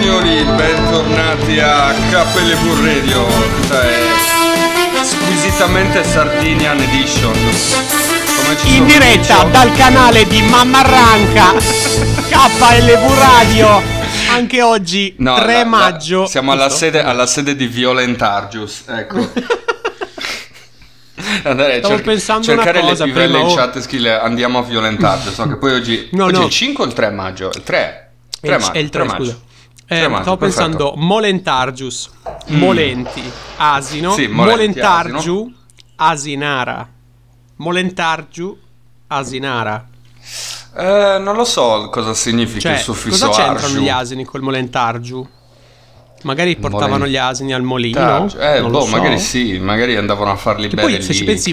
signori, bentornati a KLV Radio, squisitamente Sardinian Edition. In diretta dal canale di Mamma Ranca, KLV Radio, anche oggi, 3 maggio. Siamo alla sede di Violentargius, ecco. Andare Stavo pensando cercare una cosa, le pivelle in prima chat, scrive andiamo a Violentargius, so che poi oggi è il 5 o il 3 maggio? Il 3 maggio. È il 3 maggio. Scusa. Stavo pensando Molentargius, Molenti, Asino, Sì, Molentargiu, Asinara. Molentargiu, Asinara. Non lo so cosa significa il suffisso cosa c'entrano argiu. gli asini col Molentargiu? Magari portavano gli asini al molino? Non lo so. Magari sì, magari andavano a farli bere. Poi se ci pensi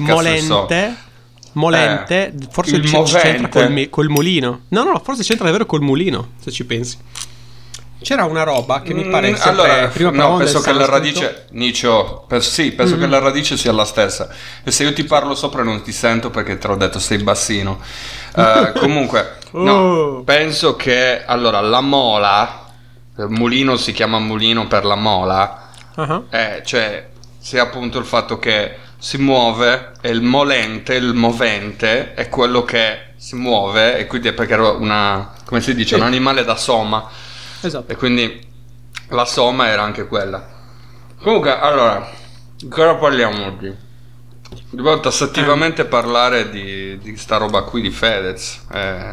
Molente, forse c'entra col mulino. No, forse c'entra davvero col mulino, se ci pensi. C'era una roba che mi pare sempre, penso che la radice penso che la radice sia la stessa. E se io ti parlo sopra non ti sento perché te l'ho detto, sei bassino. Comunque, no, penso che la mola, il mulino si chiama mulino per la mola, cioè sia appunto il fatto che si muove, e il molente, il movente è quello che si muove, e quindi è perché era come si dice, un animale da soma. Esatto. E quindi la soma era anche quella. Comunque, di cosa parliamo oggi? Dobbiamo tassativamente parlare di sta roba qui di Fedez.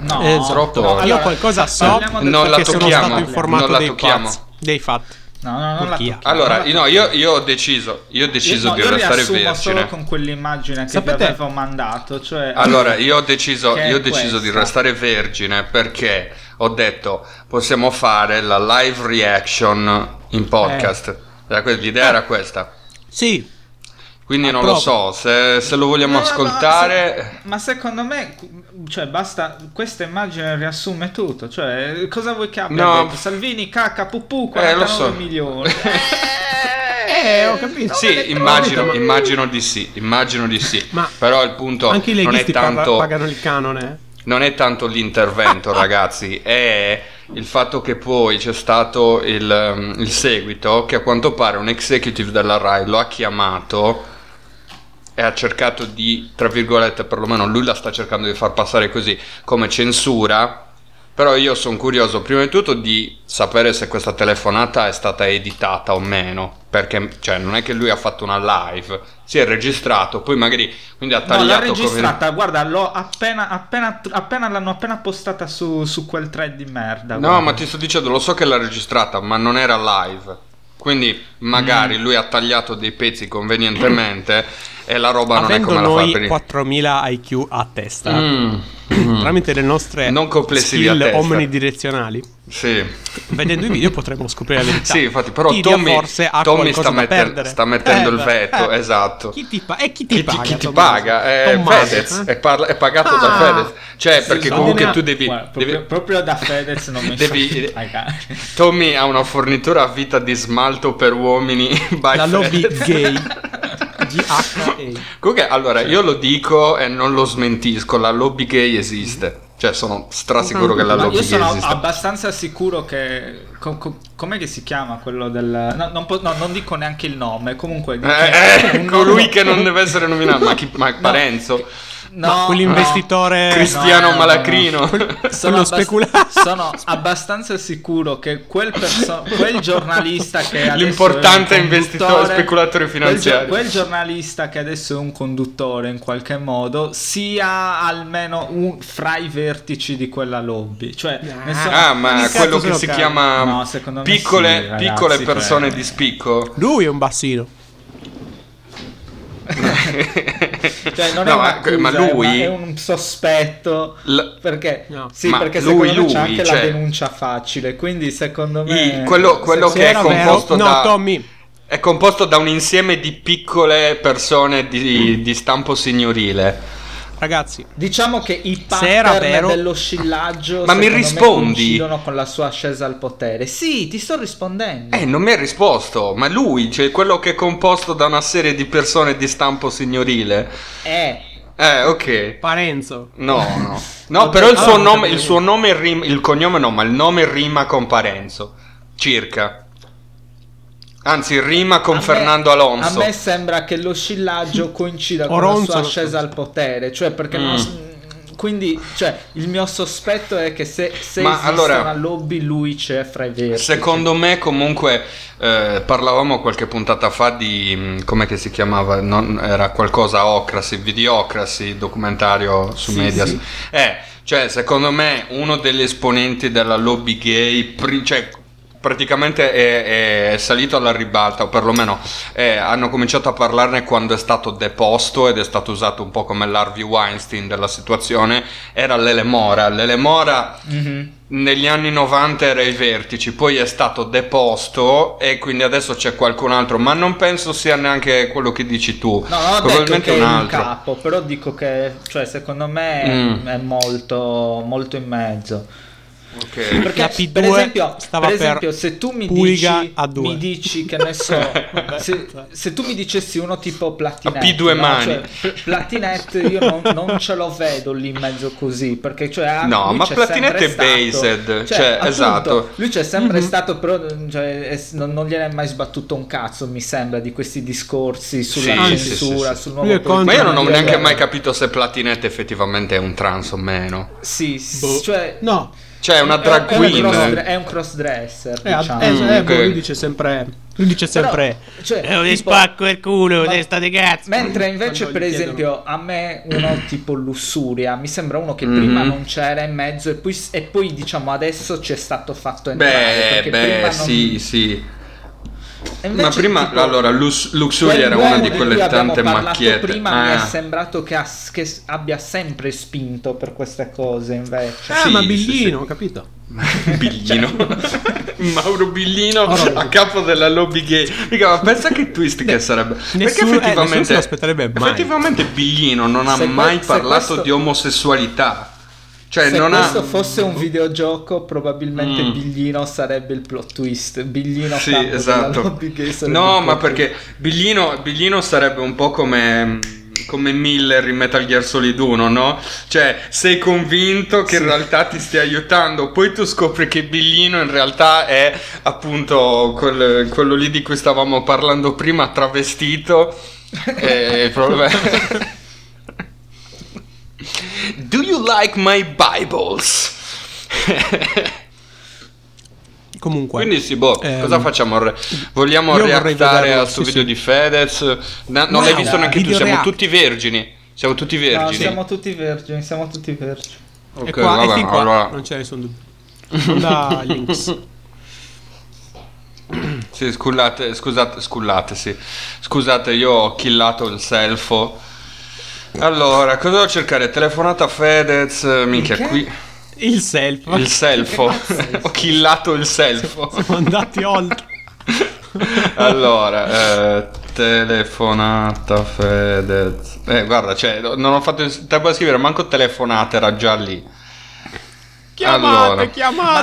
Io qualcosa so perché sono stato informato dei fatti. Non la tocchiamo. Allora, io ho deciso di restare vergine. Solo con quell'immagine che vi avevo mandato, cioè. Allora, io ho deciso di restare vergine perché ho detto possiamo fare la live reaction in podcast. L'idea era questa. Sì. Quindi non lo so se lo vogliamo ascoltare. Ma secondo me, cioè, basta. Questa immagine riassume tutto. Cioè, cosa vuoi che abbia detto? Salvini, cacca, pupù, 49 milioni. Ho capito. Sì, immagino di sì. Ma però il punto anche i non è leghisti tanto pagano il canone. Non è tanto l'intervento, ragazzi, è il fatto che poi c'è stato il seguito, che a quanto pare un executive della Rai lo ha chiamato e ha cercato di, tra virgolette, perlomeno lui la sta cercando di far passare così, come censura. Però io sono curioso prima di tutto di sapere se questa telefonata è stata editata o meno, perché cioè non è che lui ha fatto una live, si è registrato, poi magari quindi ha tagliato. No, l'ha registrata, guarda, appena l'hanno postata su quel thread di merda. No, guarda. Ma ti sto dicendo, lo so che l'ha registrata, ma non era live. Quindi magari lui ha tagliato dei pezzi convenientemente e la roba non è come la fa per 4000 IQ a testa. Tramite le nostre non complessivi skill a testa omnidirezionali. Sì. Vedendo i video potremo scoprire la verità. Sì, infatti, però Tommy sta mettendo il veto, esatto. Chi ti paga? Chi ti paga? Fedez, è pagato da Fedez. Cioè, perché comunque tu devi... Proprio da Fedez non mi devi pagare. Tommy ha una fornitura a vita di smalto per uomini by la lobby gay. Comunque, allora, io lo dico e non lo smentisco, la lobby gay esiste. Cioè, sono strasicuro che la lobby gay esiste. Io sono abbastanza sicuro che... com'è che si chiama quello del... non dico neanche il nome, comunque... colui che non deve essere nominato, ma Parenzo? No, quell'investitore Cristiano Malacrino. Sono abbastanza sicuro che quel giornalista che adesso l'importante investitore speculatore finanziario, quel giornalista che adesso è un conduttore in qualche modo, sia almeno fra i vertici di quella lobby. Cioè, ma quello che si chiama piccole persone di spicco. Lui è un bassino. Cioè non è un'accusa, ma lui è un sospetto perché perché secondo me c'è anche la denuncia facile, quindi secondo me quello che è composto Tommy è composto da un insieme di piccole persone di stampo signorile. Ragazzi, diciamo che i pattern dello scillaggio ma mi rispondi? Coincidono con la sua ascesa al potere. Sì, ti sto rispondendo. Non mi hai risposto. Ma lui, cioè quello che è composto da una serie di persone di stampo signorile. Ok. Parenzo. No, però il suo nome, il cognome no, ma il nome rima con Parenzo. circa. Anzi, rima con Fernando Alonso. A me sembra che lo scillaggio coincida con la sua ascesa al potere, cioè perché quindi, cioè, il mio sospetto è che se esiste una lobby, lui c'è fra i vertici. Secondo me, comunque, parlavamo qualche puntata fa di com'è che si chiamava? Era qualcosa Ocracy, Videocracy, documentario su Medias. Sì. Cioè, secondo me, uno degli esponenti della lobby gay, praticamente è salito alla ribalta, o perlomeno hanno cominciato a parlarne quando è stato deposto ed è stato usato un po' come l'Harvey Weinstein della situazione. Era Lele Mora negli anni 90 era ai vertici, poi è stato deposto e quindi adesso c'è qualcun altro, ma non penso sia neanche quello che dici tu. No, non ho detto che è un capo, però dico che, cioè, secondo me è molto, molto in mezzo. Okay. Perché per esempio se tu mi dici che ne so se tu mi dicessi uno tipo Platinet, P2 mani, cioè, Platinet io non ce lo vedo lì in mezzo così, perché cioè no, ma Platinet è based, cioè appunto, esatto, lui c'è sempre stato, però cioè, non gliene è mai sbattuto un cazzo, mi sembra, di questi discorsi sulla censura, sul nuovo ma io non ho neanche mai capito se Platinet effettivamente è un trans o meno. Cioè no, cioè è una drag queen, è un crossdresser, diciamo. Lui dice sempre però, cioè, ti spacco il culo, testa di cazzo. Mentre invece per esempio a me uno tipo Lussuria mi sembra uno che prima non c'era in mezzo e poi diciamo adesso c'è stato fatto entrare, prima sì. Ma prima tipo, allora Luxuria era una di quelle tante macchiette. Prima mi è sembrato che abbia sempre spinto per queste cose, invece. Ma Biglino, capito? Biglino. Mauro Biglino a capo della lobby gay. Mica, ma pensa che twist che sarebbe. Perché effettivamente Biglino non ha mai parlato di omosessualità. Cioè, se questo fosse un videogioco, probabilmente Biglino sarebbe il plot twist. Biglino esatto. No, ma perché Biglino sarebbe un po' come Miller in Metal Gear Solid 1, no? Cioè, sei convinto che in realtà ti stia aiutando, poi tu scopri che Biglino in realtà è appunto quello lì di cui stavamo parlando prima, travestito. E il problema Do you like my Bibles? Comunque, quindi cosa facciamo? Vogliamo reactare a sto video di Fedez? Non l'hai visto neanche tu, siamo tutti vergini. No, siamo tutti vergini. Ok, e qua, vabbè, qua allora non c'è nessun dubbio. Da links. Sì, scusate, io ho killato il selfo. Allora, cosa devo cercare? Telefonata Fedez, minchia, qui il selfo. Ho killato il selfo. Siamo andati oltre. Allora, telefonata Fedez. Guarda, cioè, non ho fatto il tempo a scrivere, manco telefonate, era già lì. Chiamate.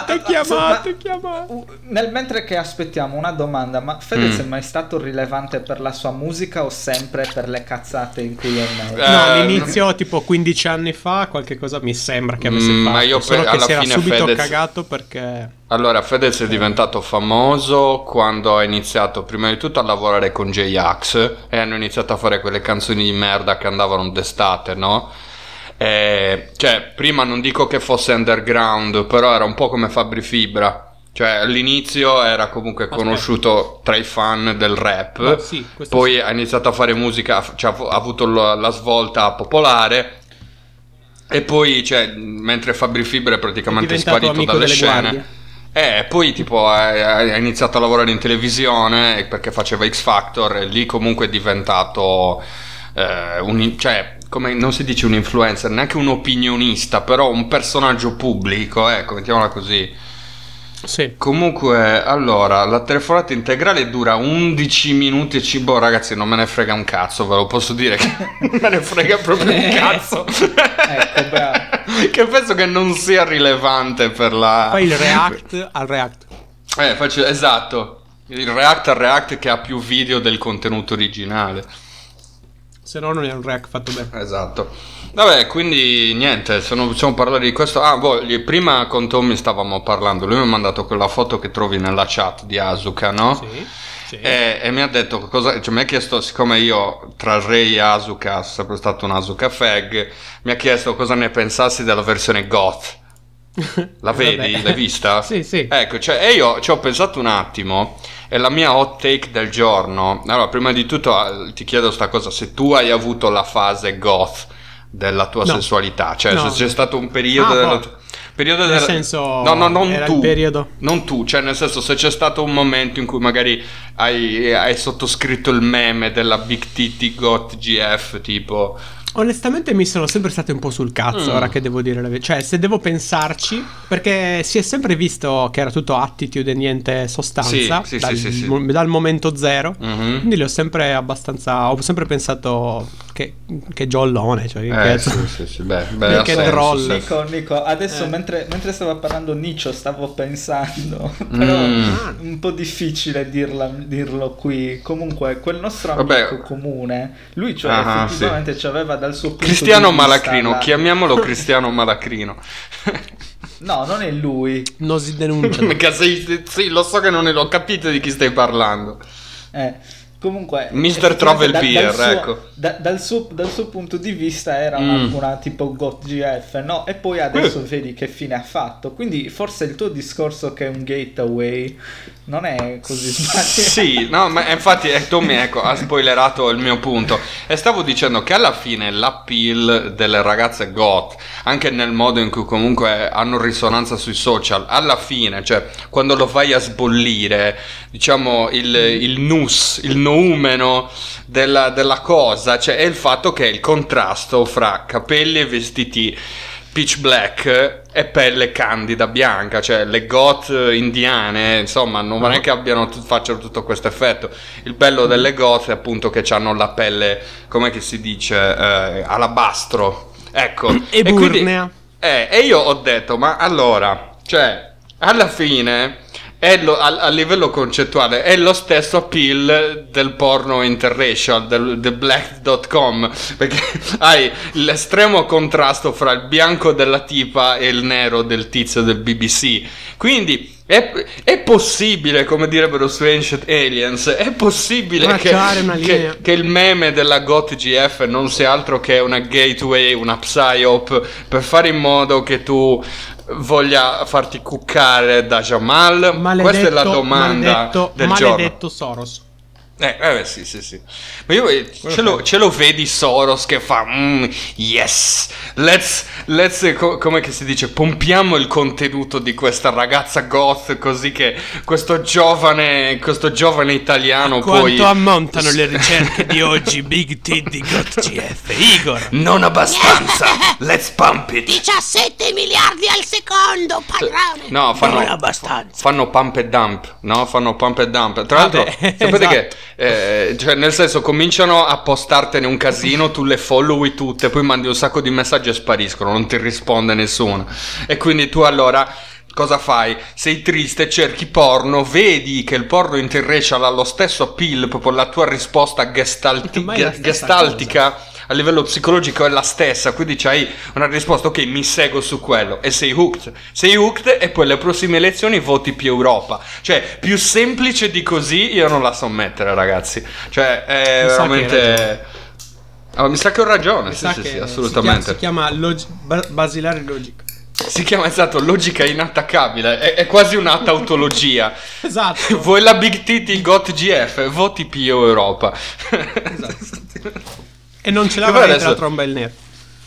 Mentre che aspettiamo, una domanda: ma Fedez è mai stato rilevante per la sua musica o sempre per le cazzate in cui è messo? No, all'inizio tipo 15 anni fa qualche cosa mi sembra che avesse fatto, ma io solo che si era subito cagato perché... Allora, Fedez è diventato famoso quando ha iniziato prima di tutto a lavorare con J-Ax e hanno iniziato a fare quelle canzoni di merda che andavano d'estate, no? Cioè, prima non dico che fosse underground, però era un po' come Fabri Fibra. Cioè, all'inizio era comunque conosciuto tra i fan del rap, poi ha iniziato a fare musica, cioè, ha avuto la svolta popolare, e poi, cioè, mentre Fabri Fibra è praticamente sparito dalle scene, poi tipo ha iniziato a lavorare in televisione perché faceva X Factor, e lì comunque è diventato cioè, come non si dice un influencer, neanche un opinionista, però un personaggio pubblico, ecco, mettiamola così. Sì. Comunque, allora, la telefonata integrale dura 11 minuti e ragazzi, non me ne frega un cazzo, ve lo posso dire che non me ne frega proprio un cazzo. Ecco, bravo. Che penso che non sia rilevante per la... Fai il react al react. Faccio, esatto, il react al react che ha più video del contenuto originale. se no non è un react fatto bene. Esatto. Vabbè, quindi niente, possiamo parlare di questo. Prima con Tommy stavamo parlando, lui mi ha mandato quella foto che trovi nella chat di Asuka, no? Sì. E mi ha detto cosa, cioè mi ha chiesto, siccome io tra Rei e Asuka sono sempre stato un Asuka fag, mi ha chiesto cosa ne pensassi della versione goth. La vedi? L'hai vista? Sì. Ecco, cioè, e io ci ho pensato un attimo, e la mia hot take del giorno. Allora, prima di tutto ti chiedo sta cosa, se tu hai avuto la fase goth della tua sessualità, cioè se c'è stato un periodo nel senso, non era tu, il periodo. non tu, cioè nel senso, se c'è stato un momento in cui magari hai sottoscritto il meme della Big Titty Goth GF, tipo. Onestamente mi sono sempre state un po' sul cazzo, ora che devo dire la verità. Cioè, se devo pensarci, perché si è sempre visto che era tutto attitude e niente sostanza, sì. dal momento zero. Quindi li ho sempre pensato che giollone, cioè che cazzo. Sì. Beh, che droll. Nico, adesso mentre stava parlando Nicio stavo pensando, però un po' difficile dirlo qui. Comunque, quel nostro amico comune, lui effettivamente ci aveva dal suo punto Cristiano di vista Malacrino, chiamiamolo Cristiano Malacrino. No, non è lui. Non si denuncia. Sì, lo so che non l'ho capito di chi stai parlando. Comunque Mr. Travel Beer, ecco. Dal suo punto di vista era una tipo GOT GF, no? E poi adesso vedi che fine ha fatto. Quindi forse il tuo discorso che è un gateway non è così sbagliato. Sì, no, ma infatti Tommy ha spoilerato il mio punto. E stavo dicendo che alla fine l'appeal delle ragazze goth, anche nel modo in cui comunque hanno risonanza sui social, alla fine, cioè quando lo vai a sbollire, diciamo il nus, il noumeno della cosa, cioè è il fatto che è il contrasto fra capelli e vestiti pitch black e pelle candida bianca, cioè le goth indiane, insomma, non è che facciano tutto questo effetto. Il bello delle goth è appunto che hanno la pelle, come che si dice, alabastro, ecco. E burnea. E io ho detto, ma allora, cioè, alla fine a livello concettuale è lo stesso appeal del porno interracial, del black.com, perché hai l'estremo contrasto fra il bianco della tipa e il nero del tizio del BBC. Quindi è possibile, come direbbero su Ancient Aliens, è possibile che il meme della GOT GF non sia altro che una gateway, una psyop per fare in modo che tu voglia farti cuccare da Jamal. Questa è la domanda del giorno. Maledetto Soros. Sì. Ma io ce lo vedi Soros che fa yes, let's come che si dice, pompiamo il contenuto di questa ragazza goth, così che questo giovane italiano quanto ammontano le ricerche di oggi. Big Titty Goth GF Igor. Non abbastanza. Let's pump it. 17 miliardi al secondo, padrone. No, non abbastanza. Fanno pump e dump. No, fanno pump e dump. Tra l'altro, sapete che cioè nel senso, cominciano a postartene un casino, tu le followi tutte, poi mandi un sacco di messaggi e spariscono, non ti risponde nessuno. E quindi tu allora cosa fai? Sei triste, cerchi porno, vedi che il porno interracial ha lo stesso appeal, proprio la tua risposta gestaltica a livello psicologico è la stessa, quindi c'hai una risposta, ok, mi seguo su quello, e sei hooked e poi alle prossime elezioni voti più Europa. Cioè, più semplice di così io non la so mettere, ragazzi. Cioè, è veramente... mi sa che ho ragione, sì, assolutamente. Si chiama basilare logica. Si chiama, esatto, logica inattaccabile, è quasi una tautologia. Esatto. Vuoi la Big Titty GOT GF, voti più Europa. Esatto. E non ce l'aveva la tromba il nero.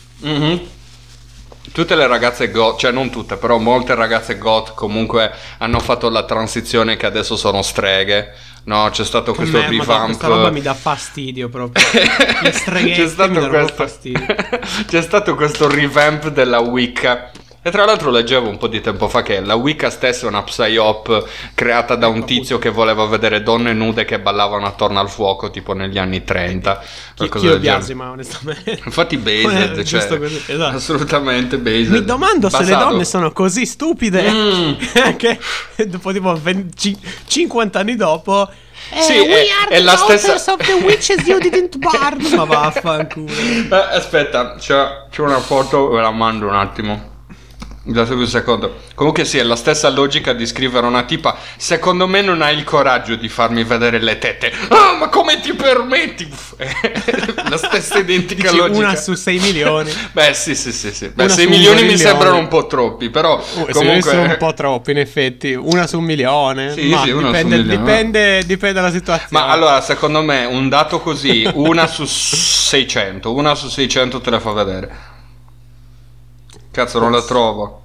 Tutte le ragazze goth, cioè non tutte, però molte ragazze goth comunque hanno fatto la transizione che adesso sono streghe. No, c'è stato questo revamp. Questa roba mi dà fastidio proprio. Le streghette mi danno fastidio. C'è stato questo revamp della Wicca. E tra l'altro leggevo un po' di tempo fa che la Wicca stessa è una psyop creata da un tizio che voleva vedere donne nude che ballavano attorno al fuoco tipo negli anni 30. Chi lo biasima, onestamente. Infatti based, cioè, esatto. Assolutamente based. Mi domando se le donne sono così stupide che dopo tipo 50 anni dopo... Sì, we are the daughters of the witches you didn't burn. Ma vaffanculo. Aspetta, c'è una foto, ve la mando un attimo. Datemi un secondo. Comunque sì, è la stessa logica di scrivere una tipa. Secondo me non hai il coraggio di farmi vedere le tette. Ah, ma come ti permetti? La stessa identica dici logica. 1 su 6 milioni. Beh sì. Beh, 6 milioni mi sembrano un po' troppi. Però comunque sono un po' troppi in effetti. 1 su 1 milione. Sì, sì, dipende dalla situazione. Ma allora secondo me un dato così 1 su 600. 1 su 600 te la fa vedere. Cazzo, non la trovo.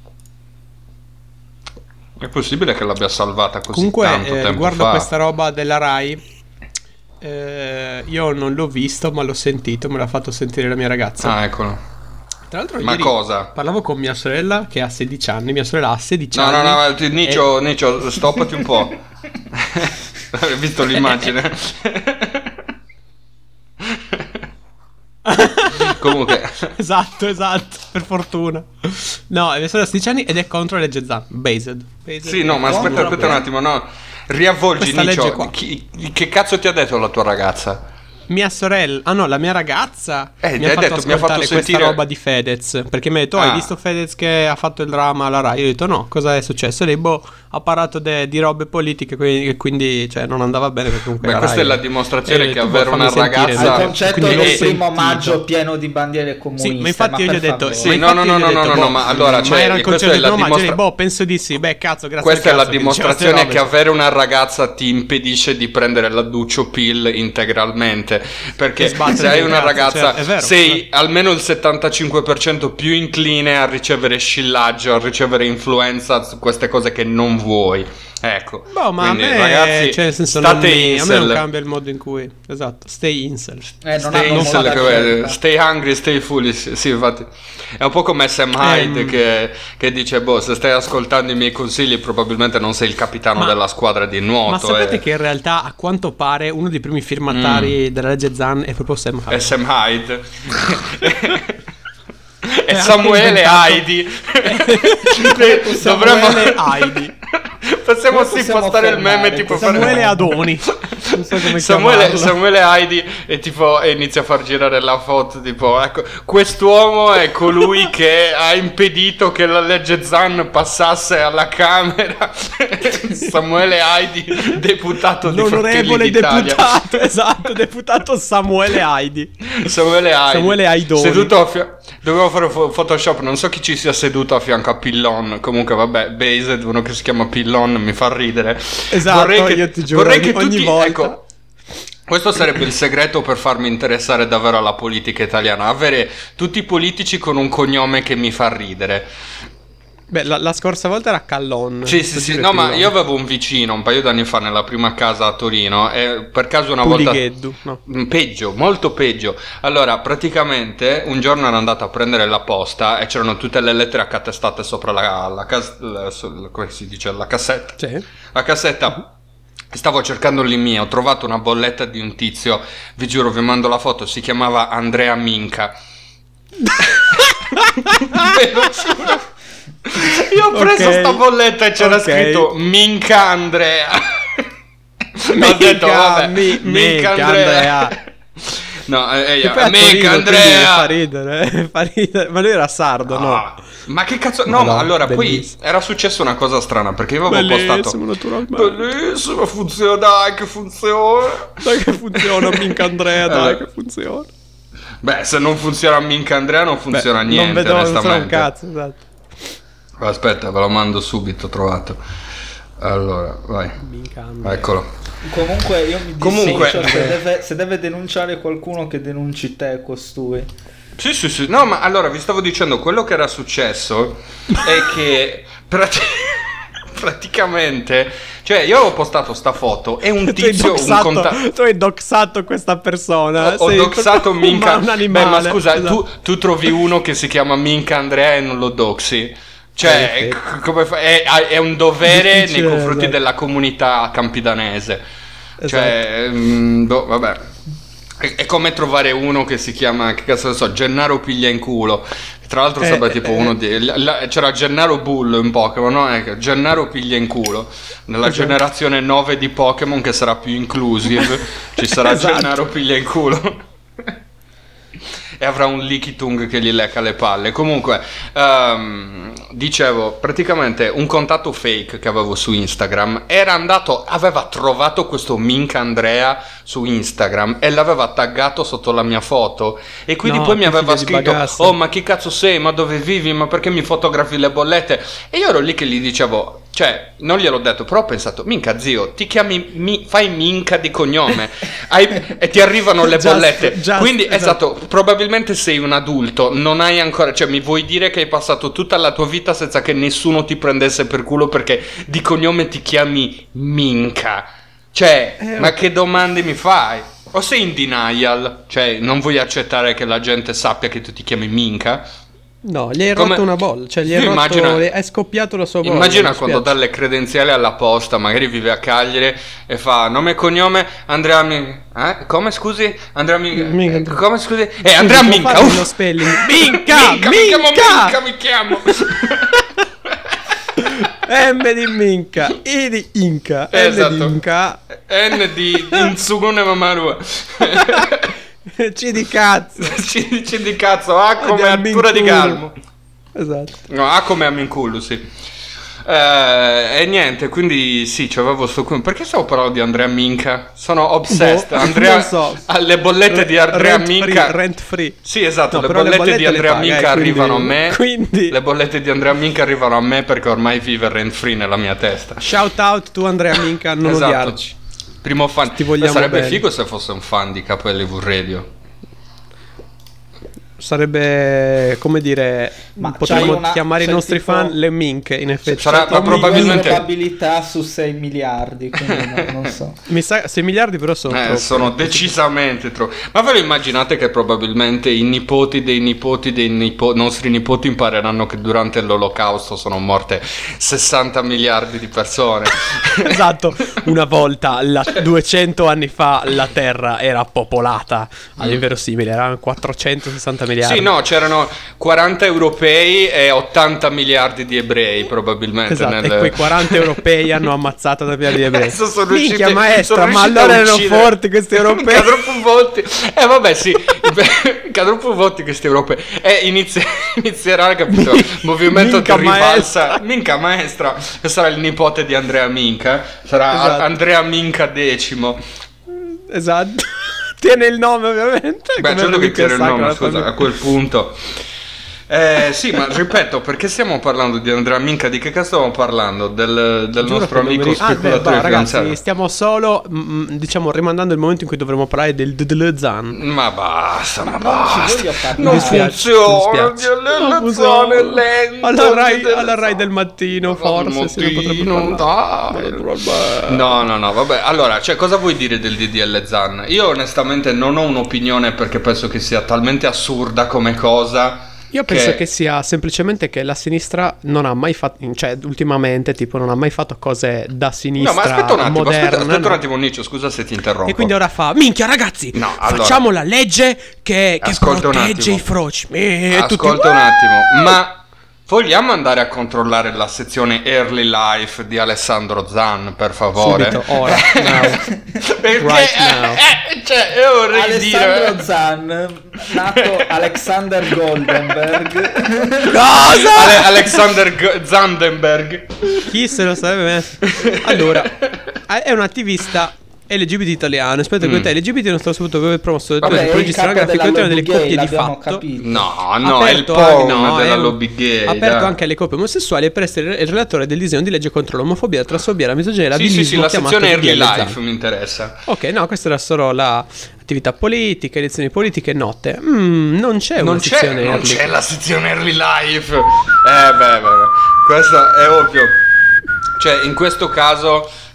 È possibile che l'abbia salvata così comunque, tanto tempo guardo fa? questa roba della Rai. Io non l'ho visto, ma l'ho sentito. Me l'ha fatto sentire la mia ragazza. Ah, eccolo. Tra l'altro, ma cosa? Parlavo con mia sorella che ha 16 anni. Mia sorella ha 16 anni. No, Nicio, stoppati un po'. Hai visto l'immagine? Comunque esatto, per fortuna. No, mia sorella ha 16 anni ed è contro la legge Zan. Based. Sì, no, ma aspetta un attimo, no. Riavvolgi, Nicio. Che cazzo ti ha detto la tua ragazza? Mia sorella, la mia ragazza mi ha fatto ascoltare questa roba di Fedez. Perché mi ha detto, hai visto Fedez che ha fatto il dramma alla Rai? Io ho detto no, cosa è successo? E lei ha parlato di robe politiche, quindi cioè, non andava bene perché comunque questa Rai, è la dimostrazione che avere una ragazza... Il concetto del primo maggio pieno di bandiere comuniste. Sì, ma infatti io gli ho detto... Sì, no, ma allora... Ma era il concetto del primo maggio, penso di sì. Beh, cazzo, grazie. Questa è la dimostrazione che avere una ragazza ti impedisce di prendere la Duccio Pill integralmente. Perché se hai una ragazza sei almeno il 75% più incline a ricevere scillaggio, a ricevere influenza su queste cose che non vuoi. Ecco. Ma quindi, a me, ragazzi, cioè, nel senso, state a me non incel. cambia il modo in cui. Esatto, stay incel. Stay hungry, stay foolish. Sì, infatti. È un po' come Sam Hyde che dice: se stai ascoltando i miei consigli, probabilmente non sei il capitano della squadra di nuoto. Ma sapete che in realtà, a quanto pare, uno dei primi firmatari della legge Zan è proprio Sam Hyde. È Sam Hyde. E Samuele Heidi. Samuele Heidi. Possiamo spostare il meme tipo Samuele Adoni. Non so come Samuele Heidi e inizia a far girare la foto tipo ecco, quest'uomo è colui che ha impedito che la legge Zan passasse alla Camera. Samuele Heidi, deputato di Fratelli d'Italia. Deputato, esatto, deputato Samuele Heidi. Samuele Aidoni. Seduto dovevo fare Photoshop, non so chi ci sia seduto a fianco a Pillon. Comunque vabbè, Based, uno che si chiama Pillon, mi fa ridere. Esatto, io ti giuro, vorrei che ogni tutti, volta. ecco, questo sarebbe il segreto per farmi interessare davvero alla politica italiana, avere tutti i politici con un cognome che mi fa ridere. Beh, la scorsa volta era Callon. Sì. No, ma io avevo un vicino un paio d'anni fa nella prima casa a Torino e per caso una Puligheddu, volta... No. Peggio, molto peggio. Allora, praticamente un giorno ero andato a prendere la posta e c'erano tutte le lettere accatestate sopra come si dice? La cassetta. Sì. La cassetta. Stavo cercando l'IMI, ho trovato una bolletta di un tizio, vi giuro, vi mando la foto, si chiamava Andrea Minca. Ve lo giuro. Io ho preso sta bolletta e c'era scritto Minca Andrea. Ho detto vabbè, Minca Andrea. No, Minca Andrea. Fa ridere. Ma lui era sardo, no? Ma che cazzo? No, ma allora bellissimo. Poi era successa una cosa strana perché io avevo postato bellissimo, funziona, dai che funziona. Dai che funziona Minca Andrea, dai che funziona. Beh, se non funziona Minca Andrea non funziona niente, non vedo onestamente. Un cazzo, esatto. Aspetta, ve lo mando subito, trovato. Allora, vai. Eccolo. Comunque io mi dissocio, se deve denunciare qualcuno che denunci te costui. Sì. No, ma allora vi stavo dicendo, quello che era successo è che praticamente Cioè, io ho postato sta foto e un tizio, tu hai doxato questa persona. Ho doxato Minca. Un animale. Beh, ma scusa, esatto. tu trovi uno che si chiama Minca Andrea e non lo doxi? Cioè, come è un dovere nei confronti della comunità campidanese. Esatto. Cioè, vabbè. È come trovare uno che si chiama, che cazzo ne so, Gennaro piglia in culo. Tra l'altro sembra tipo uno di... c'era Gennaro Bull in Pokémon, no? Gennaro piglia in culo. Nella generazione 9 di Pokémon, che sarà più inclusive, ci sarà Gennaro piglia in culo. E avrà un Lickitung che gli lecca le palle. Comunque, dicevo, praticamente un contatto fake che avevo su Instagram aveva trovato questo Minca Andrea su Instagram e l'aveva taggato sotto la mia foto. E quindi poi mi aveva scritto: oh, ma chi cazzo sei? Ma dove vivi? Ma perché mi fotografi le bollette? E io ero lì che gli dicevo, cioè, non gliel'ho detto, però ho pensato: minca zio, ti chiami fai Minca di cognome e ti arrivano le bollette. Quindi esatto, probabilmente sei un adulto, non hai ancora, cioè mi vuoi dire che hai passato tutta la tua vita senza che nessuno ti prendesse per culo perché di cognome ti chiami Minca. Cioè, ma che domande mi fai? O sei in denial? Cioè, non vuoi accettare che la gente sappia che tu ti chiami Minca? No, gli hai rotto una bolla, cioè è scoppiato la sua bolla. Immagina quando dà le credenziali alla posta, magari vive a Cagliari e fa nome e cognome Andrea Minca. Come scusi? Andrea Minca. Come scusi? Andrea Minca. Uno spelling. Minca. Mi chiamo. M di Minca, I di Inca, esatto. N di Inca, N di Insugone Mamarua. C di cazzo. C di cazzo. A come Artura di Galmo. Esatto. No, A come Amincullo, sì. E niente, quindi sì, c'avevo sto qui. Perché stavo parlando di Andrea Minca? Sono obsessed. Andrea, non so. Le bollette di Andrea Minca. Rent free. Sì, esatto, no, le bollette di Andrea Minca arrivano a me. Quindi le bollette di Andrea Minca arrivano a me perché ormai vive rent free nella mia testa. Shout out to Andrea Minca, non esatto. odiarci. Primo fan. Sarebbe bene. Figo se fosse un fan di KLV Radio. Sarebbe, come dire, potremmo chiamare i nostri fan le minche, in effetti. Sarà probabilmente probabilità su 6 miliardi, quindi non so. Mi sa 6 miliardi però sono decisamente troppo. Ma ve lo immaginate che probabilmente i nipoti dei nipoti dei nostri nipoti impareranno che durante l'Olocausto sono morte 60 miliardi di persone. Esatto, una volta 200 anni fa la Terra era popolata, all'inverosimile erano 460 miliardi. Sì, no, c'erano 40 europei e 80 miliardi di ebrei probabilmente. Esatto, e quei 40 europei hanno ammazzato da miliardi di ebrei. Adesso sono minchia maestra, ma allora erano forti questi europei. Cadroppo voti. Vabbè, sì, cadroppo voti questi europei. Inizierà, capito? Movimento minca di rivalsa. Minca maestra. Che sarà il nipote di Andrea Minca. Sarà esatto. Andrea Minca X. Esatto. Tiene il nome ovviamente. Beh, certo che tiene il nome, scusa, a quel punto. Sì, ma ripeto, perché stiamo parlando di Andrea Minca? Di che cazzo stiamo parlando? Del nostro amico speculatore finanziario? Ragazzi, stiamo solo, diciamo, rimandando il momento in cui dovremo parlare del Zan. Ma basta, non funziona. Zan è lento. Alla Rai del mattino, forse se ne potrebbe parlare. No, vabbè. Allora, cioè, cosa vuoi dire del DDL Zan? Io onestamente non ho un'opinione perché penso che sia talmente assurda come cosa. Io penso che sia semplicemente che la sinistra non ha mai fatto, cioè ultimamente tipo non ha mai fatto cose da sinistra. No, ma aspetta un attimo, moderne, aspetta un attimo Niccio, scusa se ti interrompo. E quindi ora minchia ragazzi, facciamo la legge che protegge i froci. Ascolta un attimo, ma vogliamo andare a controllare la sezione Early Life di Alessandro Zan, per favore? Subito, ora, now. Perché, right now. Cioè, io vorrei Alessandro Zan, nato Alexander Goldenberg. Cosa? Alexander Zandenberg. Chi se lo sarebbe messo? Allora, è un attivista LGBT italiano. Aspetta, che LGBT non sto saputo dove è promosso il registro anagrafico delle coppie di fatto. Capito. No, è il porno della lobby gay. Aperto anche alle coppie omosessuali e per essere il relatore del disegno di legge contro l'omofobia, la transfobia, la misoginia e la bilismo. Sì, la sezione Early Life mi interessa. Ok, no, questa era solo la attività politica, elezioni politiche, note. Non c'è una sezione non c'è la sezione Early Life. Beh. Questo è ovvio. Cioè, in questo caso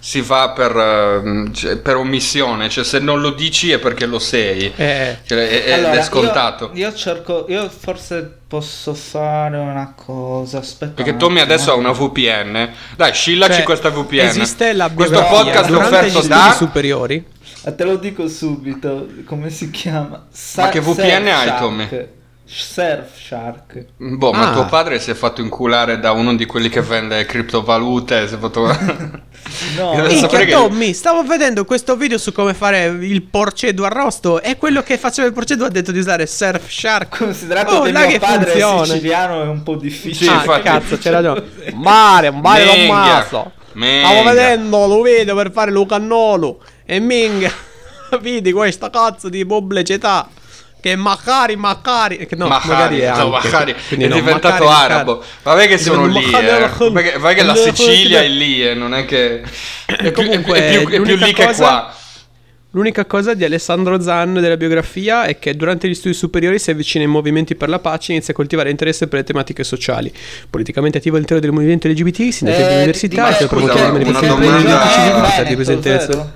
si fa per omissione, cioè se non lo dici è perché lo sei, allora, è scontato. Io forse posso fare una cosa, aspetta, perché Tommy adesso ha una VPN, dai, scillaci questa VPN. Esiste la questo podcast durante gli studi superiori. Te lo dico subito, come si chiama? Ma che VPN hai, Tommy? Surfshark. Ma tuo padre si è fatto inculare da uno di quelli che vende criptovalute. Si è fatto... No, Tommy, stavo vedendo questo video su come fare il porcedo arrosto e quello che faceva il porcedo ha detto di usare Surfshark. Considerato che mio padre è siciliano è un po' difficile. Sì, cazzo, c'è ragione. Mare da mazzo. Stavo vedendo lo video per fare lo cannolo e minga vedi questa cazzo di pubblicità che magari che no, magari è diventato arabo. Vabbè che sono lì, vabbè che la Sicilia è lì, non è che è più lì che qua. L'unica cosa di Alessandro Zan della biografia è che durante gli studi superiori si avvicina ai movimenti per la pace e inizia a coltivare interesse per le tematiche sociali. Politicamente attivo all'interno del movimento LGBT, sindaco dell'università, per promuovere le manifestazioni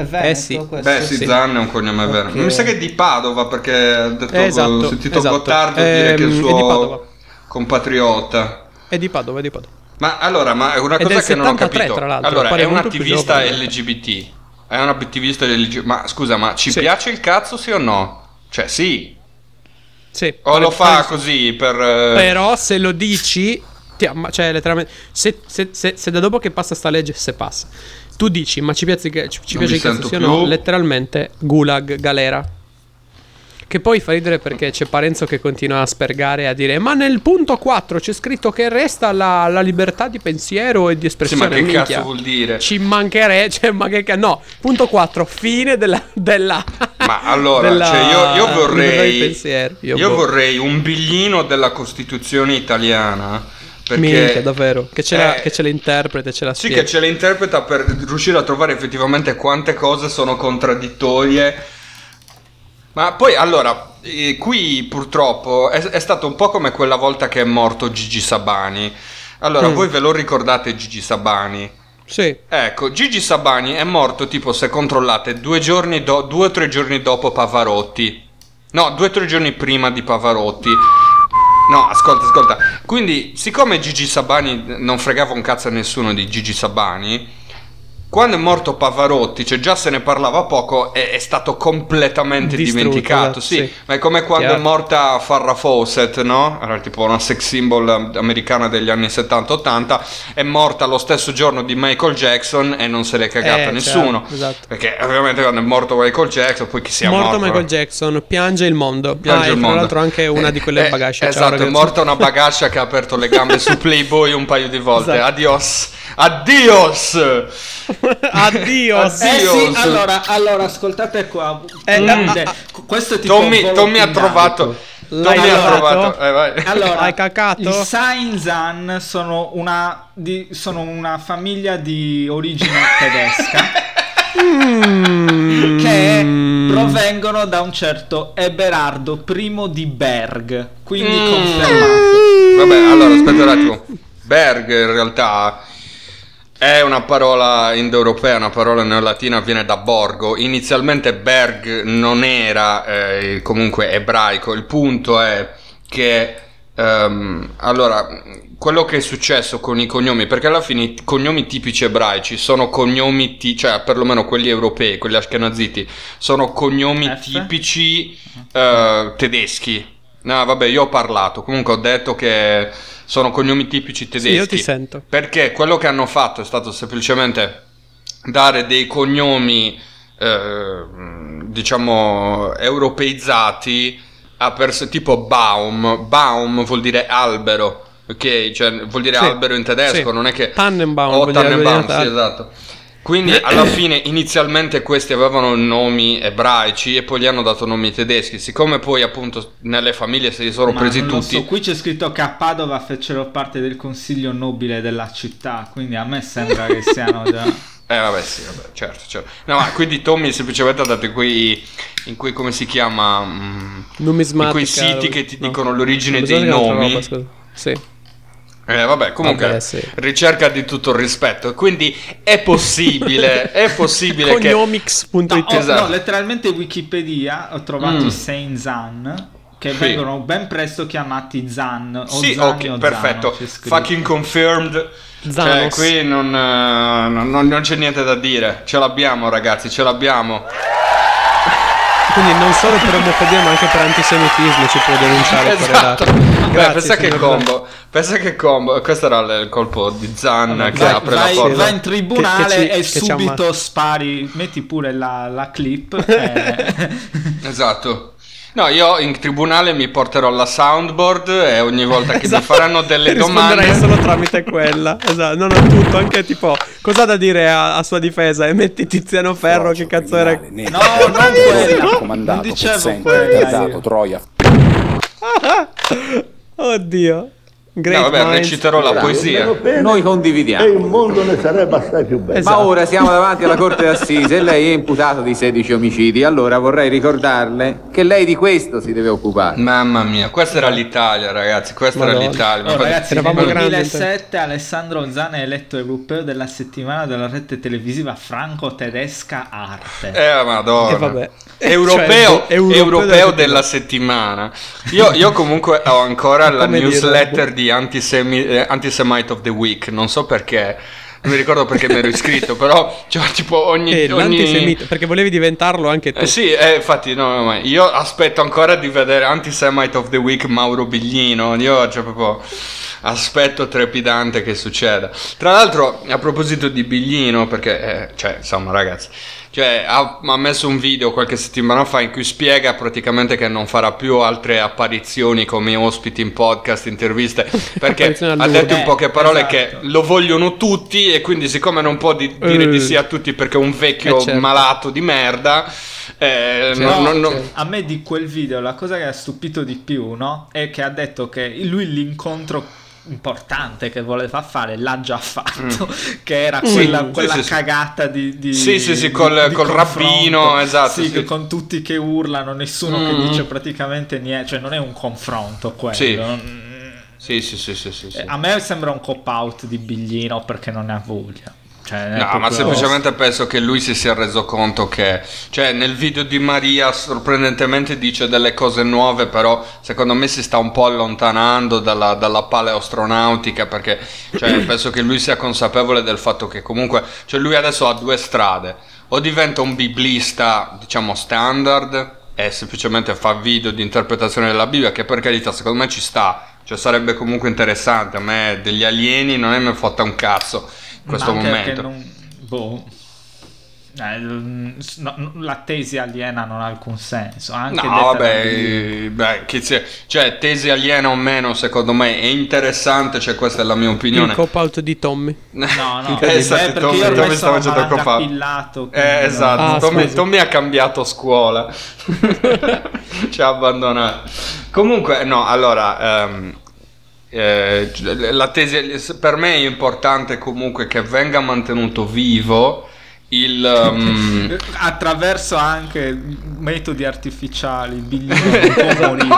sì, Zan è un cognome vero. Mi sa che è di Padova, perché ha detto, ho sentito Gottardo dire che il suo compatriota è di Padova. Ma allora, ma è una cosa che non ho capito. Allora, è un attivista LGBT. È un attivista LGBT. Ma scusa, ma ci piace il cazzo, sì o no? Cioè, sì. O lo fa così per... Però se lo dici... Cioè, letteralmente... Se da dopo che passa sta legge, se passa... Tu dici, ma ci piace il cazzo sì o no? Letteralmente, gulag, galera. Che poi fa ridere perché c'è Parenzo che continua a spergare, a dire ma nel punto 4 c'è scritto che resta la libertà di pensiero e di espressione. Sì, ma che cazzo vuol dire? Ci mancherebbe, cioè, ma che no, punto 4, fine della ma allora, cioè io vorrei vorrei un biglino della Costituzione italiana. Perché minchia, davvero, che ce l'interpreta, ce la spiega. Sì, che ce l'interpreta per riuscire a trovare effettivamente quante cose sono contraddittorie. Ma poi, allora, qui purtroppo è stato un po' come quella volta che è morto Gigi Sabani. Allora, voi ve lo ricordate Gigi Sabani? Sì. Ecco, Gigi Sabani è morto tipo, se controllate, 2 o 3 giorni dopo Pavarotti. No, 2 o 3 giorni prima di Pavarotti. No, ascolta. Quindi, siccome Gigi Sabani non fregava un cazzo a nessuno di Gigi Sabani, quando è morto Pavarotti, cioè già se ne parlava poco, è stato completamente dimenticato. Sì, ma è come quando è morta Farrah Fawcett, no? Era tipo una sex symbol americana degli anni 70-80, è morta lo stesso giorno di Michael Jackson e non se l'è cagata nessuno. Esatto. Perché ovviamente quando è morto Michael Jackson, poi chi sia morto Michael Jackson, piange il mondo. Tra l'altro anche una di quelle bagasce. Esatto, è morta una bagascia che ha aperto le gambe su Playboy un paio di volte. Esatto. Addios. Sì, allora ascoltate qua. Questo tipo Tommy ha trovato. Vai. Allora, hai cacato? I Sainzan sono una famiglia di origine tedesca che provengono da un certo Eberardo I di Berg. Quindi confermato. Vabbè, allora aspetta un attimo. Berg in realtà è una parola indoeuropea, una parola neolatina, viene da borgo. Inizialmente Berg non era comunque ebraico. Il punto è che allora, quello che è successo con i cognomi, perché alla fine i cognomi tipici ebraici sono cognomi cioè perlomeno quelli europei, quelli ashkenaziti, sono cognomi tipici tedeschi. No, vabbè, io ho parlato, comunque ho detto che sono cognomi tipici tedeschi. Sì, io ti sento. Perché quello che hanno fatto è stato semplicemente dare dei cognomi, diciamo, europeizzati a tipo Baum. Baum vuol dire albero, ok? Cioè vuol dire albero in tedesco, non è che... Tannenbaum. Tannenbaum, sì, esatto. Quindi alla fine inizialmente questi avevano nomi ebraici e poi gli hanno dato nomi tedeschi. Siccome poi appunto nelle famiglie se li sono presi tutti. So, qui c'è scritto che a Padova fecero parte del consiglio nobile della città, quindi a me sembra che siano già... vabbè, certo. No, ma quindi Tommy semplicemente ha dato in quei come si chiama? Numismatica. In quei siti che ti dicono l'origine dei nomi. Sì. Vabbè, comunque ricerca di tutto il rispetto, quindi è possibile Cognomics.it. No, letteralmente Wikipedia, ho trovato i Saint Zan, che vengono ben presto chiamati Zan o sì, Zani ok, o perfetto, Zano, fucking confirmed. Cioè, qui non c'è niente da dire, ce l'abbiamo ragazzi, ce l'abbiamo. Quindi non solo per omofobia ma anche per antisemitismo ci può denunciare. Esatto. Pensa che combo. Questo era il colpo di Zan che apre la porta. Vai in tribunale e subito spari. Metti pure la clip. Esatto. No, io in tribunale mi porterò la soundboard e ogni volta che mi faranno delle domande risponderai solo tramite quella. Esatto, non ho tutto, anche tipo cosa da dire a sua difesa e metti Tiziano Ferro che cazzo era. No, non quella. Non dicevo quella. Troia. Oddio. No, vabbè, reciterò la poesia. Noi condividiamo. E il mondo ne sarebbe assai più bello. Ma ora siamo davanti alla corte d'assise e lei è imputato di 16 omicidi. Allora vorrei ricordarle che lei di questo si deve occupare. Mamma mia, questa era l'Italia, ragazzi. Questa era l'Italia. Ragazzi, nel 2007 Alessandro Zan è eletto europeo della settimana della rete televisiva franco-tedesca Arte. Madonna. Vabbè. Europeo della settimana. Io comunque ho ancora la newsletter di Antisemite of the Week, non so perché, non mi ricordo perché mi ero iscritto, però cioè, tipo ogni perché volevi diventarlo anche tu. Sì, infatti no, io aspetto ancora di vedere Antisemite of the Week Mauro Biglino, io cioè proprio aspetto trepidante che succeda. Tra l'altro, a proposito di Biglino, perché cioè insomma ragazzi, cioè ha messo un video qualche settimana fa in cui spiega praticamente che non farà più altre apparizioni come ospiti in podcast, interviste, perché ha detto in poche parole che lo vogliono tutti e quindi siccome non può dire di sì a tutti perché è un vecchio malato di merda. A me di quel video la cosa che ha stupito di più, no? È che ha detto che lui l'incontro importante che voleva fare l'ha già fatto, che era quella cagata di col rabbino, esatto, con tutti che urlano, nessuno che dice praticamente niente, cioè non è un confronto quello. Sì. A me sembra un cop out di Biglino perché non ne ha voglia. No, ma semplicemente penso che lui si sia reso conto che, cioè, nel video di Maria sorprendentemente dice delle cose nuove, però secondo me si sta un po' allontanando dalla paleostronautica, perché cioè, penso che lui sia consapevole del fatto che comunque, cioè, lui adesso ha due strade: o diventa un biblista, diciamo, standard e semplicemente fa video di interpretazione della Bibbia, che per carità secondo me ci sta, cioè sarebbe comunque interessante. A me degli alieni non è mai fatta un cazzo in questo momento. La tesi aliena non ha alcun senso. Anche cioè tesi aliena o meno, secondo me è interessante, cioè questa è la mia opinione. Il cop out di Tommy. No, perché Tommy stava facendo appillato. Esatto, Tommy ha cambiato scuola. Ci ha abbandonato. Comunque no, allora la tesi per me è importante comunque che venga mantenuto vivo attraverso anche metodi artificiali. Biglino non può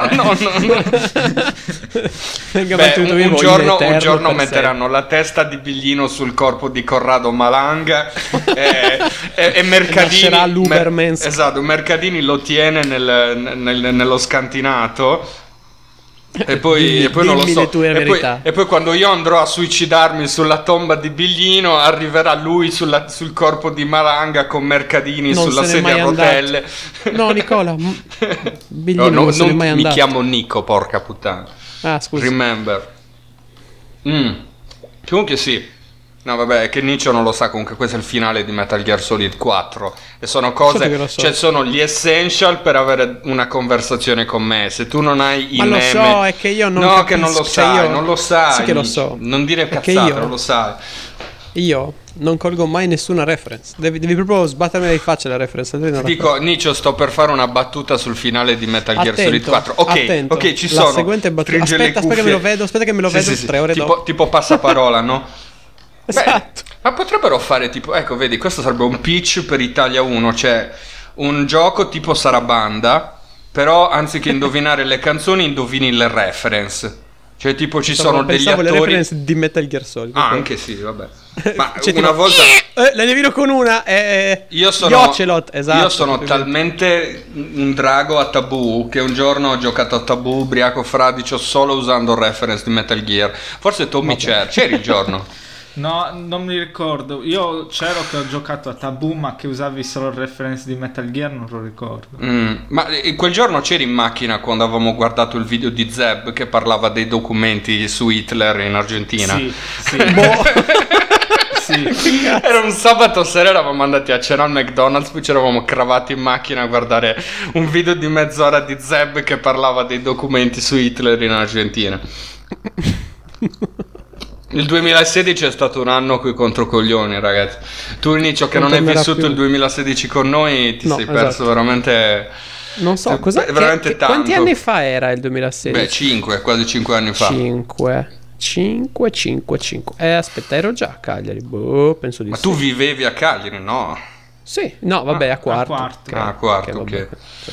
morire. Un giorno metteranno la testa di Biglino sul corpo di Corrado Malanga e Mercadini Mercadini lo tiene nello scantinato. E poi non lo so. E poi quando io andrò a suicidarmi sulla tomba di Biglino, arriverà lui sul corpo di Malanga con Mercadini sulla sedia a rotelle. No, Nicola, Biglino non se n'è mai andato. Mi chiamo Nico, porca puttana. Ah, scusa. Remember. Comunque sì. No, vabbè, che Nietzsche non lo sa, comunque questo è il finale di Metal Gear Solid 4 e sono cose, cioè sono gli essential per avere una conversazione con me. Se tu non hai i meme... Ma lo so, è che io non capisco. Che non lo sai, non lo sai. Sì che lo so. Non dire cazzate, non lo sai. Io non colgo mai nessuna reference. Devi proprio sbattermi in faccia la reference. Dico, Nietzsche, sto per fare una battuta sul finale di Metal Gear Solid 4. Ok, ci sono. La seguente battuta. Aspetta che me lo vedo, 3 ore dopo. Tipo passaparola, no? Esatto. Ma potrebbero fare tipo, ecco, vedi, questo sarebbe un pitch per Italia 1, cioè un gioco tipo Sarabanda, però anziché indovinare le canzoni indovini le reference. Cioè tipo ci sono degli attori... le reference di Metal Gear Solid. Anche sì, vabbè. Ma una volta... l'anivino con una io sono Ocelot, esatto. Io sono talmente un drago a Taboo che un giorno ho giocato a Taboo ubriaco fradicio solo usando il reference di Metal Gear. Forse Tommy c'eri il giorno. No, non mi ricordo. Io c'ero che ho giocato a Taboo, ma che usavi solo il reference di Metal Gear non lo ricordo. Ma quel giorno c'eri in macchina quando avevamo guardato il video di Zeb che parlava dei documenti su Hitler in Argentina? Sì. Sì. Era un sabato sera, eravamo andati a cena al McDonald's, poi ci eravamo cravati in macchina a guardare un video di mezz'ora di Zeb che parlava dei documenti su Hitler in Argentina. Il 2016 è stato un anno coi controcoglioni, ragazzi. Tu, Nicio, che non hai vissuto il 2016 con noi, ti sei perso veramente... Non so, veramente tanto. Quanti anni fa era il 2016? Beh, quasi 5 anni fa. 5. Aspetta, ero già a Cagliari. Penso di Ma sì. tu vivevi a Cagliari, no? Sì, no, vabbè, a Quarto. A Quarto, ok.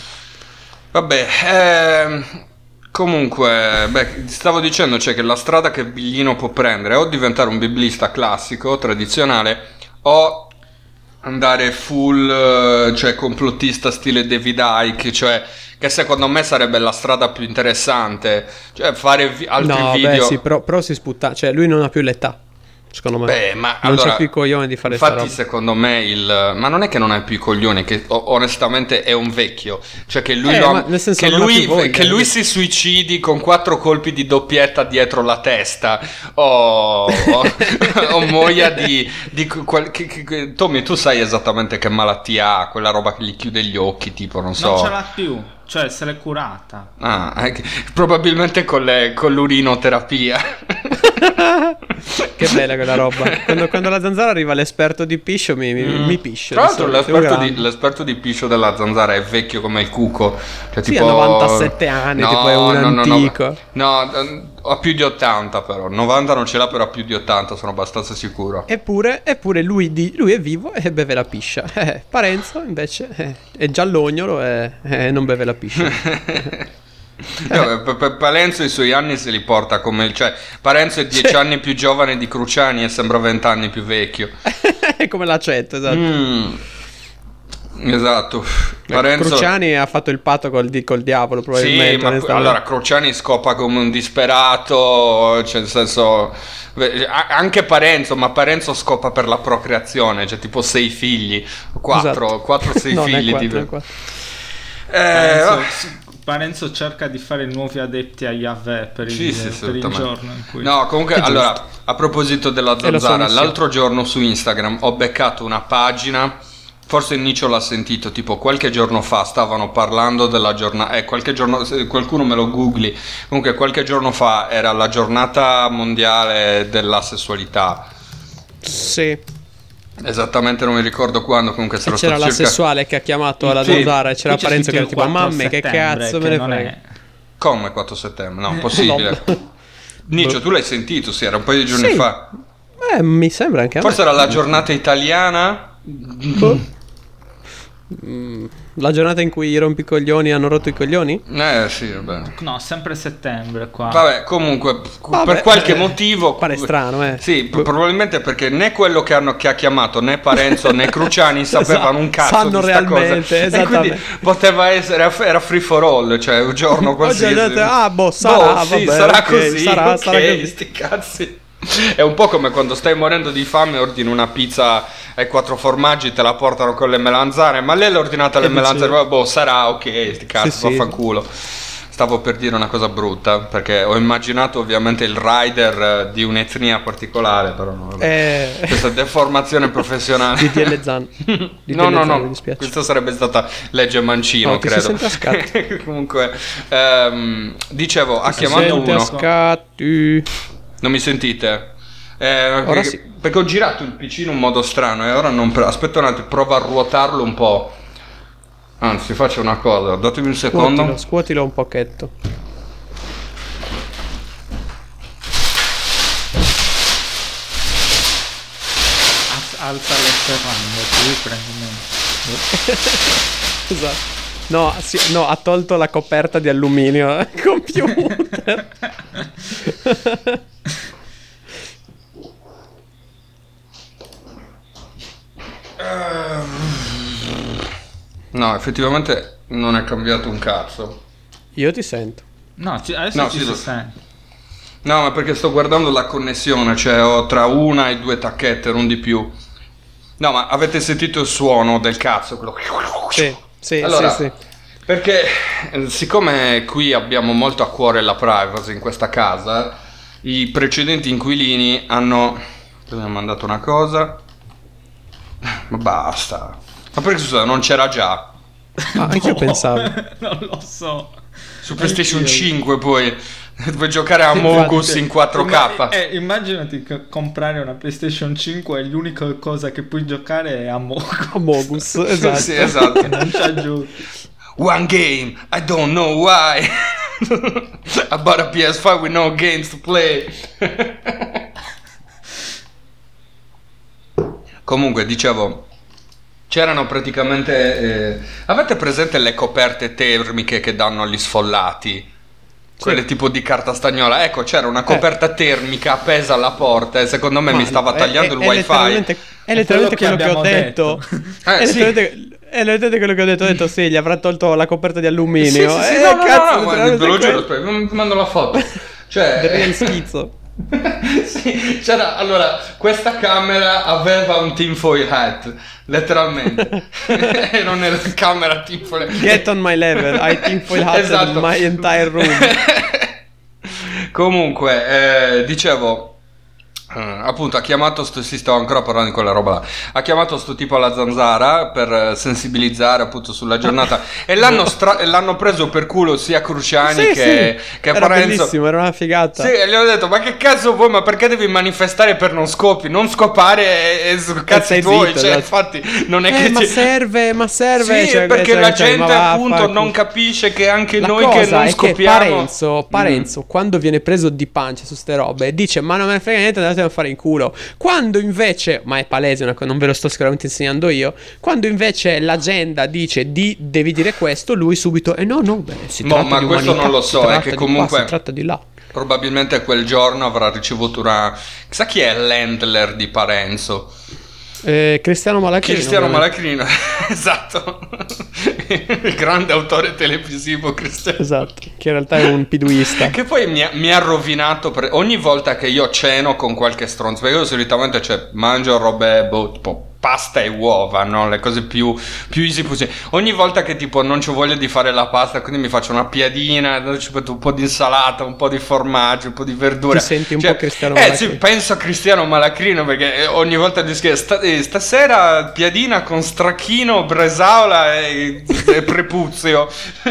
Vabbè, comunque, stavo dicendo, cioè, che la strada che Biglino può prendere è o diventare un biblista classico, tradizionale, o andare full, cioè complottista stile David Icke, cioè che secondo me sarebbe la strada più interessante, cioè fare altri video. Sì, però si sputta, cioè lui non ha più l'età. Secondo me ma non allora, c'è più i coglioni di fare infatti secondo me ma non è che non hai più i coglioni, che onestamente è un vecchio, cioè che lui che lui si suicidi con 4 colpi di doppietta dietro la testa o muoia di Tommy, tu sai esattamente che malattia ha, quella roba che gli chiude gli occhi, tipo non so. Non ce l'ha più, cioè se l'è curata. Probabilmente con l'urinoterapia. Che bella quella roba. Quando la zanzara arriva l'esperto di piscio mi piscio. Tra l'altro l'esperto di piscio della zanzara è vecchio come il cuco, cioè, sì, tipo... ha 97 anni, tipo è un antico. No, ha più di 80 però. 90 non ce l'ha, però ha più di 80, sono abbastanza sicuro. Eppure lui è vivo e beve la piscia. Parenzo invece è giallognolo e non beve la piscia. Parenzo i suoi anni se li porta come, cioè Parenzo è 10 anni più giovane di Cruciani e sembra 20 anni più vecchio. Come l'accetto, esatto. Esatto. Parenzo... Cruciani ha fatto il patto col diavolo probabilmente. Sì, ma allora Cruciani scopa come un disperato, cioè nel senso, anche Parenzo, ma Parenzo scopa per la procreazione, cioè tipo 6 figli, 4 6 no, figli. 4. Parenzo cerca di fare nuovi adepti a Yahweh per il giorno in cui... No, comunque, allora, a proposito della zanzara, l'altro giorno su Instagram ho beccato una pagina, forse Nicio l'ha sentito, tipo qualche giorno fa stavano parlando della giornata, qualcuno me lo googli, comunque qualche giorno fa era la giornata mondiale della sessualità. Sì. Esattamente, non mi ricordo quando, comunque c'era la sessuale che ha chiamato alla zanzara e c'era Parenzo che era tipo mamme che cazzo me ne frega. Come 4 settembre? No, possibile. Nicio, tu l'hai sentito? Sì, era un paio di giorni fa. Mi sembra anche a me. Forse era la giornata italiana. La giornata in cui i rompicoglioni hanno rotto i coglioni? Sì, vabbè. No, sempre settembre qua. Vabbè, comunque, per qualche motivo... Pare strano, Sì, probabilmente perché né quello che ha chiamato, né Parenzo, né Cruciani sapevano un cazzo sanno di sta realmente, cosa. Esattamente. E quindi poteva essere, era free for all, cioè un giorno qualsiasi. Sarà così, sarà così. Sti cazzi. È un po' come quando stai morendo di fame e ordini una pizza ai 4 formaggi, te la portano con le melanzane, ma lei l'ha ordinata le melanzane, sarà ok, sti cazzi, vaffanculo. Stavo per dire una cosa brutta, perché ho immaginato ovviamente il rider di un'etnia particolare, però no, questa deformazione professionale. DDL Zan. No, questa sarebbe stata legge Mancino, credo. Si sente a scatti. Comunque, dicevo, ha chiamato uno. A scatti. Non mi sentite? Ora sì. Perché ho girato il PC in un modo strano e ora non... Aspetta un attimo, provo a ruotarlo un po'. Anzi, faccio una cosa, datemi un secondo. Scuotilo un pochetto. Alza le serrande, così prendi me. Esatto. No, ha tolto la coperta di alluminio al computer. No, effettivamente non è cambiato un cazzo. Io ti sento. No, adesso ci si sente. No, ma perché sto guardando la connessione, cioè ho tra una e 2 tacchette, non di più. No, ma avete sentito il suono del cazzo? Quello... Sì, allora, sì. Perché siccome qui abbiamo molto a cuore la privacy in questa casa, i precedenti inquilini hanno... Mi ha mandato una cosa... Ma basta. Ma perché scusa, non c'era già? Anche io pensavo. Non lo so. Su PlayStation 5 poi puoi giocare a Mogus in 4K. Immaginati comprare una PlayStation 5 e l'unica cosa che puoi giocare è a Mogus. Esatto. Sì, esatto. Non ci aggiungi. One game, I don't know why. I bought a PS5 with no games to play. Comunque, dicevo, c'erano praticamente... avete presente le coperte termiche che danno agli sfollati? Quelle tipo di carta stagnola. Ecco, c'era una coperta termica appesa alla porta e secondo me mi stava tagliando il wifi. È letteralmente quello che ho detto. È letteralmente quello che ho detto. Ho detto sì, gli avrà tolto la coperta di alluminio. Sì, no, ve lo giuro, aspetta, vi mando la foto. Cioè... Del schizzo. Sì, c'era, allora, questa camera aveva un tinfoil hat, letteralmente. Ero nella camera tinfoil hat. Get on my level, I tinfoil hat esatto. My entire room. Comunque, dicevo, appunto ha chiamato si stava ancora parlando di quella roba là, ha chiamato sto tipo alla Zanzara per sensibilizzare appunto sulla giornata e l'hanno preso per culo sia Cruciani che era Parenzo. Bellissimo, era una figata. Sì, e gli ho detto ma che cazzo vuoi, ma perché devi manifestare per non scopare e cazzi tuoi, cioè infatti non è che ma serve sì, cioè, perché la gente appunto non capisce che anche noi che non scopiamo che Parenzo quando viene preso di pancia su ste robe dice ma non me ne frega niente, andate a fare in culo, quando invece, ma è palese, non ve lo sto sicuramente insegnando io, quando invece l'agenda dice devi dire questo, lui subito si tratta ma di questo umanità, non lo so, è che comunque si tratta di là. Probabilmente quel giorno avrà ricevuto una... Chissà chi è l'handler di Parenzo? Cristiano Malacrino, esatto. Il grande autore televisivo Cristiano. Esatto, che in realtà è un piduista. Che poi mi ha rovinato ogni volta che io ceno con qualche stronzo, perché io solitamente mangio robe tipo pasta e uova, no? Le cose più easy possibile. Ogni volta che tipo non c'ho voglia di fare la pasta, quindi mi faccio una piadina, ci metto un po' di insalata, un po' di formaggio, un po' di verdura. Ti senti un po' Cristiano Malacrino? Sì, penso a Cristiano Malacrino perché ogni volta gli scrivo stasera piadina con stracchino, bresaola e prepuzio.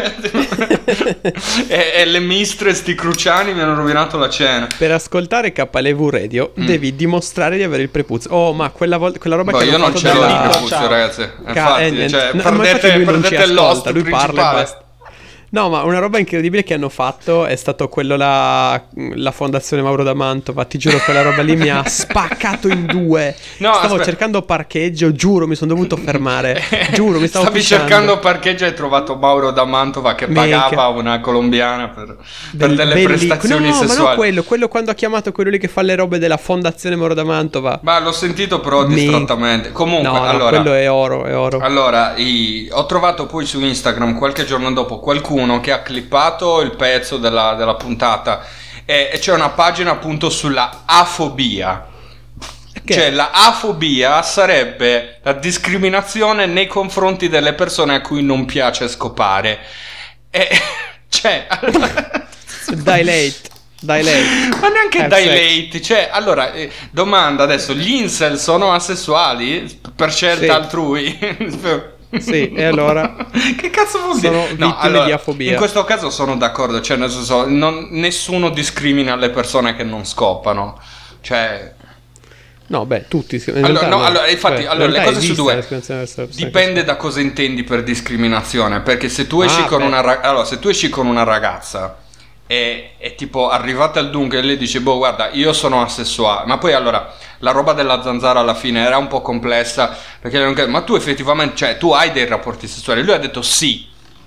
e le mistress di Cruciani mi hanno rovinato la cena. Per ascoltare KLV Radio devi dimostrare di avere il prepuzio. Oh, ma quella roba che io non ce l'ho il prepuzio, ragazzi. Infatti, prendete l'host lui principale. Parla e basta. No, ma una roba incredibile che hanno fatto è stato quello la fondazione Mauro da Mantova. Ti giuro, quella roba lì mi ha spaccato in due. Stavo cercando parcheggio, giuro, mi sono dovuto fermare. Giuro, mi stavo Stavi cercando parcheggio e hai trovato Mauro da Mantova che pagava una colombiana per delle prestazioni sessuali. Ma no, quello quando ha chiamato quello lì che fa le robe della fondazione Mauro da Mantova. Ma l'ho sentito però distrattamente. Comunque, allora, quello è oro. Allora, ho trovato poi su Instagram qualche giorno dopo qualcuno che ha clippato il pezzo della puntata e c'è una pagina appunto sulla afobia. Cioè la afobia sarebbe la discriminazione nei confronti delle persone a cui non piace scopare e cioè dilate ma neanche dilate, cioè allora domanda adesso, gli incel sono asessuali per scelta altrui? Sì, e allora? Che cazzo vuol dire? Sono vittime di afobia. In questo caso sono d'accordo, cioè nel senso nessuno discrimina le persone che non scopano. Cioè no, beh, tutti. Allora, infatti, le cose su due dipende da cosa intendi per discriminazione, perché se tu esci con una ragazza e tipo arrivate al dunque e lei dice boh guarda io sono asessuale, ma poi allora la roba della Zanzara alla fine era un po' complessa perché ma tu effettivamente, cioè tu hai dei rapporti sessuali? Lui ha detto sì,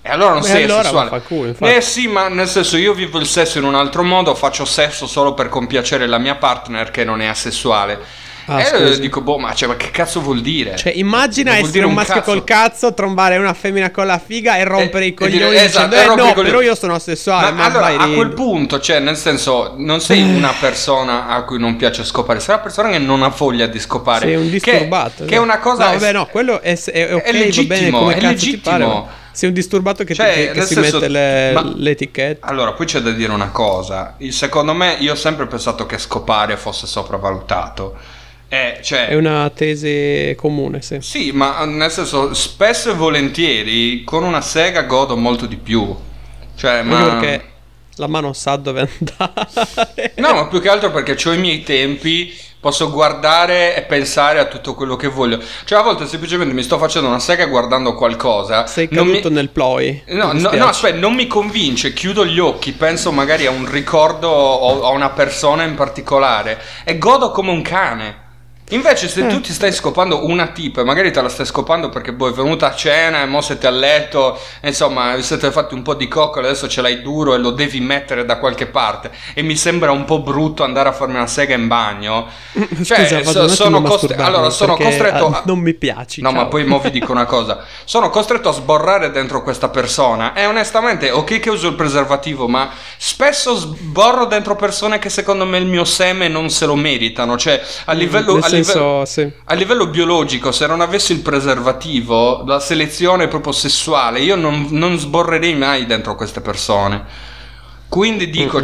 E allora non sei sessuale. Sì, ma nel senso, io vivo il sesso in un altro modo, faccio sesso solo per compiacere la mia partner che non è asessuale. E dico, ma che cazzo vuol dire? Cioè, immagina essere un maschio col cazzo, trombare una femmina con la figa e rompere i coglioni dicendo però io sono asessuale. Ma allora, a quel punto, cioè, nel senso, non sei una persona a cui non piace scopare, sei una persona che non ha voglia di scopare. Sei un disturbato. Che è una cosa... No, vabbè, no, quello è legittimo, va bene come cazzo ti pare. Sei un disturbato che si mette l'etichetta. Allora, poi c'è da dire una cosa. Secondo me, io ho sempre pensato che scopare fosse sopravvalutato. È una tesi comune, sì. Sì, ma nel senso, spesso e volentieri con una sega godo molto di più. Cioè, perché la mano sa dove andare. No, ma più che altro perché ho i miei tempi, posso guardare e pensare a tutto quello che voglio. Cioè, a volte semplicemente mi sto facendo una sega guardando qualcosa. Sei caduto nel ploi. No, aspetta, non mi convince. Chiudo gli occhi, penso magari a un ricordo o a una persona in particolare e godo come un cane. Invece se tu ti stai scopando una tipa e magari te la stai scopando perché è venuta a cena e mo siete a letto, insomma siete fatti un po' di coccole, adesso ce l'hai duro e lo devi mettere da qualche parte e mi sembra un po' brutto andare a farmi una sega in bagno. Scusa, sono costretto non mi piaci. No, ciao. Ma poi mo vi dico una cosa, sono costretto a sborrare dentro questa persona e onestamente ok che uso il preservativo, ma spesso sborro dentro persone che secondo me il mio seme non se lo meritano, cioè a livello biologico, se non avessi il preservativo, la selezione proprio sessuale, io non sborrerei mai dentro queste persone. Quindi dico,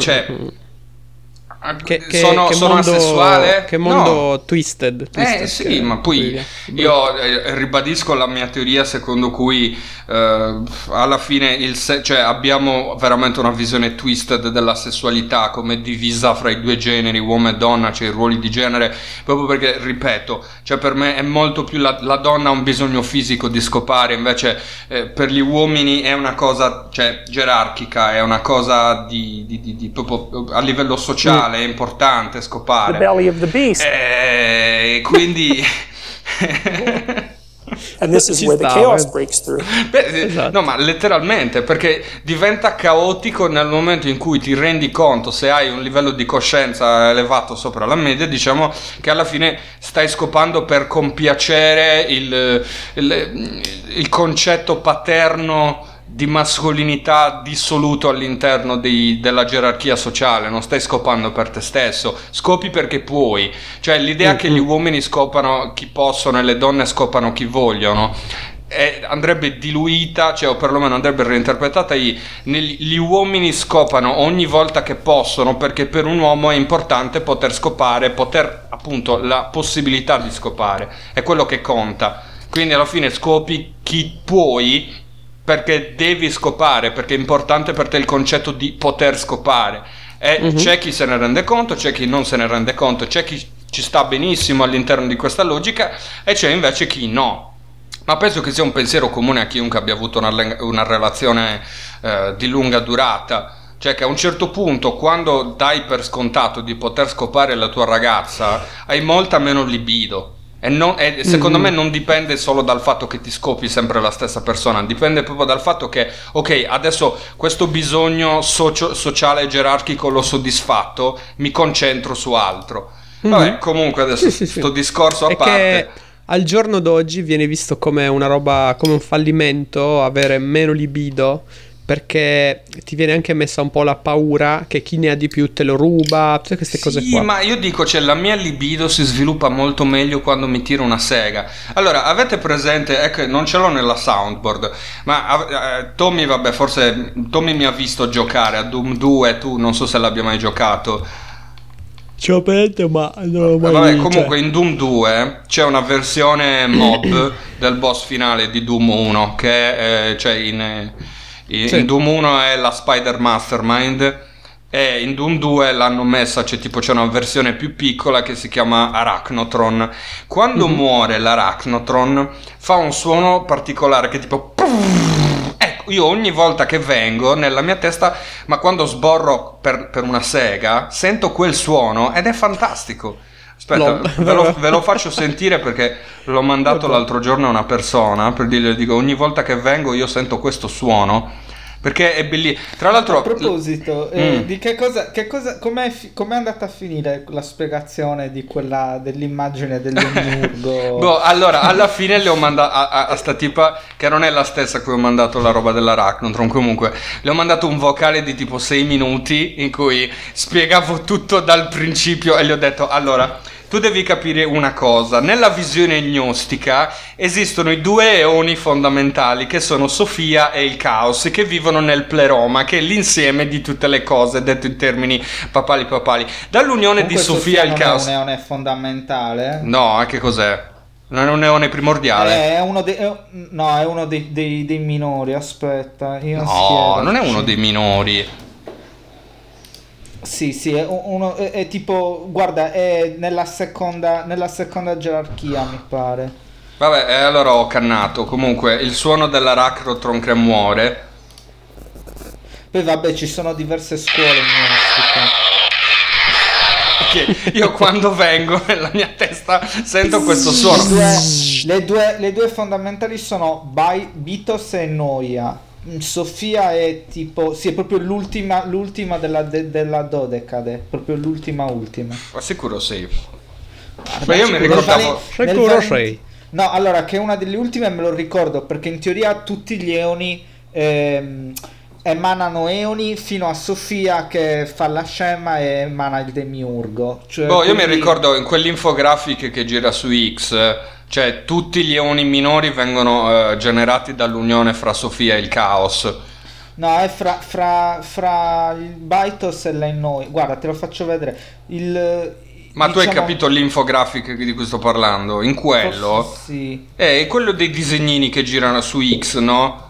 sono asessuale? Che mondo twisted sì, ma poi io ribadisco la mia teoria secondo cui alla fine abbiamo veramente una visione twisted della sessualità come divisa fra i due generi, uomo e donna, cioè i ruoli di genere, proprio perché, ripeto, cioè per me è molto più la donna ha un bisogno fisico di scopare, invece per gli uomini è una cosa, cioè, gerarchica, è una cosa di proprio a livello sociale. È importante scopare. The belly of the beast. Quindi and this is where the chaos breaks through. Esatto. No, ma letteralmente, perché diventa caotico nel momento in cui ti rendi conto, se hai un livello di coscienza elevato sopra la media, diciamo che alla fine stai scopando per compiacere il concetto paterno di mascolinità dissoluto all'interno della gerarchia sociale. Non stai scopando per te stesso, scopi perché puoi, cioè l'idea che gli uomini scopano chi possono e le donne scopano chi vogliono andrebbe diluita, cioè o perlomeno andrebbe reinterpretata. Gli uomini scopano ogni volta che possono, perché per un uomo è importante poter scopare, appunto la possibilità di scopare è quello che conta, quindi alla fine scopi chi puoi perché devi scopare, perché è importante per te il concetto di poter scopare. C'è chi se ne rende conto, c'è chi non se ne rende conto, c'è chi ci sta benissimo all'interno di questa logica e c'è invece chi no. Ma penso che sia un pensiero comune a chiunque abbia avuto una relazione di lunga durata, cioè che a un certo punto, quando dai per scontato di poter scopare la tua ragazza, hai molta meno libido. E secondo me non dipende solo dal fatto che ti scopi sempre la stessa persona, dipende proprio dal fatto che ok, adesso questo bisogno sociale gerarchico l'ho soddisfatto, mi concentro su altro. Vabbè, comunque adesso sto discorso a parte. Che al giorno d'oggi viene visto come una roba, come un fallimento avere meno libido, perché ti viene anche messa un po' la paura che chi ne ha di più te lo ruba, tutte queste cose qua. Sì, ma io dico, la mia libido si sviluppa molto meglio quando mi tiro una sega. Allora, avete presente, ecco, non ce l'ho nella soundboard, ma Tommy, vabbè, forse Tommy mi ha visto giocare a Doom 2, tu non so se l'abbia mai giocato. Ci ho pensato, ma non l'ho mai Vabbè, comunque in Doom 2 c'è una versione mod del boss finale di Doom 1 che in Doom 1 è la Spider Mastermind e in Doom 2 l'hanno messa, c'è una versione più piccola che si chiama Arachnotron. Quando muore l'Arachnotron fa un suono particolare che tipo... Ecco, io ogni volta che vengo nella mia testa, ma quando sborro per una sega, sento quel suono ed è fantastico. Aspetta, ve lo faccio sentire perché l'ho mandato l'altro giorno a una persona per dirgli, dico, ogni volta che vengo io sento questo suono. Perché è bellissimo. Tra l'altro, a proposito, di che cosa com'è andata a finire la spiegazione di quella dell'immagine del demiurgo? Allora, alla fine le ho mandato a sta tipa, che non è la stessa a cui ho mandato la roba dell'Arachnotron. Comunque, le ho mandato un vocale di tipo 6 minuti in cui spiegavo tutto dal principio e le ho detto: allora, tu devi capire una cosa, nella visione gnostica esistono i due eoni fondamentali che sono Sofia e il Caos, che vivono nel pleroma, che è l'insieme di tutte le cose, detto in termini papali. Dall'unione di Sofia e il Caos... non è un eone fondamentale? No, che cos'è? Non è un eone primordiale? È uno dei minori, aspetta. Non è uno dei minori. Sì, è tipo, guarda, è nella seconda gerarchia, mi pare. Vabbè, allora ho cannato. Comunque, il suono dell'Arachnotron che muore. Poi vabbè, ci sono diverse scuole gnostiche. Ok, io quando vengo nella mia testa sento questo suono. Le due fondamentali sono Bitos e Noia. Sofia è tipo, sì, è proprio l'ultima della dodecade, proprio l'ultima. Ma sicuro sei? Ma io mi ricordavo sicuro sei. No, allora, che è una delle ultime me lo ricordo, perché in teoria tutti gli eoni emanano eoni fino a Sofia che fa la scema e emana il demiurgo. Cioè, io mi ricordo in quell'infografica che gira su X, cioè tutti gli eoni minori vengono generati dall'unione fra Sofia e il Caos. No, è fra il Bitos e l'Ennoi. Guarda, te lo faccio vedere. Ma tu hai capito l'infografica di cui sto parlando? In quello? Forse sì. È quello dei disegnini che girano su X, no?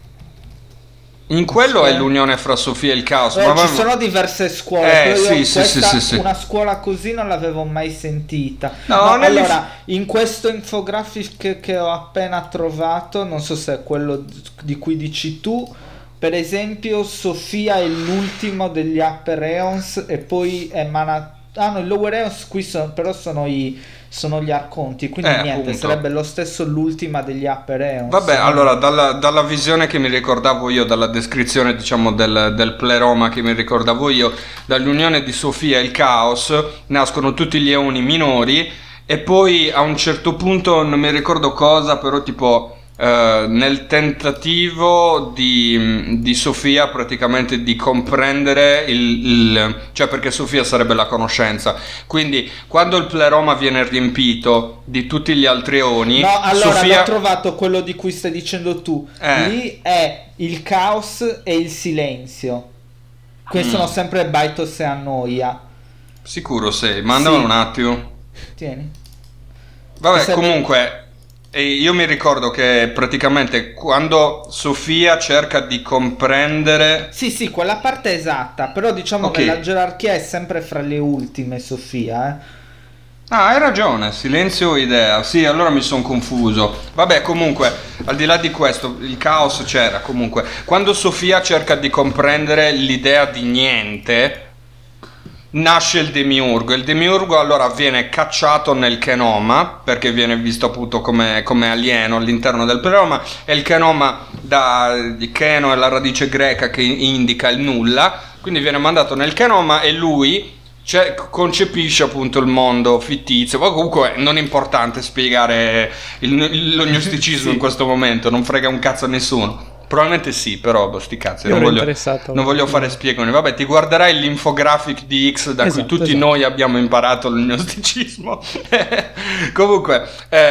In quello è l'unione fra Sofia e il Caos. Ci sono diverse scuole. Sì. Una scuola così non l'avevo mai sentita. Allora, in questo infografic che ho appena trovato, non so se è quello di cui dici tu, per esempio Sofia è l'ultimo degli Upper Eons e poi emana... no, i Lower Eons qui però sono gli arconti, quindi niente, appunto. Sarebbe lo stesso l'ultima degli Upper Eons. Vabbè, allora dalla visione che mi ricordavo io, dalla descrizione diciamo del pleroma che mi ricordavo io, dall'unione di Sofia e il Caos nascono tutti gli eoni minori e poi a un certo punto non mi ricordo cosa, però tipo nel tentativo di Sofia praticamente di comprendere cioè, perché Sofia sarebbe la conoscenza, quindi quando il pleroma viene riempito di tutti gli altri eoni, no, allora Sofia... l'ho trovato quello di cui stai dicendo tu. Lì è il caos e il silenzio. Questi sono sempre Bitos e Annoia. Sicuro sei? Mandamelo un attimo. Tieni. Vabbè, comunque io mi ricordo che praticamente quando Sofia cerca di comprendere... Sì, quella parte è esatta, però diciamo che la gerarchia è sempre fra le ultime, Sofia, Ah, hai ragione, silenzio idea. Sì, allora mi sono confuso. Vabbè, comunque, al di là di questo, il caos c'era comunque. Quando Sofia cerca di comprendere l'idea di niente, nasce il demiurgo. Il demiurgo allora viene cacciato nel Kenoma, perché viene visto appunto come alieno all'interno del pleroma, e il Kenoma di Keno è la radice greca che indica il nulla, quindi viene mandato nel Kenoma e lui concepisce appunto il mondo fittizio. Ma comunque non è importante spiegare lo gnosticismo in questo momento, non frega un cazzo a nessuno. Probabilmente sì, però sti cazzi, non voglio fare spiegoni. Vabbè, ti guarderai l'infografic di X da cui tutti noi abbiamo imparato il gnosticismo. Comunque,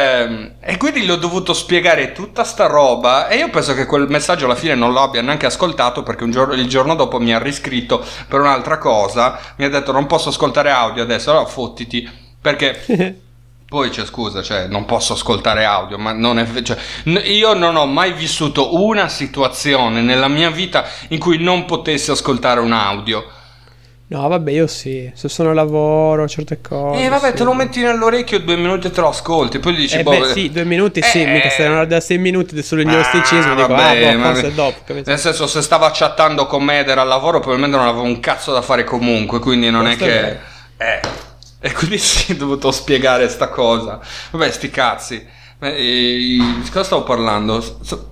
e quindi l'ho dovuto spiegare tutta sta roba, e io penso che quel messaggio alla fine non lo abbia neanche ascoltato, perché il giorno dopo mi ha riscritto per un'altra cosa, mi ha detto non posso ascoltare audio adesso, allora fottiti, perché... Poi scusa, cioè non posso ascoltare audio, ma non è, cioè, io non ho mai vissuto una situazione nella mia vita in cui non potessi ascoltare un audio. No, vabbè, io sì, se sono a lavoro, certe cose. Vabbè, te lo metti nell'orecchio 2 minuti e te lo ascolti, poi dici sì, 2 minuti sì, mica stai da 6 minuti sul gnosticismo, dico, forse dopo. Capito? Nel senso, se stava chattando con me ed era al lavoro, probabilmente non avevo un cazzo da fare comunque, quindi non è che... E quindi si è dovuto spiegare sta cosa. Vabbè, sti cazzi. Cosa stavo parlando?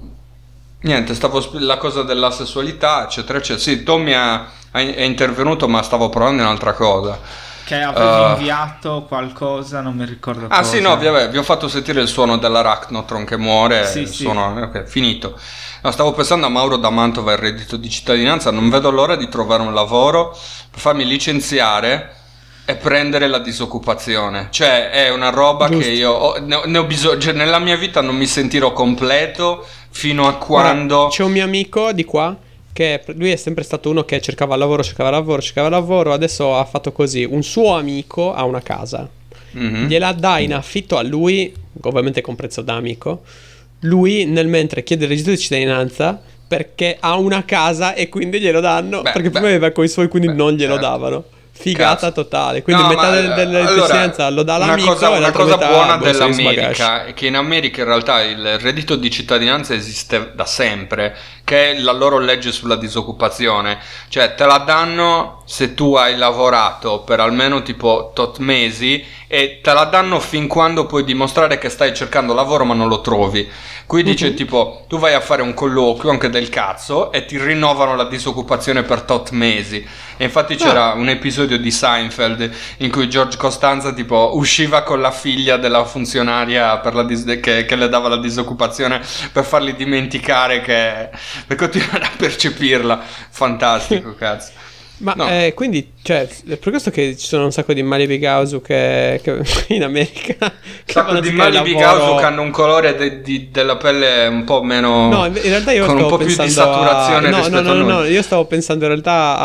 Niente, la cosa della sessualità, eccetera, eccetera. Sì, Tommy è intervenuto, ma stavo parlando di un'altra cosa. Che avevi inviato qualcosa, non mi ricordo cosa. Sì, no, vi ho fatto sentire il suono dell'Arachnotron che muore. Sì, suono, ok, finito. No, stavo pensando a Mauro da Mantova e il reddito di cittadinanza. Non vedo l'ora di trovare un lavoro per farmi licenziare e prendere la disoccupazione. Cioè è una roba Giusto. Che io ne ho bisogno, cioè, nella mia vita non mi sentirò completo fino a quando... Ora, c'è un mio amico di qua che lui è sempre stato uno che cercava lavoro, adesso ha fatto così: un suo amico ha una casa, gliela dà in affitto a lui, ovviamente con prezzo da amico, lui nel mentre chiede il reddito di cittadinanza perché ha una casa e quindi glielo danno, perché prima aveva con i suoi, quindi non glielo davano. Figata totale, quindi metà della residenza lo dà l'amico. Una cosa buona dell'America è che in America in realtà il reddito di cittadinanza esiste da sempre, che è la loro legge sulla disoccupazione, cioè te la danno se tu hai lavorato per almeno tipo tot mesi e te la danno fin quando puoi dimostrare che stai cercando lavoro ma non lo trovi. Qui dice tipo tu vai a fare un colloquio anche del cazzo e ti rinnovano la disoccupazione per tot mesi. E infatti c'era un episodio di Seinfeld in cui George Costanza tipo usciva con la figlia della funzionaria per che le dava la disoccupazione per farli dimenticare per continuare a percepirla. Fantastico, cazzo. Ma no. Quindi, cioè, è per questo che ci sono un sacco di Mali Bigausu che in America. Un sacco di Mali Bigausu che hanno un colore della pelle un po' meno. No, in realtà io con stavo un po' più di saturazione rispetto a noi. No, io stavo pensando in realtà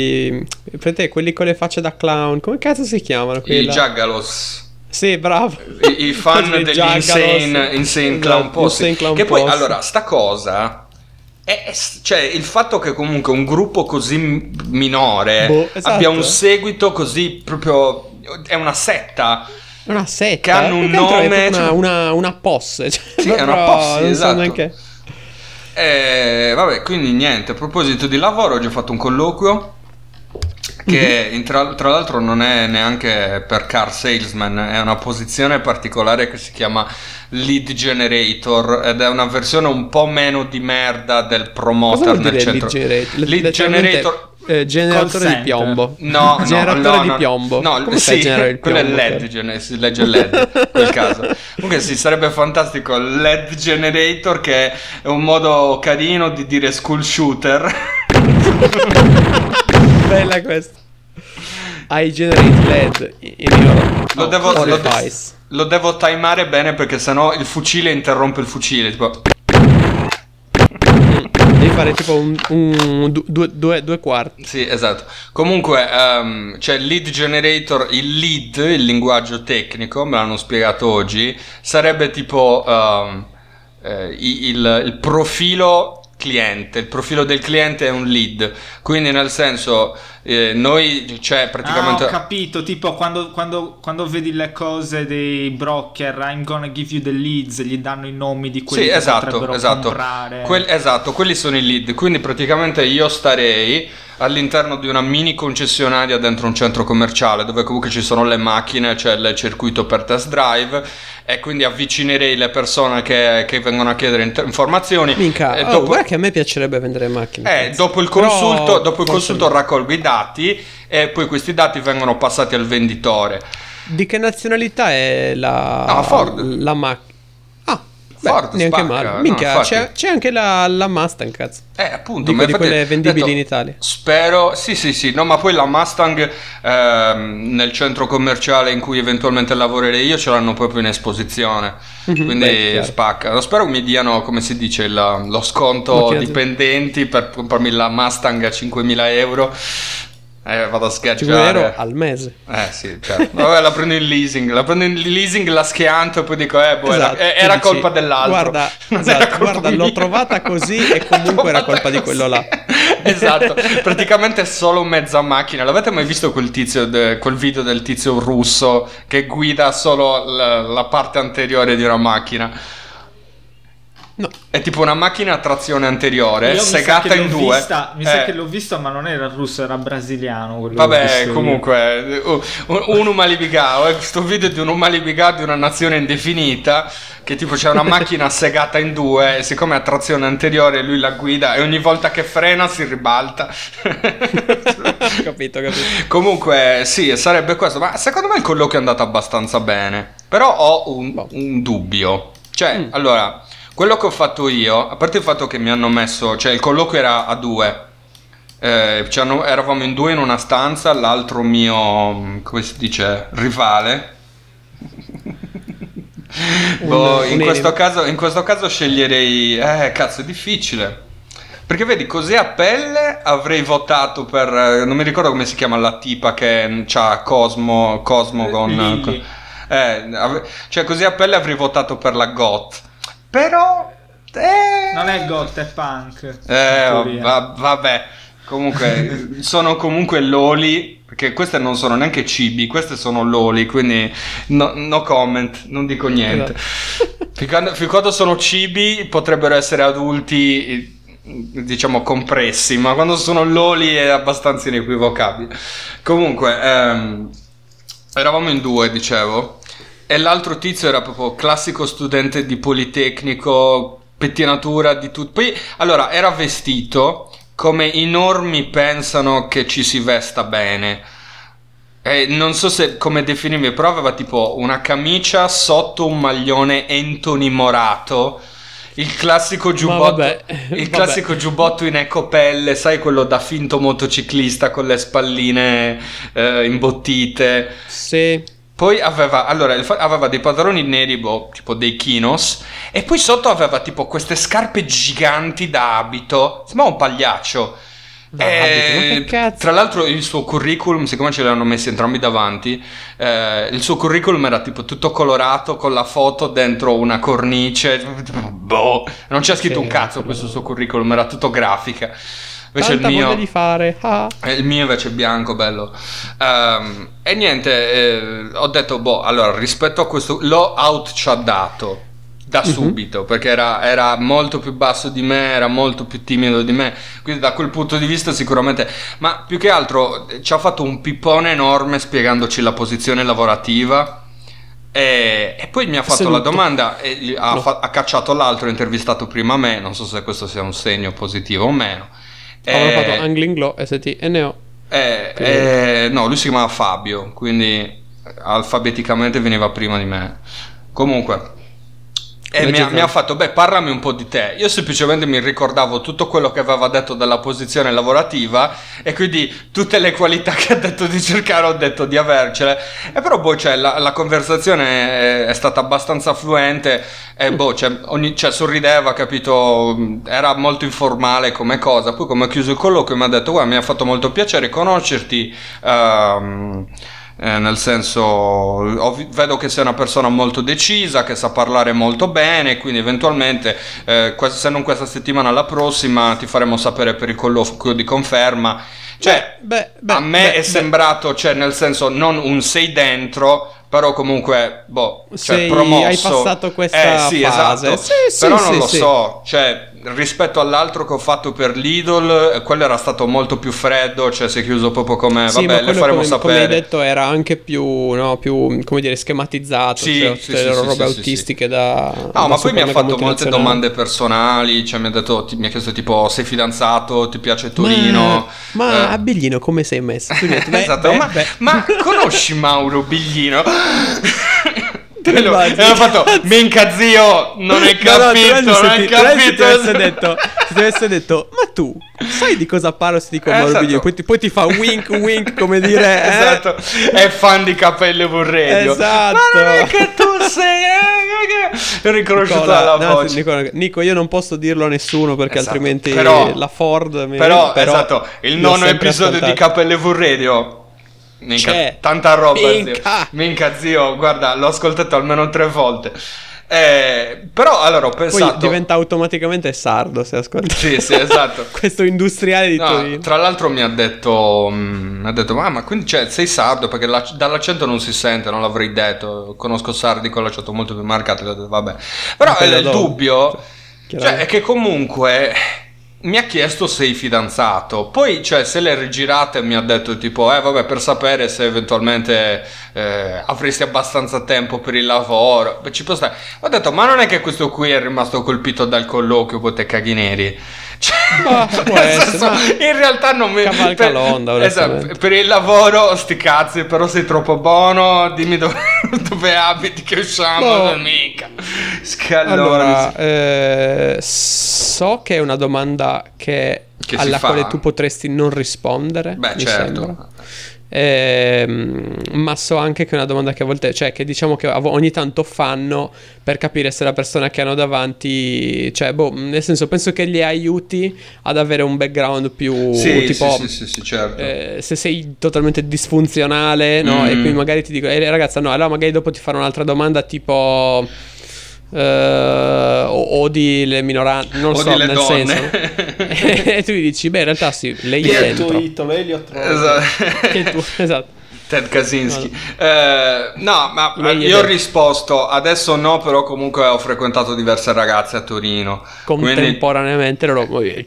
per te, quelli con le facce da clown, come cazzo si chiamano? I Juggalos. Sì, bravo. I fan degli Insane Clown Posse. Che poi, allora, sta cosa. Cioè il fatto che comunque un gruppo così minore abbia un seguito così proprio è una setta che hanno un nome, una posse, cioè, sì, è una posse, esatto. Neanche... vabbè, quindi niente, a proposito di lavoro oggi ho fatto un colloquio che tra l'altro non è neanche per car salesman, è una posizione particolare che si chiama lead generator ed è una versione un po' meno di merda del promoter nel centro. Lead generator generatore di piombo. No, generatore di piombo. No, sì, quello è LED, si legge LED in quel caso. Comunque sì, sarebbe fantastico il LED generator, che è un modo carino di dire school shooter. Bella questa. I generate LED in lo devo timare bene perché sennò il fucile interrompe il fucile, tipo. Devi fare tipo due quarti. Sì, esatto. Comunque c'è il lead generator, il linguaggio tecnico, me l'hanno spiegato oggi, sarebbe tipo il profilo cliente. Il profilo del cliente è un lead, quindi nel senso noi, cioè praticamente ho capito, tipo quando vedi le cose dei broker, I'm gonna give you the leads, gli danno i nomi di quelli che potrebbero comprare. Esatto, quelli sono i lead, quindi praticamente io starei all'interno di una mini concessionaria dentro un centro commerciale dove comunque ci sono le macchine, c'è il circuito per test drive, e quindi avvicinerei le persone che vengono a chiedere informazioni. Minchia, guarda che a me piacerebbe vendere macchine. Dopo il consulto raccolgo i dati e poi questi dati vengono passati al venditore. Di che nazionalità è Ford. La macchina? Ford, neanche spacca, male. Minchia, no, c'è anche la Mustang, cazzo. Appunto, di quelle vendibili in Italia. Spero, sì, no, ma poi la Mustang nel centro commerciale in cui eventualmente lavorerei io ce l'hanno proprio in esposizione, quindi spacca. Spero mi diano, come si dice, lo sconto dipendenti per comprarmi la Mustang a 5.000 euro. Vado a schiacciare €5 al mese. Sì, certo. Vabbè, la prendo in leasing, la schianto e poi dico esatto, era colpa dell'altro. Guarda, l'ho trovata così e comunque era colpa di quello là. Esatto, praticamente è solo mezza macchina. L'avete mai visto quel video del tizio russo che guida solo la parte anteriore di una macchina? No. È tipo una macchina a trazione anteriore, segata in due. Mi sa che l'ho visto, ma non era russo, era brasiliano. Vabbè, comunque, un umalibigao. Questo video di un umalibigao di una nazione indefinita, che tipo c'è una macchina segata in due, e siccome ha trazione anteriore lui la guida e ogni volta che frena si ribalta. Capito. Comunque, sì, sarebbe questo. Ma secondo me il colloquio è andato abbastanza bene. Però ho un dubbio. Cioè, allora... Quello che ho fatto io, a parte il fatto che mi hanno messo, cioè il colloquio era a 2, eravamo in 2 in una stanza, l'altro mio, come si dice, rivale. In questo caso sceglierei, cazzo è difficile, perché vedi così a pelle avrei votato per, non mi ricordo come si chiama la tipa che c'ha Cosmo con cioè così a pelle avrei votato per la GOT. Però non è goth, è punk. Vabbè. Comunque sono comunque loli, perché queste non sono neanche cibi, queste sono loli, quindi no comment, non dico niente. Fin quando sono cibi potrebbero essere adulti, diciamo compressi, ma quando sono loli è abbastanza inequivocabile. Comunque eravamo in 2, dicevo. E l'altro tizio era proprio classico studente di Politecnico, pettinatura di tutto. Poi, allora, era vestito come i normi pensano che ci si vesta bene. E non so come definirmi, però aveva tipo una camicia sotto un maglione entonimorato. Il classico classico giubbotto in ecopelle, sai, quello da finto motociclista con le spalline imbottite. Sì. Poi aveva dei pantaloni neri, tipo dei chinos, e poi sotto aveva tipo queste scarpe giganti da abito, sembrava un pagliaccio. Tra l'altro il suo curriculum, siccome ce l'hanno messi entrambi davanti, il suo curriculum era tipo tutto colorato con la foto dentro una cornice. Non c'è scritto un cazzo questo suo curriculum, era tutto grafica. Invece tanta voglia di fare. Il mio invece è bianco, bello. E niente, ho detto, allora rispetto a questo l'ho outshadato da subito, perché era molto più basso di me, era molto più timido di me, quindi da quel punto di vista sicuramente, ma più che altro ci ha fatto un pippone enorme spiegandoci la posizione lavorativa. E poi mi ha fatto la domanda e ha cacciato l'altro intervistato prima a me, non so se questo sia un segno positivo o meno. Avevo fatto Anglinglo STNO. No, lui si chiamava Fabio, quindi alfabeticamente veniva prima di me. Comunque mi ha fatto, parlami un po' di te. Io semplicemente mi ricordavo tutto quello che aveva detto della posizione lavorativa, e quindi tutte le qualità che ha detto di cercare ho detto di avercele. E però la conversazione è stata abbastanza fluente, e sorrideva, capito, era molto informale come cosa. Poi come ho chiuso il colloquio mi ha detto: guarda, mi ha fatto molto piacere conoscerti, nel senso vedo che sei una persona molto decisa, che sa parlare molto bene, quindi eventualmente se non questa settimana la prossima ti faremo sapere per il colloquio di conferma. Cioè a me è sembrato, cioè nel senso, non un sei dentro, però comunque promosso, hai passato questa fase. Esatto. Però non lo so, cioè rispetto all'altro che ho fatto per Lidl, quello era stato molto più freddo, cioè si è chiuso proprio come le faremo sapere. Come hai detto era anche più come dire, schematizzato, tutte le robe autistiche da ma poi mi ha fatto molte domande personali, cioè mi ha chiesto tipo: sei fidanzato, ti piace Torino? Ma a Biglino come sei messo? Esatto, ma conosci Mauro Biglino? Ho fatto, minca zio, non hai capito, Se ti avesse detto, ma tu sai di cosa parlo se dico Mauro Biglino? Poi ti fa wink come dire esatto, è fan di Capelle Vorredio. Esatto. Ma non è che tu sei ho riconosciuto dalla voce. Nico, io non posso dirlo a nessuno perché altrimenti la Ford però esatto, il nono episodio di Capelle Vorredio. Tanta roba, minchia zio, guarda, l'ho ascoltato almeno 3 volte. Però allora ho pensato, poi diventa automaticamente sardo se ascolta. Sì, esatto. Questo industriale di Torino. Tra l'altro mi ha detto ma quindi sei sardo, perché dall'accento non si sente, non l'avrei detto. Conosco sardi con l'accento molto più marcato, vabbè. Però il dubbio Cioè, è che comunque mi ha chiesto sei fidanzato, poi cioè se le rigirate mi ha detto tipo vabbè, per sapere se eventualmente avresti abbastanza tempo per il lavoro. Beh, ci può stare. Ho detto ma non è che questo qui è rimasto colpito dal colloquio con te caghi neri, cioè, in realtà non mi cavalca l'onda, esatto, per il lavoro sti cazzi, però sei troppo buono, dimmi dove abiti che usciamo, mica scalloni. Allora, so che è una domanda che alla quale tu potresti non rispondere. Beh, certo. Ma so anche che è una domanda che a volte, cioè che diciamo che ogni tanto fanno per capire se la persona che hanno davanti, cioè nel senso, penso che li aiuti ad avere un background più tipo sì, certo. Se sei totalmente disfunzionale, no? E quindi magari ti dico ragazza no, allora magari dopo ti fanno un'altra domanda tipo odi le minoranze, non lo so, nel donne. Senso e tu gli dici beh in realtà sì, lei è dentro. Esatto. Ted Kaczynski. No, ma io ho risposto adesso no, però comunque ho frequentato diverse ragazze a Torino contemporaneamente. No,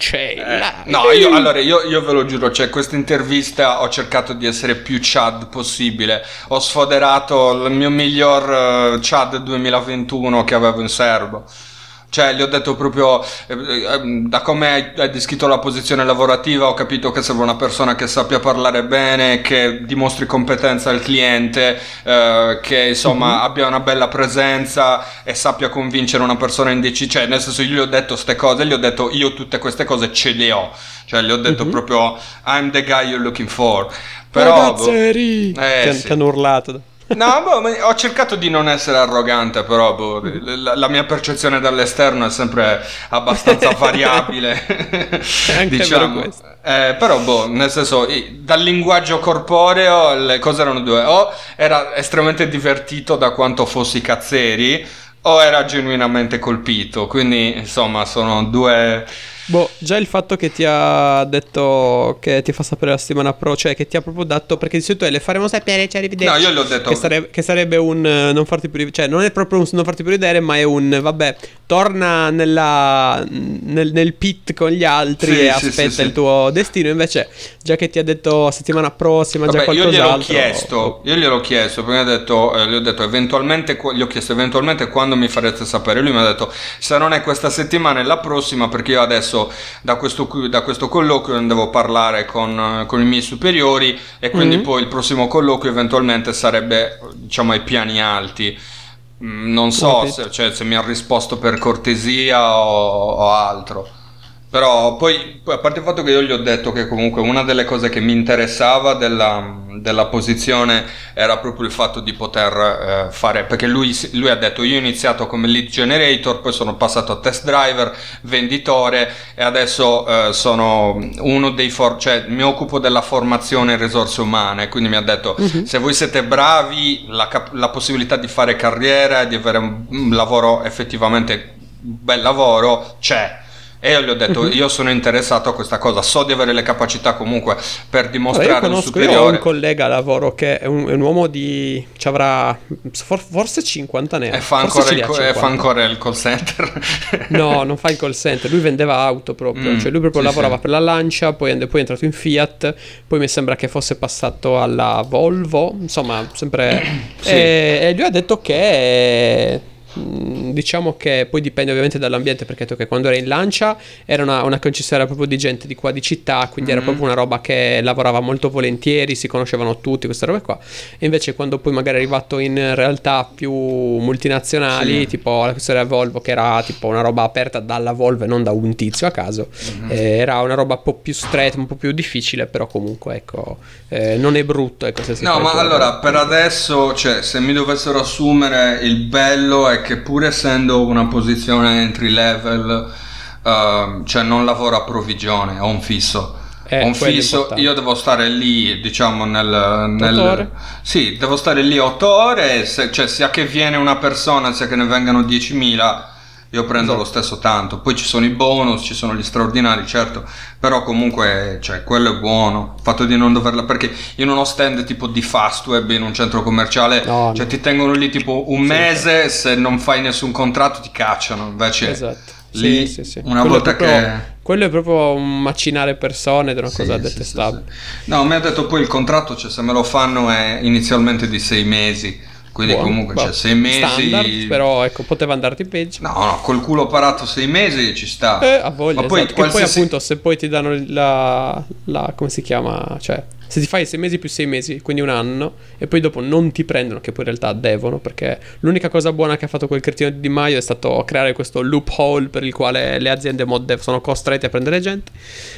io ve lo giuro, cioè questa intervista ho cercato di essere più Chad possibile, ho sfoderato il mio miglior Chad 2021 che avevo in serbo. Cioè gli ho detto proprio da come hai descritto la posizione lavorativa ho capito che serve una persona che sappia parlare bene, che dimostri competenza al cliente, che insomma abbia una bella presenza e sappia convincere una persona indecisa. Cioè nel senso, io gli ho detto ste cose, gli ho detto io tutte queste cose ce le ho, cioè gli ho detto proprio I'm the guy you're looking for. Però ti hanno urlato. No, ho cercato di non essere arrogante, però la mia percezione dall'esterno è sempre abbastanza variabile. Diciamo. Però nel senso, dal linguaggio corporeo le cose erano due: o era estremamente divertito da quanto fossi cazzeri, o era genuinamente colpito. Quindi insomma sono due. Già il fatto che ti ha detto che ti fa sapere la settimana pro, cioè che ti ha proprio dato, perché di solito le faremo sapere, cioè arrivederci. No, io gli ho detto che sarebbe un non farti più cioè non è proprio un non farti più ridere, ma è un vabbè, torna nel pit con gli altri e aspetta il tuo destino. Invece già che ti ha detto settimana prossima, già qualcos'altro. Io gliel'ho chiesto, perché gli ho detto eventualmente, gli ho chiesto eventualmente quando mi farete sapere. Lui mi ha detto se non è questa settimana è la prossima, perché io adesso da questo colloquio devo parlare con i miei superiori e quindi poi il prossimo colloquio eventualmente sarebbe, diciamo, ai piani alti. Non so se mi ha risposto per cortesia o altro. Però poi a parte il fatto che io gli ho detto che comunque una delle cose che mi interessava della posizione era proprio il fatto di poter fare, perché lui ha detto io ho iniziato come lead generator, poi sono passato a test driver, venditore e adesso sono uno dei cioè mi occupo della formazione in risorse umane, quindi mi ha detto se voi siete bravi la possibilità di fare carriera e di avere un lavoro effettivamente bel lavoro c'è. E io gli ho detto io sono interessato a questa cosa, so di avere le capacità comunque per dimostrare un superiore. Io ho un collega a lavoro che è un uomo di ci avrà forse 50 anni. E fa ancora il call center? No, non fa il call center, lui vendeva auto proprio, cioè lui proprio lavorava per la Lancia, poi è entrato in Fiat, poi mi sembra che fosse passato alla Volvo, insomma sempre e lui ha detto che diciamo che poi dipende ovviamente dall'ambiente, perché ha detto che quando era in Lancia era una concessionaria proprio di gente di qua di città, quindi era proprio una roba che lavorava molto volentieri, si conoscevano tutti, queste robe qua. E invece quando poi magari è arrivato in realtà più multinazionali, tipo la concessionaria Volvo, che era tipo una roba aperta dalla Volvo e non da un tizio a caso, era una roba un po' più stretta, un po' più difficile, però comunque ecco non è brutto, ecco, se si no, ma allora per adesso, cioè se mi dovessero assumere, il bello è che pur essendo una posizione entry level, cioè non lavoro a provvigione, ho un fisso. Ho un fisso, io devo stare lì, diciamo, sì, devo stare lì 8 ore, cioè sia che viene una persona, sia che ne vengano 10.000, io prendo lo stesso tanto. Poi ci sono i bonus, ci sono gli straordinari, certo, però comunque, cioè, quello è buono, il fatto di non doverla, perché io non ho stand tipo di Fastweb in un centro commerciale, cioè ti tengono lì tipo un mese, se non fai nessun contratto ti cacciano, invece lì sì. una quello volta quello è proprio un macinare persone ed è una cosa detestabile. Sì. No, mi ha detto poi il contratto, cioè se me lo fanno è inizialmente di 6 mesi, quindi comunque c'è 6 mesi standard, però ecco, poteva andarti peggio. No, col culo parato 6 mesi ci sta. A voglia. Ma poi, poi appunto se poi ti danno la come si chiama, cioè se ti fai 6 mesi più 6 mesi, quindi un anno, e poi dopo non ti prendono, che poi in realtà devono, perché l'unica cosa buona che ha fatto quel cretino di Di Maio è stato creare questo loophole per il quale le aziende mod sono costrette a prendere gente.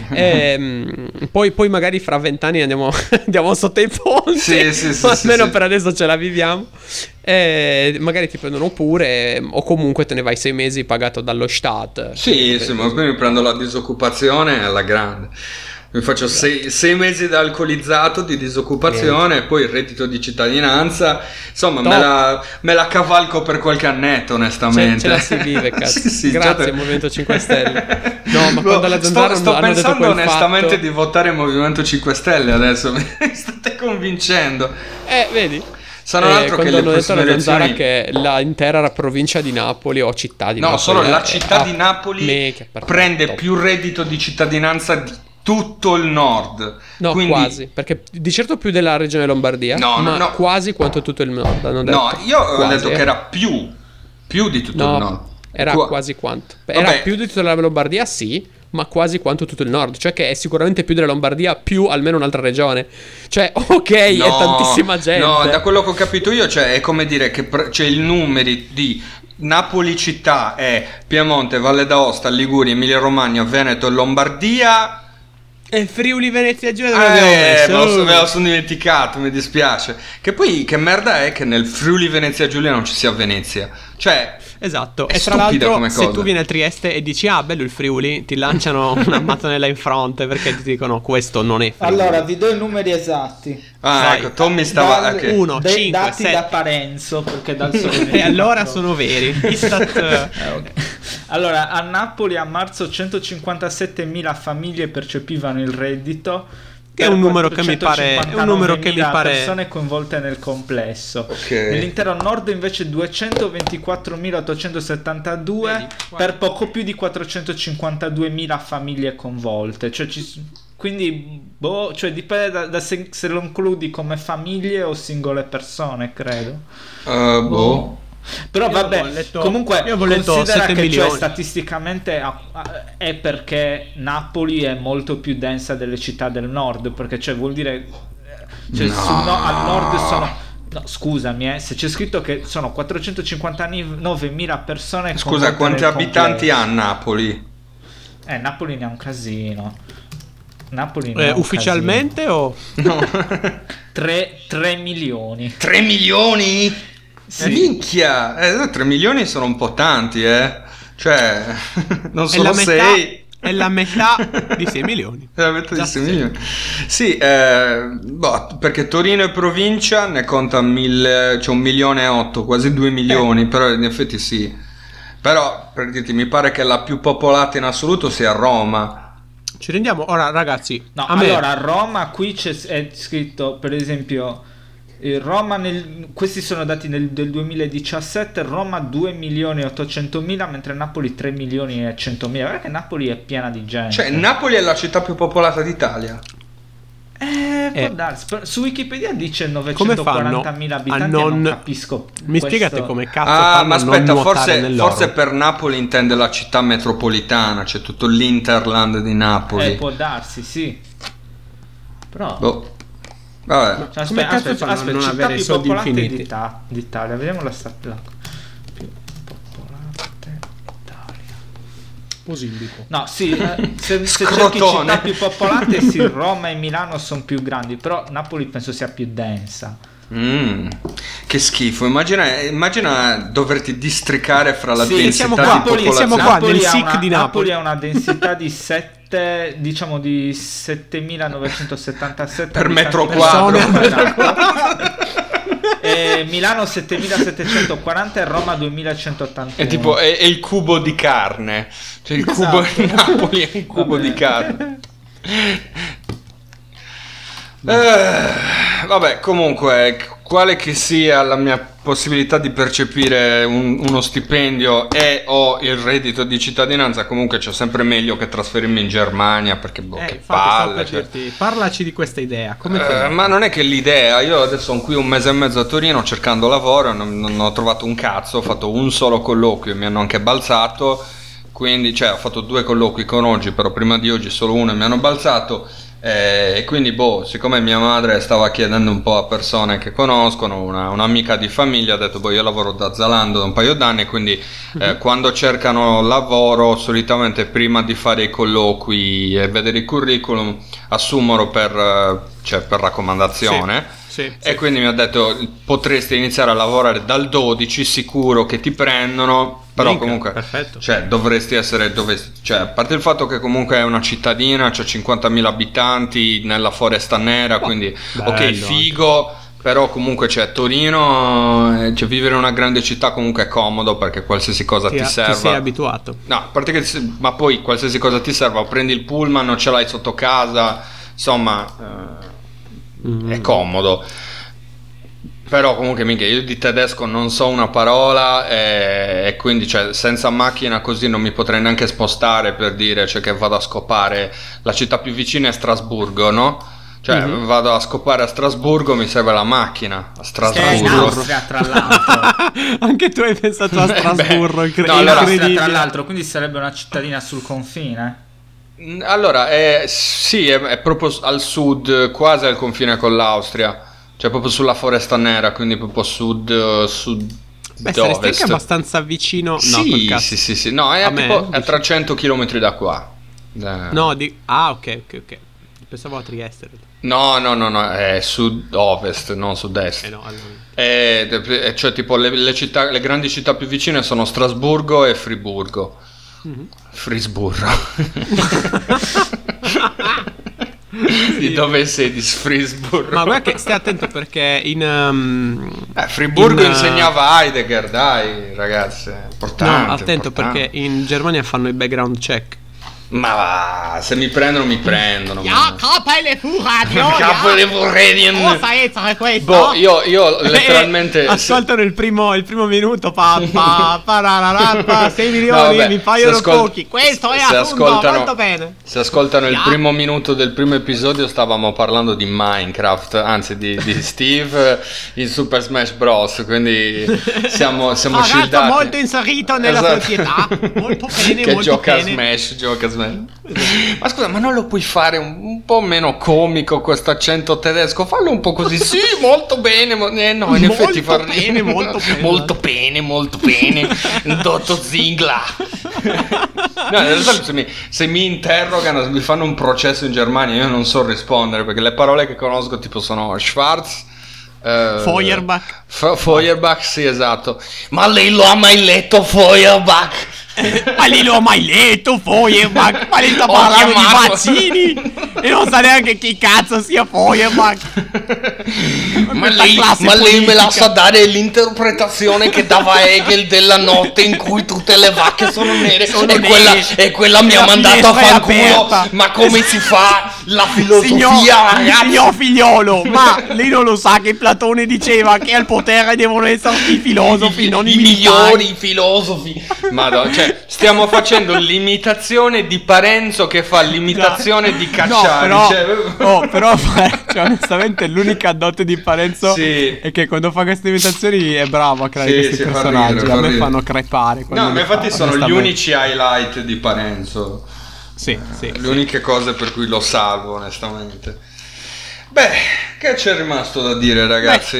E poi magari fra 20 anni andiamo sotto i ponti. Sì, almeno per adesso ce la viviamo. E magari ti prendono pure, o comunque te ne vai 6 mesi pagato dallo Staat. Sì, ma poi mi prendo la disoccupazione alla grande. Mi faccio 6 mesi da alcolizzato di disoccupazione e poi il reddito di cittadinanza. Insomma, me la cavalco per qualche annetto, onestamente. Ce la si vive, cazzo. Sì, grazie Movimento 5 Stelle. No, ma quando la Zanzara sto pensando onestamente fatto... di votare Movimento 5 Stelle adesso. Mi state convincendo. Vedi? Sarà altro che le prossime elezioni che l'intera provincia di Napoli o città di Napoli. No, solo la città di Napoli prende più reddito di cittadinanza di tutto il nord. No, quindi... quasi, perché di certo più della regione Lombardia, ma quasi quanto tutto il nord. Hanno detto. No, io ho detto che era più di tutto il nord. Era quasi quanto. Era più di tutta la Lombardia, sì, ma quasi quanto tutto il nord. Cioè che è sicuramente più della Lombardia, più almeno un'altra regione. Cioè, è tantissima gente. No, da quello che ho capito io, cioè, è come dire che c'è il numeri di Napoli città è Piemonte, Valle d'Aosta, Liguria, Emilia Romagna, Veneto e Lombardia. E Friuli Venezia Giulia dove l'abbiamo messo? Me lo sono dimenticato, mi dispiace. Che poi che merda è che nel Friuli Venezia Giulia non ci sia Venezia. Cioè, esatto. E tra l'altro se tu vieni a Trieste e dici bello il Friuli, ti lanciano una mattonella in fronte perché ti dicono questo non è Friuli. Allora vi do i numeri esatti. Ecco, Tommy stava 1, 5, dati 7 da Parenzo, perché dal sole e allora sono veri. Istat Allora, a Napoli a marzo 157.000 famiglie percepivano il reddito, che è un numero che mi pare persone coinvolte nel complesso. Nell'intero nord invece 224.872 per poco più di 452.000 famiglie coinvolte. Cioè quindi cioè dipende da se lo includi come famiglie o singole persone, credo. Però vabbè, comunque considera che cioè, statisticamente è perché Napoli è molto più densa delle città del nord, perché cioè vuol dire al nord sono scusami, se c'è scritto che sono 459.000 persone. Scusa, quanti abitanti ha Napoli? Napoli ne ha un casino. Napoli ufficialmente o no? 3 milioni. 3 milioni? Sì. Minchia, 3 milioni sono un po' tanti, cioè non sono 6. È la metà di 6 milioni. È la metà di 6 milioni. Sì, perché Torino e provincia ne conta 1,8 milioni, quasi 2 milioni, però in effetti sì. Però per dirti, mi pare che la più popolata in assoluto sia Roma. Ci rendiamo ora, ragazzi. Allora Roma qui è scritto, per esempio, Roma questi sono dati del 2017. Roma 2.800.000, mentre Napoli 3.100.000. Guarda che Napoli è piena di gente. Cioè Napoli è la città più popolata d'Italia. Può darsi. Su Wikipedia dice 940.000 abitanti. Non capisco. Mi spiegate come cazzo fanno ma aspetta, non forse per Napoli intende la città metropolitana, c'è tutto l'interland di Napoli. Può darsi, sì. Però vabbè. Cioè, aspetta, non città avere più soldi infiniti d'Italia. Vediamo la più popolate d'Italia. Posillico. No, sì, se cerchi città più popolate, sì, Roma e Milano sono più grandi, però Napoli penso sia più densa. Che schifo, immagina doverti districare fra la densità di popolazione. Siamo qua nel SIC di Napoli. Napoli ha una densità di 7.977 per metro quadro. Milano 7.740 e Roma 2.181. È tipo è il cubo di carne. Cioè il cubo di Napoli è un cubo di carne. Vabbè, comunque quale che sia la mia possibilità di percepire uno stipendio e o il reddito di cittadinanza, comunque c'è sempre meglio che trasferirmi in Germania, perché che palle, parlaci di questa idea. Ma non è che l'idea, io adesso sono qui 1 mese e mezzo a Torino cercando lavoro, non ho trovato un cazzo, ho fatto un solo colloquio, mi hanno anche balzato, quindi ho fatto 2 colloqui con oggi, però prima di oggi solo uno e mi hanno balzato. E quindi siccome mia madre stava chiedendo un po' a persone che conoscono, un'amica di famiglia ha detto io lavoro da Zalando da un paio d'anni, quindi quando cercano lavoro solitamente prima di fare i colloqui e vedere il curriculum assumono per raccomandazione. E quindi mi ha detto potresti iniziare a lavorare dal 12, sicuro che ti prendono, però comunque perfetto. Dovresti a parte il fatto che comunque è una cittadina, c'è 50.000 abitanti nella Foresta Nera, quindi ok, figo, però comunque Torino, vivere in una grande città comunque è comodo perché qualsiasi cosa ti serva. Ti sei abituato. No, a parte ma poi qualsiasi cosa ti serva, prendi il pullman, ce l'hai sotto casa, insomma è comodo. Però comunque io di tedesco non so una parola e quindi senza macchina così non mi potrei neanche spostare per dire che vado a scopare. La città più vicina è Strasburgo, no? Vado a scopare a Strasburgo, mi serve la macchina a Strasburgo. Che è in Austria, tra l'altro. Anche tu hai pensato a Strasburgo. Austria, tra l'altro, quindi sarebbe una cittadina sul confine. Allora, sì, è proprio al sud, quasi al confine con l'Austria, proprio sulla Foresta Nera, quindi proprio sud. Saresti anche abbastanza vicino. Sì, sì. No, è a 300 km da qua. No, ok. Pensavo a Trieste. No, è sud-ovest, non sud-est. Allora. Le grandi città più vicine sono Strasburgo e Friburgo. Frisburro. Di dove sei di Frisburgo? Ma guarda che stai attento perché Friburgo insegnava Heidegger, dai ragazzi, importante. No, attento perché in Germania fanno il background check. Ma va, se mi prendono mi prendono. Kapelle Fuhradio. Kapelle Fuhradio. Cosa è questo? Io letteralmente ascoltano il primo minuto 6 milioni, mi paiono pochi. Questo è ascoltano molto bene. Se ascoltano il primo minuto del primo episodio stavamo parlando di Minecraft, anzi di Steve in Super Smash Bros, quindi siamo shieldati. Molto inserito nella società. Molto bene, che molto bene. Gioca Smash. Ma scusa, ma non lo puoi fare un po' meno comico questo accento tedesco? Fallo un po' così. Sì, molto bene. No, in effetti fa bene, molto bene. Dotto Zingla. No, in realtà se mi interrogano, se mi fanno un processo in Germania, io non so rispondere perché le parole che conosco tipo sono Schwarz, Feuerbach. Feuerbach, sì, esatto. Ma lei lo ha mai letto Feuerbach? Ma lì lo ho mai letto Feuerbach? Ma lì sta parlando di vaccini e non sa neanche chi cazzo sia Feuerbach. Ma lei me la sa dare l'interpretazione che dava Hegel della notte in cui tutte le vacche sono nere e quella mi ha mandato a fanculo. Ma come si fa la filosofia, ragazzi? Signor figliolo, ma lei non lo sa che Platone diceva che al potere devono essere i filosofi, non i migliori filosofi. Madonna, stiamo facendo l'imitazione di Parenzo che fa l'imitazione di Cacciari. Però onestamente l'unica dote di Parenzo è che quando fa queste imitazioni è bravo a creare questi personaggi. A me fanno crepare. No, ma infatti sono gli unici highlight di Parenzo. Sì. Le uniche cose per cui lo salvo, onestamente. Beh, che c'è rimasto da dire, ragazzi?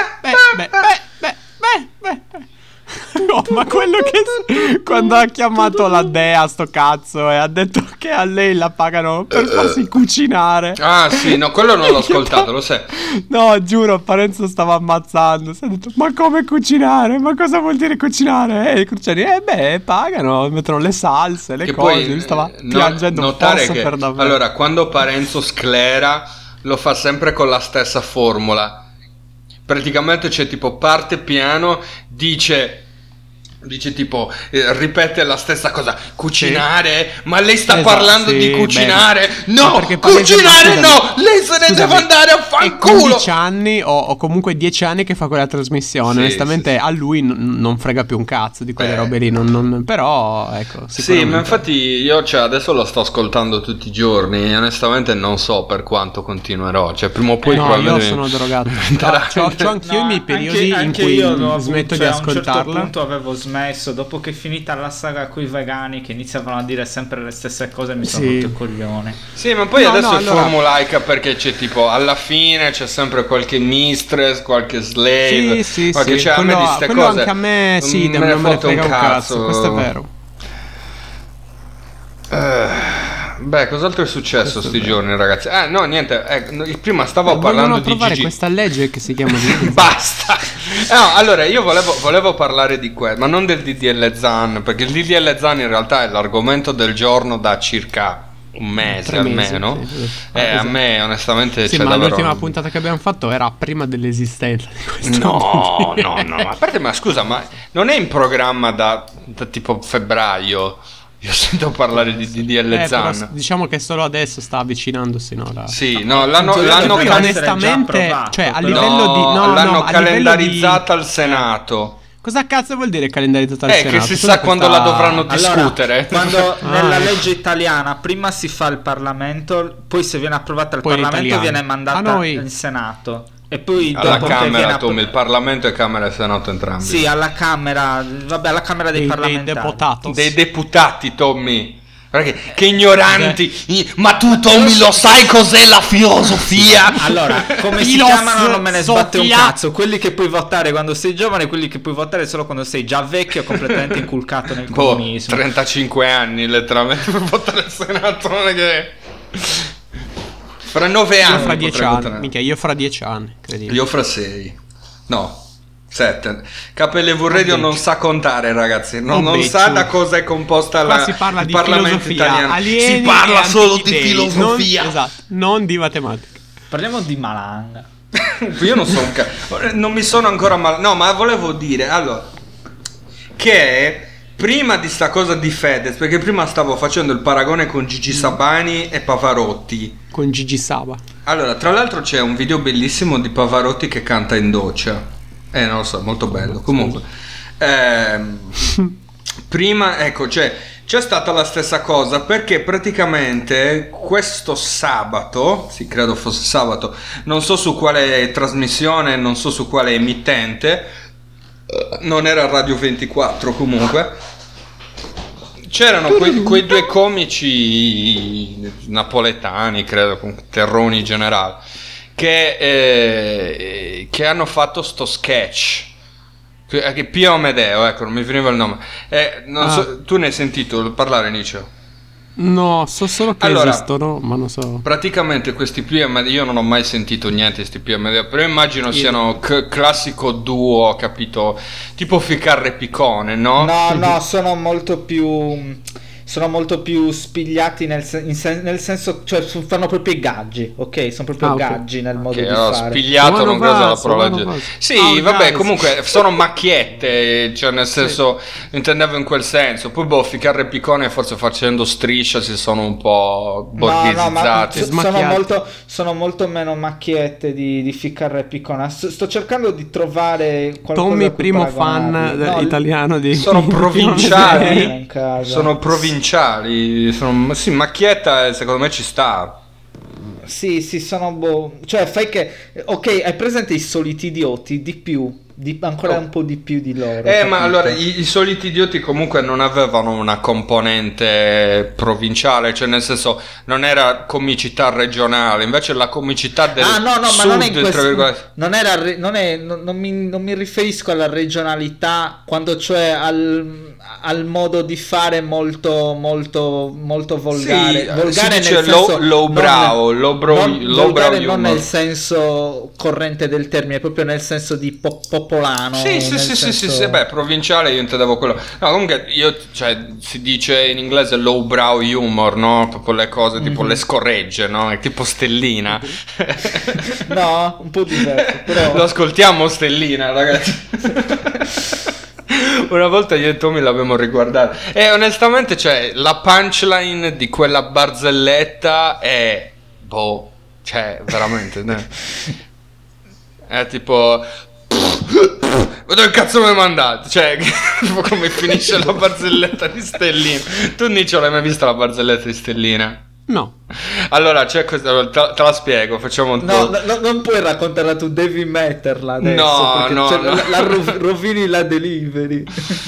No, ma quello che quando ha chiamato la dea sto cazzo e ha detto che a lei la pagano per farsi cucinare. Ah sì, no, quello non l'ho ascoltato, lo sai. No, giuro, Parenzo stava ammazzando. Si è detto, ma come cucinare? Ma cosa vuol dire cucinare? Pagano, mettono le salse, le che cose. Poi, lui stava piangendo notare che, per davvero. Allora, quando Parenzo sclera lo fa sempre con la stessa formula. Praticamente c'è tipo parte piano, dice Dice tipo, ripete la stessa cosa, cucinare, ma lei sta parlando di cucinare, no, cucinare no, lei se ne deve andare a fanculo. 15 anni o comunque 10 anni che fa quella trasmissione, onestamente a lui non frega più un cazzo di quelle robe lì, però ecco. Sì, ma infatti io adesso lo sto ascoltando tutti i giorni e onestamente non so per quanto continuerò, prima o poi probabilmente... io sono drogato, c'ho anch'io i miei periodi in cui smetto di ascoltarla. A un certo punto avevo smesso dopo che è finita la saga coi vegani che iniziavano a dire sempre le stesse cose, mi sono rotto il coglione. Sì, ma poi adesso è formulaica perché c'è tipo alla fine c'è sempre qualche mistress, qualche slave, qualche c'è a me di ste cose. Anche a me non me ne frega un cazzo, questo è vero. Beh, cos'altro è successo sti giorni, ragazzi? No, niente, prima stavo parlando di Gigi. Questa legge che si chiama Basta. No, allora io volevo parlare di quello, ma non del DDL Zan, perché il DDL Zan in realtà è l'argomento del giorno da circa un mese almeno. A me onestamente ma l'ultima puntata che abbiamo fatto era prima dell'esistenza di questo. No, a parte, ma scusa, ma non è in programma da tipo febbraio? Io sento parlare di DDL Zan. Diciamo che solo adesso sta avvicinandosi, no? Sì, no, l'hanno onestamente, cioè a livello di l'hanno calendarizzata al Senato. Cosa cazzo vuol dire calendarizzata al Senato? Che si sa quando la dovranno discutere. Quando nella legge italiana prima si fa il Parlamento, poi se viene approvata al Parlamento viene mandata in Senato. E poi alla Camera, Tom, il Parlamento e Camera e Senato entrambi. Sì, alla Camera, alla Camera dei parlamentari. Dei deputati, Tommy. Che ignoranti. Ma tu, Tommy, lo sai cos'è la filosofia? Allora, come si chiamano non me ne sbatte un cazzo. Quelli che puoi votare quando sei giovane, quelli che puoi votare solo quando sei già vecchio, completamente inculcato nel comunismo. 35 anni letteralmente per votare al Senato, non è che... Fra 9 anni. Io fra 10 anni. Minchia, io fra 10 anni, credimi. Io fra 6. No, 7. KLV Radio non sa contare, ragazzi. Non sa da cosa è composta si parla il di Parlamento italiano. Si parla solo di filosofia. Non di matematica. Parliamo di Malanga. Io non so non mi sono ancora No, ma volevo dire, allora, che prima di sta cosa di Fedez, perché prima stavo facendo il paragone con Gigi Sabani e Pavarotti. Con Gigi Saba. Allora, tra l'altro c'è un video bellissimo di Pavarotti che canta in doccia. Non lo so, molto bello. Comunque, prima, ecco, c'è stata la stessa cosa, perché praticamente questo sabato, sì, credo fosse sabato, non so su quale trasmissione, non so su quale emittente, non era Radio 24 comunque, c'erano quei due comici napoletani, credo, con Terroni generale, che hanno fatto sto sketch, che Pio Amedeo, ecco, non mi veniva il nome, so, tu ne hai sentito parlare, Nicio? No, so solo che esistono, ma non so. Praticamente questi Pio Amedeo, io non ho mai sentito niente di questi Pio Amedeo, però immagino siano classico duo, capito? Tipo Ficarra e Piccone, no? No, sono molto più spigliati nel senso, cioè fanno proprio i gaggi, ok? Sono proprio gaggi nel modo di fare. Spigliato non credo la parola. Sì, vabbè, comunque sono macchiette, cioè nel senso, intendevo in quel senso. Poi Ficarra e Piccone forse facendo striscia si sono un po' borghesizzati. Sono molto meno macchiette di Ficarra e Piccone. Sto cercando di trovare qualcosa. Tommy, primo fan italiano di... Sono provinciali. Sono provinciali. Sì, macchietta secondo me ci sta. Sì, sono cioè fai che ok, hai presente i soliti idioti di più, ancora un po' di più di loro. Ma allora i soliti idioti comunque non avevano una componente provinciale, cioè nel senso non era comicità regionale, invece la comicità del sud, ma non è non mi riferisco alla regionalità, quando cioè al modo di fare molto volgare. Sì, volgare si dice nel senso lowbrow, volgare non nel senso corrente del termine, proprio nel senso di popolano. Sì, beh, provinciale io intendevo quello. No, comunque si dice in inglese lowbrow humor, no? Proprio le cose tipo le scorregge, no? È tipo Stellina. No, un po' diverso, però. Lo ascoltiamo Stellina, ragazzi. Una volta io e Tommy l'abbiamo riguardato e onestamente, cioè, la punchline di quella barzelletta è cioè, veramente è tipo ma dove cazzo mi hai mandato? Cioè, come finisce la barzelletta di Stellina. Tu Nicio l'hai mai vista la barzelletta di Stellina? No. Allora, c'è questa, te la spiego, facciamo un po'. No, non puoi raccontarla tu, devi metterla adesso. No. La rovini la delivery.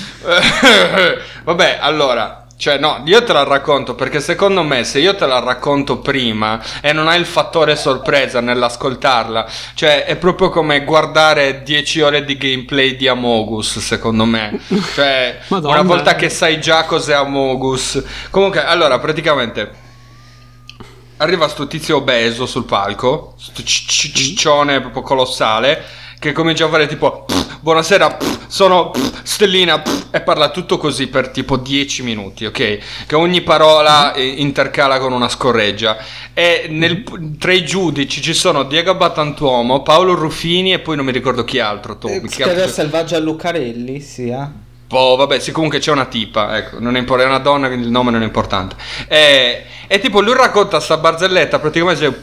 Vabbè, allora, cioè no, io te la racconto perché secondo me se io te la racconto prima e non hai il fattore sorpresa nell'ascoltarla, cioè è proprio come guardare 10 ore di gameplay di Amogus, secondo me. Cioè, Madonna. Una volta che sai già cos'è Amogus. Comunque, allora, praticamente arriva sto tizio obeso sul palco, sto ciccione proprio colossale, che comincia a fare tipo buonasera, sono Stellina, e parla tutto così per tipo 10 minuti, ok? Che ogni parola intercala con una scorreggia. E tra i giudici ci sono Diego Battantuomo, Paolo Ruffini e poi non mi ricordo chi altro. Selvaggia Lucarelli, sì. Vabbè, sì, comunque c'è una tipa, ecco, non è è una donna, quindi il nome non è importante. E tipo lui racconta sta barzelletta praticamente,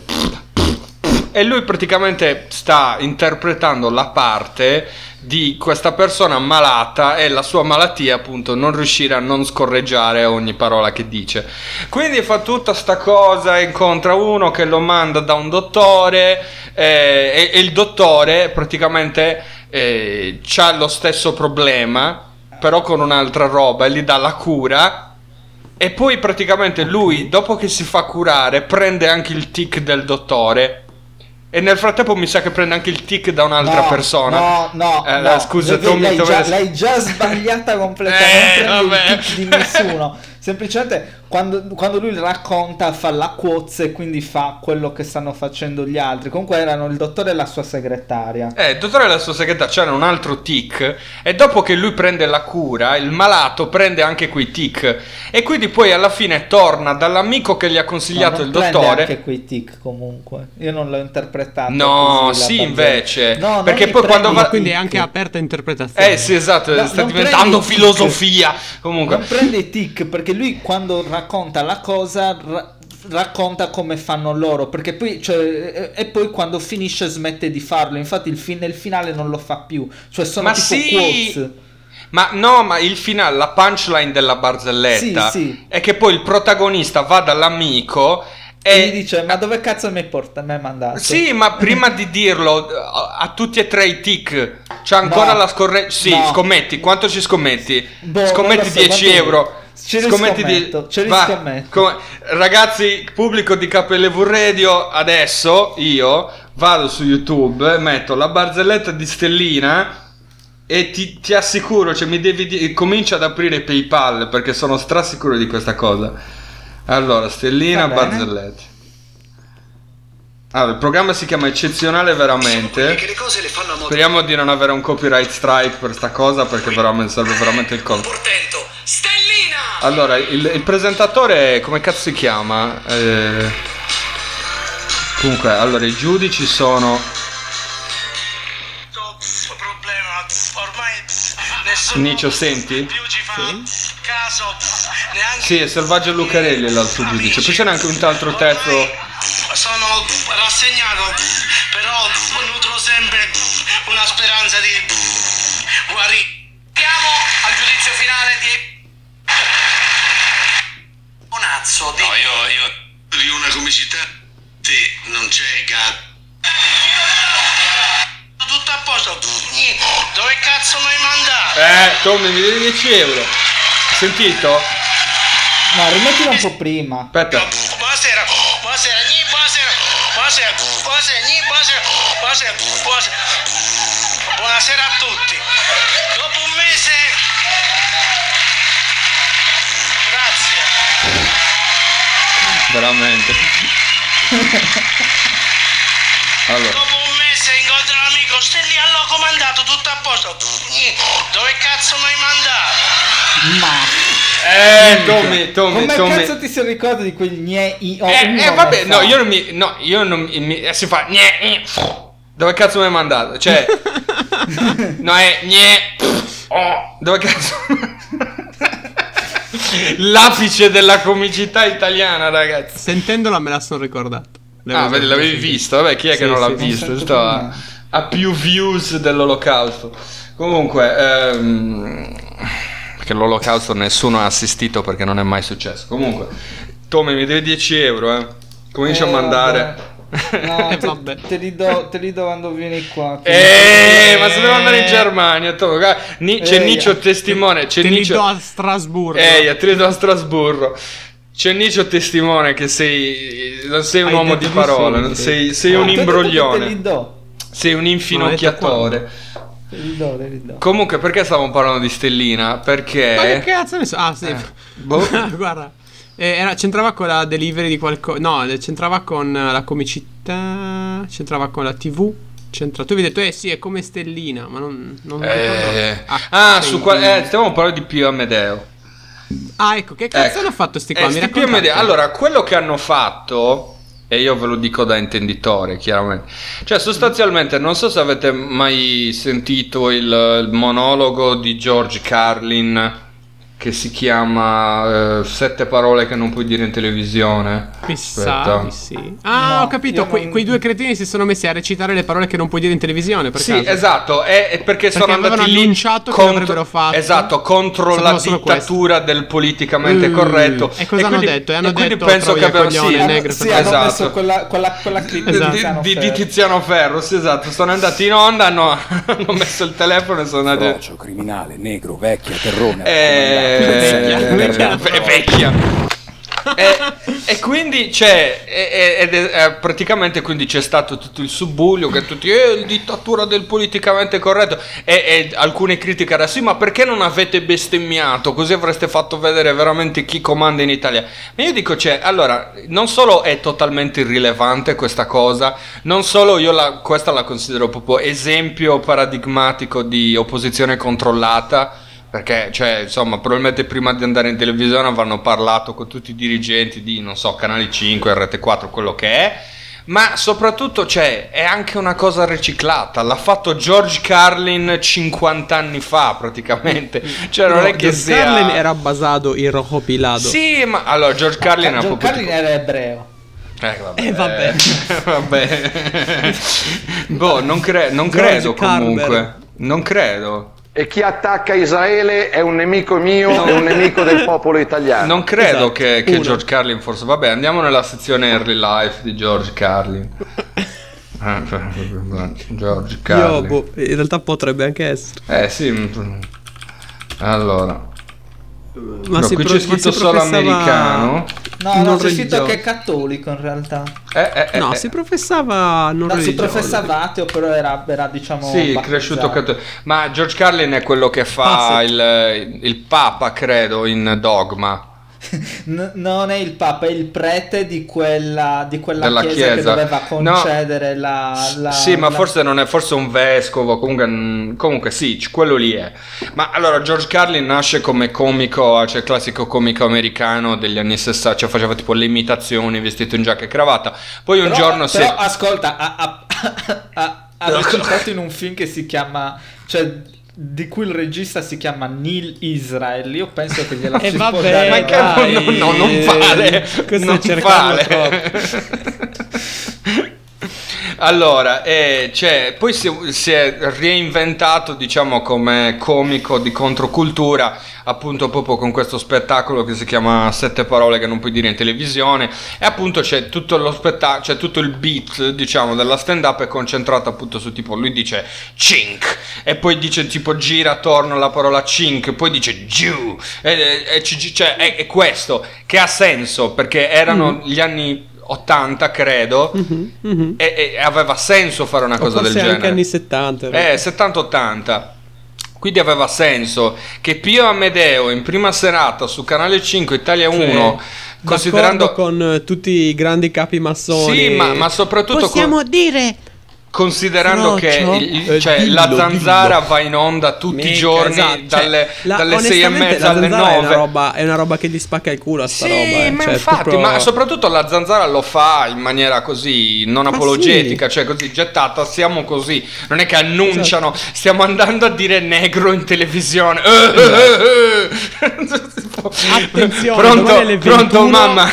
e lui praticamente sta interpretando la parte di questa persona malata e la sua malattia, appunto, non riuscire a non scorreggiare ogni parola che dice. Quindi fa tutta sta cosa, incontra uno che lo manda da un dottore e il dottore praticamente c'ha lo stesso problema però con un'altra roba e gli dà la cura. E poi praticamente lui, dopo che si fa curare, prende anche il tic del dottore. E nel frattempo mi sa che prende anche il tic da un'altra persona. No. Scusa, l'hai già sbagliata completamente. Non prende il tic di nessuno. Semplicemente quando lui racconta fa la quoz e quindi fa quello che stanno facendo gli altri. Comunque erano il dottore e la sua segretaria. Il dottore e la sua segretaria c'era un altro tic. E dopo che lui prende la cura, il malato prende anche quei tic. E quindi poi alla fine torna dall'amico che gli ha consigliato il dottore. Prende anche quei tic comunque. Io non l'ho interpretato. No, sì, invece. No, perché poi quando va. Quindi è anche aperta interpretazione. Sì, esatto. Sta diventando filosofia. Comunque. Non prende i tic perché lui quando racconta la cosa racconta come fanno loro, perché poi e poi quando finisce smette di farlo. Infatti nel finale non lo fa più, cioè sono quotes. Ma no, ma il finale, la punchline della barzelletta è che poi il protagonista va dall'amico e gli dice ma dove cazzo mi hai mandato? Sì, ma prima di dirlo a tutti e tre i tic c'è ancora la scorreggia. Sì, scommetti, quanto ci scommetti? Scommetti 10 euro. Ce li scommetto. Ragazzi, pubblico di KLV Radio, adesso io vado su YouTube, metto la barzelletta di Stellina e ti assicuro, cioè mi devi comincia ad aprire PayPal perché sono strasicuro di questa cosa. Allora, Stellina barzelletta. Allora, il programma si chiama Eccezionale Veramente. Speriamo di non avere un copyright strike per sta cosa perché veramente serve veramente il colpo. Allora, il presentatore come cazzo si chiama? Comunque, allora i giudici sono Nicio, senti? Sì, è Selvaggio Lucarelli l'altro giudice. Poi c'è anche un altro terzo. Sono rassegnato, però nutro sempre una speranza di guarire. Andiamo al giudizio finale di Bonazzo. No, io di una comicità te non c'è gatto. Tutto a posto. Dove cazzo mi hai mandato? Tommy, mi devi 10 euro. Sentito? No, rimettilo un po' prima. Aspetta. Buonasera. Buonasera a tutti. Dopo un mese. Grazie. Veramente. Allora. Dopo un mese incontro l'amico Stellina, l'ho comandato tutto a posto. Dove cazzo mi hai mandato? Tommy. Come cazzo ti sei ricordato di quel vabbè, no, io non mi si fa dove cazzo mi hai mandato? Cioè no, Dove cazzo? L'apice della comicità italiana, ragazzi. Sentendola me la sono ricordata. Vedi, l'avevi visto? Vabbè, chi è che non l'ha visto? Ha più views dell'Olocausto. Comunque, perché l'Olocausto nessuno ha assistito perché non è mai successo. Comunque, Tommy, mi devi 10 euro, Cominci a mandare. No, te li do quando vieni qua. Ma se devo andare in Germania, c'è Nicio testimone. Te li do a Strasburgo. Te li do a Strasburgo. C'è Nicio testimone che non sei un uomo di parola, sei un imbroglione. Te li do. Sei un infinocchiatore. Te li do. Comunque, perché stavamo parlando di Stellina? Perché... Ma che cazzo ne so? Sì. Guarda. C'entrava con la delivery di qualcosa. No, c'entrava con la comicità. C'entrava con la TV. Tu avevi detto, sì, è come Stellina. Ma non stiamo parlando di Pio Amedeo. Ecco, che cazzo hanno fatto sti qua? Pio Amedeo. Allora, quello che hanno fatto, e io ve lo dico da intenditore, chiaramente. Cioè, sostanzialmente, non so se avete mai sentito il monologo di George Carlin, che si chiama 7 parole che non puoi dire in televisione. Mi sa di sì. Ho capito. Quei due cretini si sono messi a recitare le parole che non puoi dire in televisione. Per caso. Esatto. È perché sono andati lì annunciato che avrebbero fatto. Esatto, contro la dittatura del politicamente corretto. E cosa hanno detto? Hanno detto penso che abbiano hanno messo quella clip di Tiziano Ferro. Sì, esatto. Sono andati in onda, hanno messo il telefono e sono andati. Frocio, criminale, negro, vecchia, terrone. Vecchia. E quindi praticamente quindi c'è stato tutto il subbuglio che tutti dittatura del politicamente corretto e alcune critiche era sì, ma perché non avete bestemmiato, così avreste fatto vedere veramente chi comanda in Italia. Ma io dico, allora, non solo è totalmente irrilevante questa cosa, non solo questa la considero proprio esempio paradigmatico di opposizione controllata. Perché, insomma, probabilmente prima di andare in televisione avranno parlato con tutti i dirigenti di, non so, Canale 5, RT4, quello che è. Ma soprattutto, è anche una cosa riciclata. L'ha fatto George Carlin 50 anni fa, praticamente. Non è che George Carlin era basato in Rocco Pilado. Sì, ma allora, George Carlin era ebreo. Vabbè. Non credo comunque. Non credo. E chi attacca Israele è un nemico mio e un nemico del popolo italiano. Non credo che George Carlin forse... Vabbè, andiamo nella sezione Early Life di George Carlin. George Carlin. In realtà potrebbe anche essere. Sì. Allora... Ma qui c'è scritto solo americano. No, c'è scritto che è cattolico in realtà. Si professava non religioso. Si professava ateo, però era diciamo cresciuto cattolico. Ma George Carlin è quello che fa il Papa, credo, in Dogma. Non è il Papa, è il prete di quella chiesa che doveva concedere la sì, ma forse non è, forse un vescovo, comunque sì, quello lì è. Ma allora George Carlin nasce come comico, il classico comico americano degli anni 60, faceva tipo le imitazioni vestito in giacca e cravatta. Poi un giorno ascolta, ha recitato in un film che si chiama, di cui il regista si chiama Neil Israel. Io penso che gliela si può dare. Ma non vale. Non vale. Allora, poi si è reinventato, diciamo, come comico di controcultura, appunto proprio con questo spettacolo che si chiama 7 parole che non puoi dire in televisione, e appunto c'è tutto lo spettacolo, c'è tutto il beat, diciamo, della stand up è concentrato appunto su tipo, lui dice chink, e poi dice tipo gira attorno alla parola chink, poi dice giù, è questo, che ha senso, perché erano gli anni 80 credo, e aveva senso fare una cosa del genere, anche anni 70 70-80, quindi aveva senso che Pio Amedeo in prima serata su Canale 5 Italia 1, considerando con tutti i grandi capi massoni, sì, ma soprattutto possiamo dire considerando che la Zanzara va in onda tutti i giorni, esatto. dalle 6:30 alle 9. È una roba che gli spacca il culo a sta roba. Ma infatti, proprio... ma soprattutto la Zanzara lo fa in maniera così non apologetica, cioè così gettata, siamo così. Non è che annunciano, stiamo andando a dire negro in televisione. Attenzione, pronto mamma,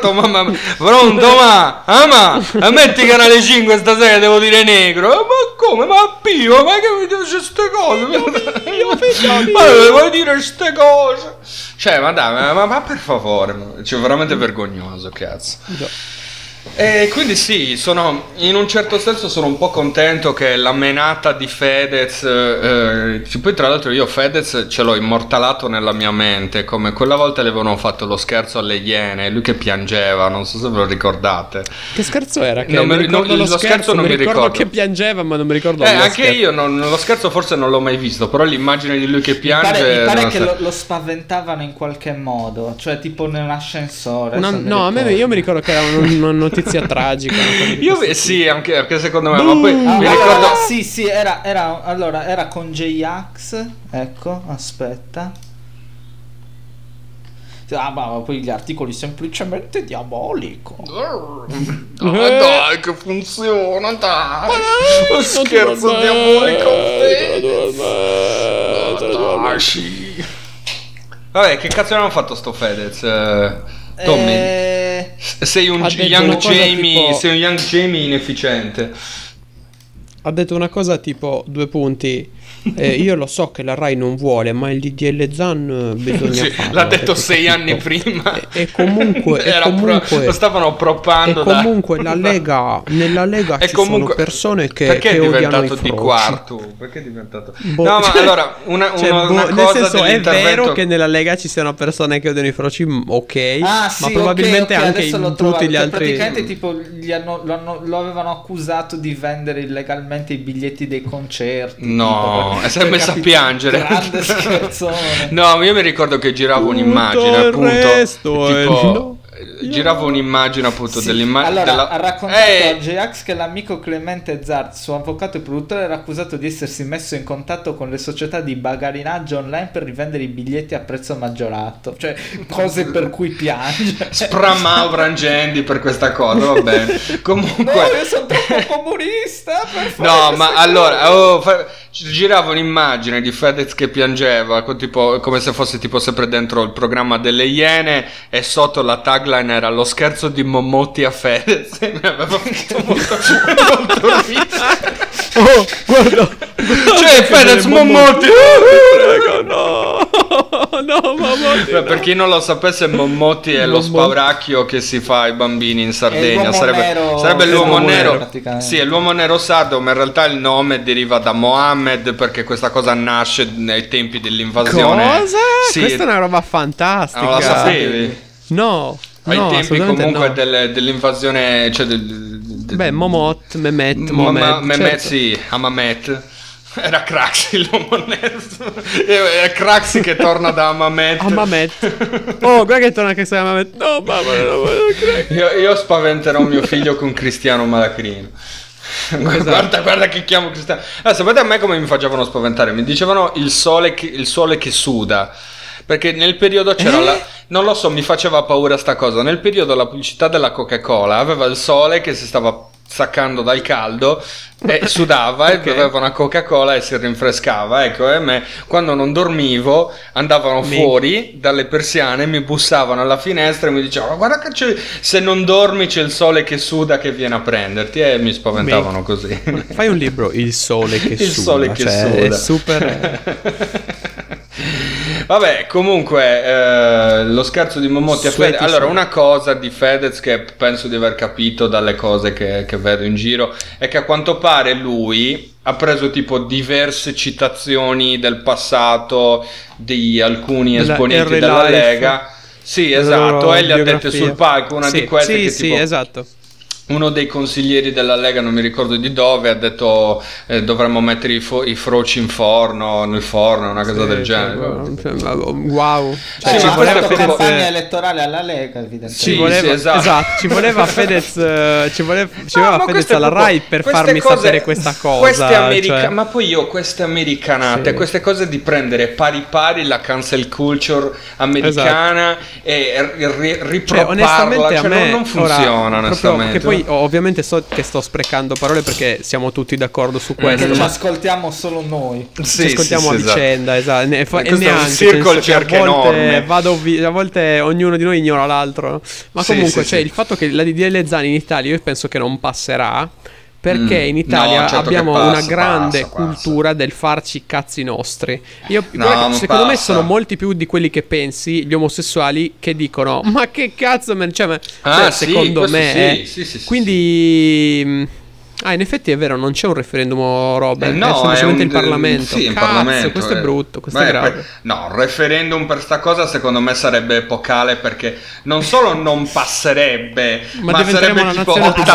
metti Canale 5 stasera, devo dire negro. Ma come? Ma Pio, ma che mi dice queste cose? Ma devo dire queste cose. Cioè, ma dai, ma per favore, cioè veramente vergognoso, cazzo. E quindi sì, in un certo senso sono un po' contento che la menata di Fedez, poi tra l'altro io Fedez ce l'ho immortalato nella mia mente, come quella volta le avevano fatto lo scherzo alle Iene, lui che piangeva, non so se ve lo ricordate. Che scherzo era? Che lo scherzo non mi ricordo. Che piangeva, ma non mi ricordo. Anche io lo scherzo forse non l'ho mai visto, però l'immagine di lui che piange mi pare che lo spaventavano in qualche modo, cioè tipo nell'ascensore. Io mi ricordo che era una notizia tragica. Sì, anche secondo me. Ma poi mi ricordo. Sì, era con J-Ax. Ecco, aspetta. Ma poi gli articoli semplicemente diabolico. Dai, che funziona, dai. Lo scherzo diabolico. Vabbè, che cazzo hanno fatto sto Fedez? Tommy, sei un young Jamie inefficiente. Ha detto una cosa tipo 2 punti. Io lo so che la Rai non vuole, ma il DDL Zan bisogna farlo. L'ha detto 6 anni prima. E comunque lo stavano proppando. E comunque nella Lega ci sono persone che odiano i froci. Di quarto? Perché è diventato? No, ma allora una cosa nel senso, è vero che nella Lega ci siano persone che odiano i froci, ok, ma probabilmente anche in tutti gli altri. Praticamente tipo lo avevano accusato di vendere illegalmente i biglietti dei concerti. No. Si è messa a piangere. Grande scherzone. No, io mi ricordo che giravo un'immagine appunto giravo un'immagine appunto dell'immagine. Allora, ha raccontato a J-Ax che l'amico Clemente Zart, suo avvocato e produttore, era accusato di essersi messo in contatto con le società di bagarinaggio online per rivendere i biglietti a prezzo maggiorato. Cioè, cose per cui piange. Spramau Rangendi per questa cosa, va bene. Comunque no, io sono troppo comunista per fare no, ma allora giravo un'immagine di Fedez che piangeva, tipo, come se fosse tipo sempre dentro il programma delle Iene, e sotto la tagline era lo scherzo di Momotti a Fedez. Mi aveva fatto molto ridere. Oh, guarda, cioè Fedez Momotti. Prego, no, Momotti. Per chi non lo sapesse, Momotti è lo spauracchio che si fa ai bambini in Sardegna. Sarebbe l'uomo nero. Sì, è l'uomo nero sardo, ma in realtà il nome deriva da Mohammed, perché questa cosa nasce nei tempi dell'invasione. Cosa? Sì. Questa è una roba fantastica. Non la sapevi? No. Ai tempi comunque dell'invasione, cioè Mehmet, certo. Sì, Amamet. Era Craxi l'uomo nero. È Craxi che torna da Amamet. Oh, guarda che torna che sei Amamet. No, mamma, io spaventerò mio figlio con Cristiano Malacrino. Guarda che chiamo Cristiano. Sapete a me come mi facevano spaventare? Mi dicevano il sole che suda. Perché nel periodo c'era non lo so, mi faceva paura sta cosa. Nel periodo la pubblicità della Coca-Cola aveva il sole che si stava staccando dal caldo e sudava e beveva una Coca-Cola e si rinfrescava. Ecco, e a me quando non dormivo andavano fuori dalle persiane, mi bussavano alla finestra e mi dicevano guarda che se non dormi c'è il sole che suda che viene a prenderti, e mi spaventavano così. Fai un libro, Il sole che suda. Il sole che suda. È super. Vabbè, comunque lo scherzo di Momotti a Fedez. Allora, una cosa di Fedez che penso di aver capito dalle cose che vedo in giro è che a quanto pare lui ha preso tipo diverse citazioni del passato di alcuni esponenti della Lega. Sì, esatto, e le ha dette sul palco, una di queste che tipo esatto. uno dei consiglieri della Lega, non mi ricordo di dove, ha detto dovremmo mettere i froci nel forno, una cosa del genere. Wow. Cioè, ci voleva campagna elettorale alla Lega, evidentemente. Esatto, ci voleva Fedez alla Rai per farmi sapere questa cosa. Ma poi io queste americanate, queste cose di prendere pari pari la cancel culture americana e ripropparla, a me non funziona onestamente. Che poi ovviamente so che sto sprecando parole perché siamo tutti d'accordo su questo. Perché ci ascoltiamo solo noi. Ci ascoltiamo a vicenda, esatto. E neanche è un circle jerk enorme. A volte ognuno di noi ignora l'altro. Ma comunque, il fatto che la DDL Zan in Italia io penso che non passerà. Perché in Italia abbiamo una grande cultura del farci cazzi nostri. Secondo me sono molti più di quelli che pensi, gli omosessuali, che dicono ma che cazzo secondo me quindi in effetti è vero, non c'è un referendum, Robert, è semplicemente il Parlamento. Sì, il Parlamento. Questo è brutto, questo è grave. No, un referendum per sta cosa secondo me sarebbe epocale, perché non solo non passerebbe, ma sarebbe tipo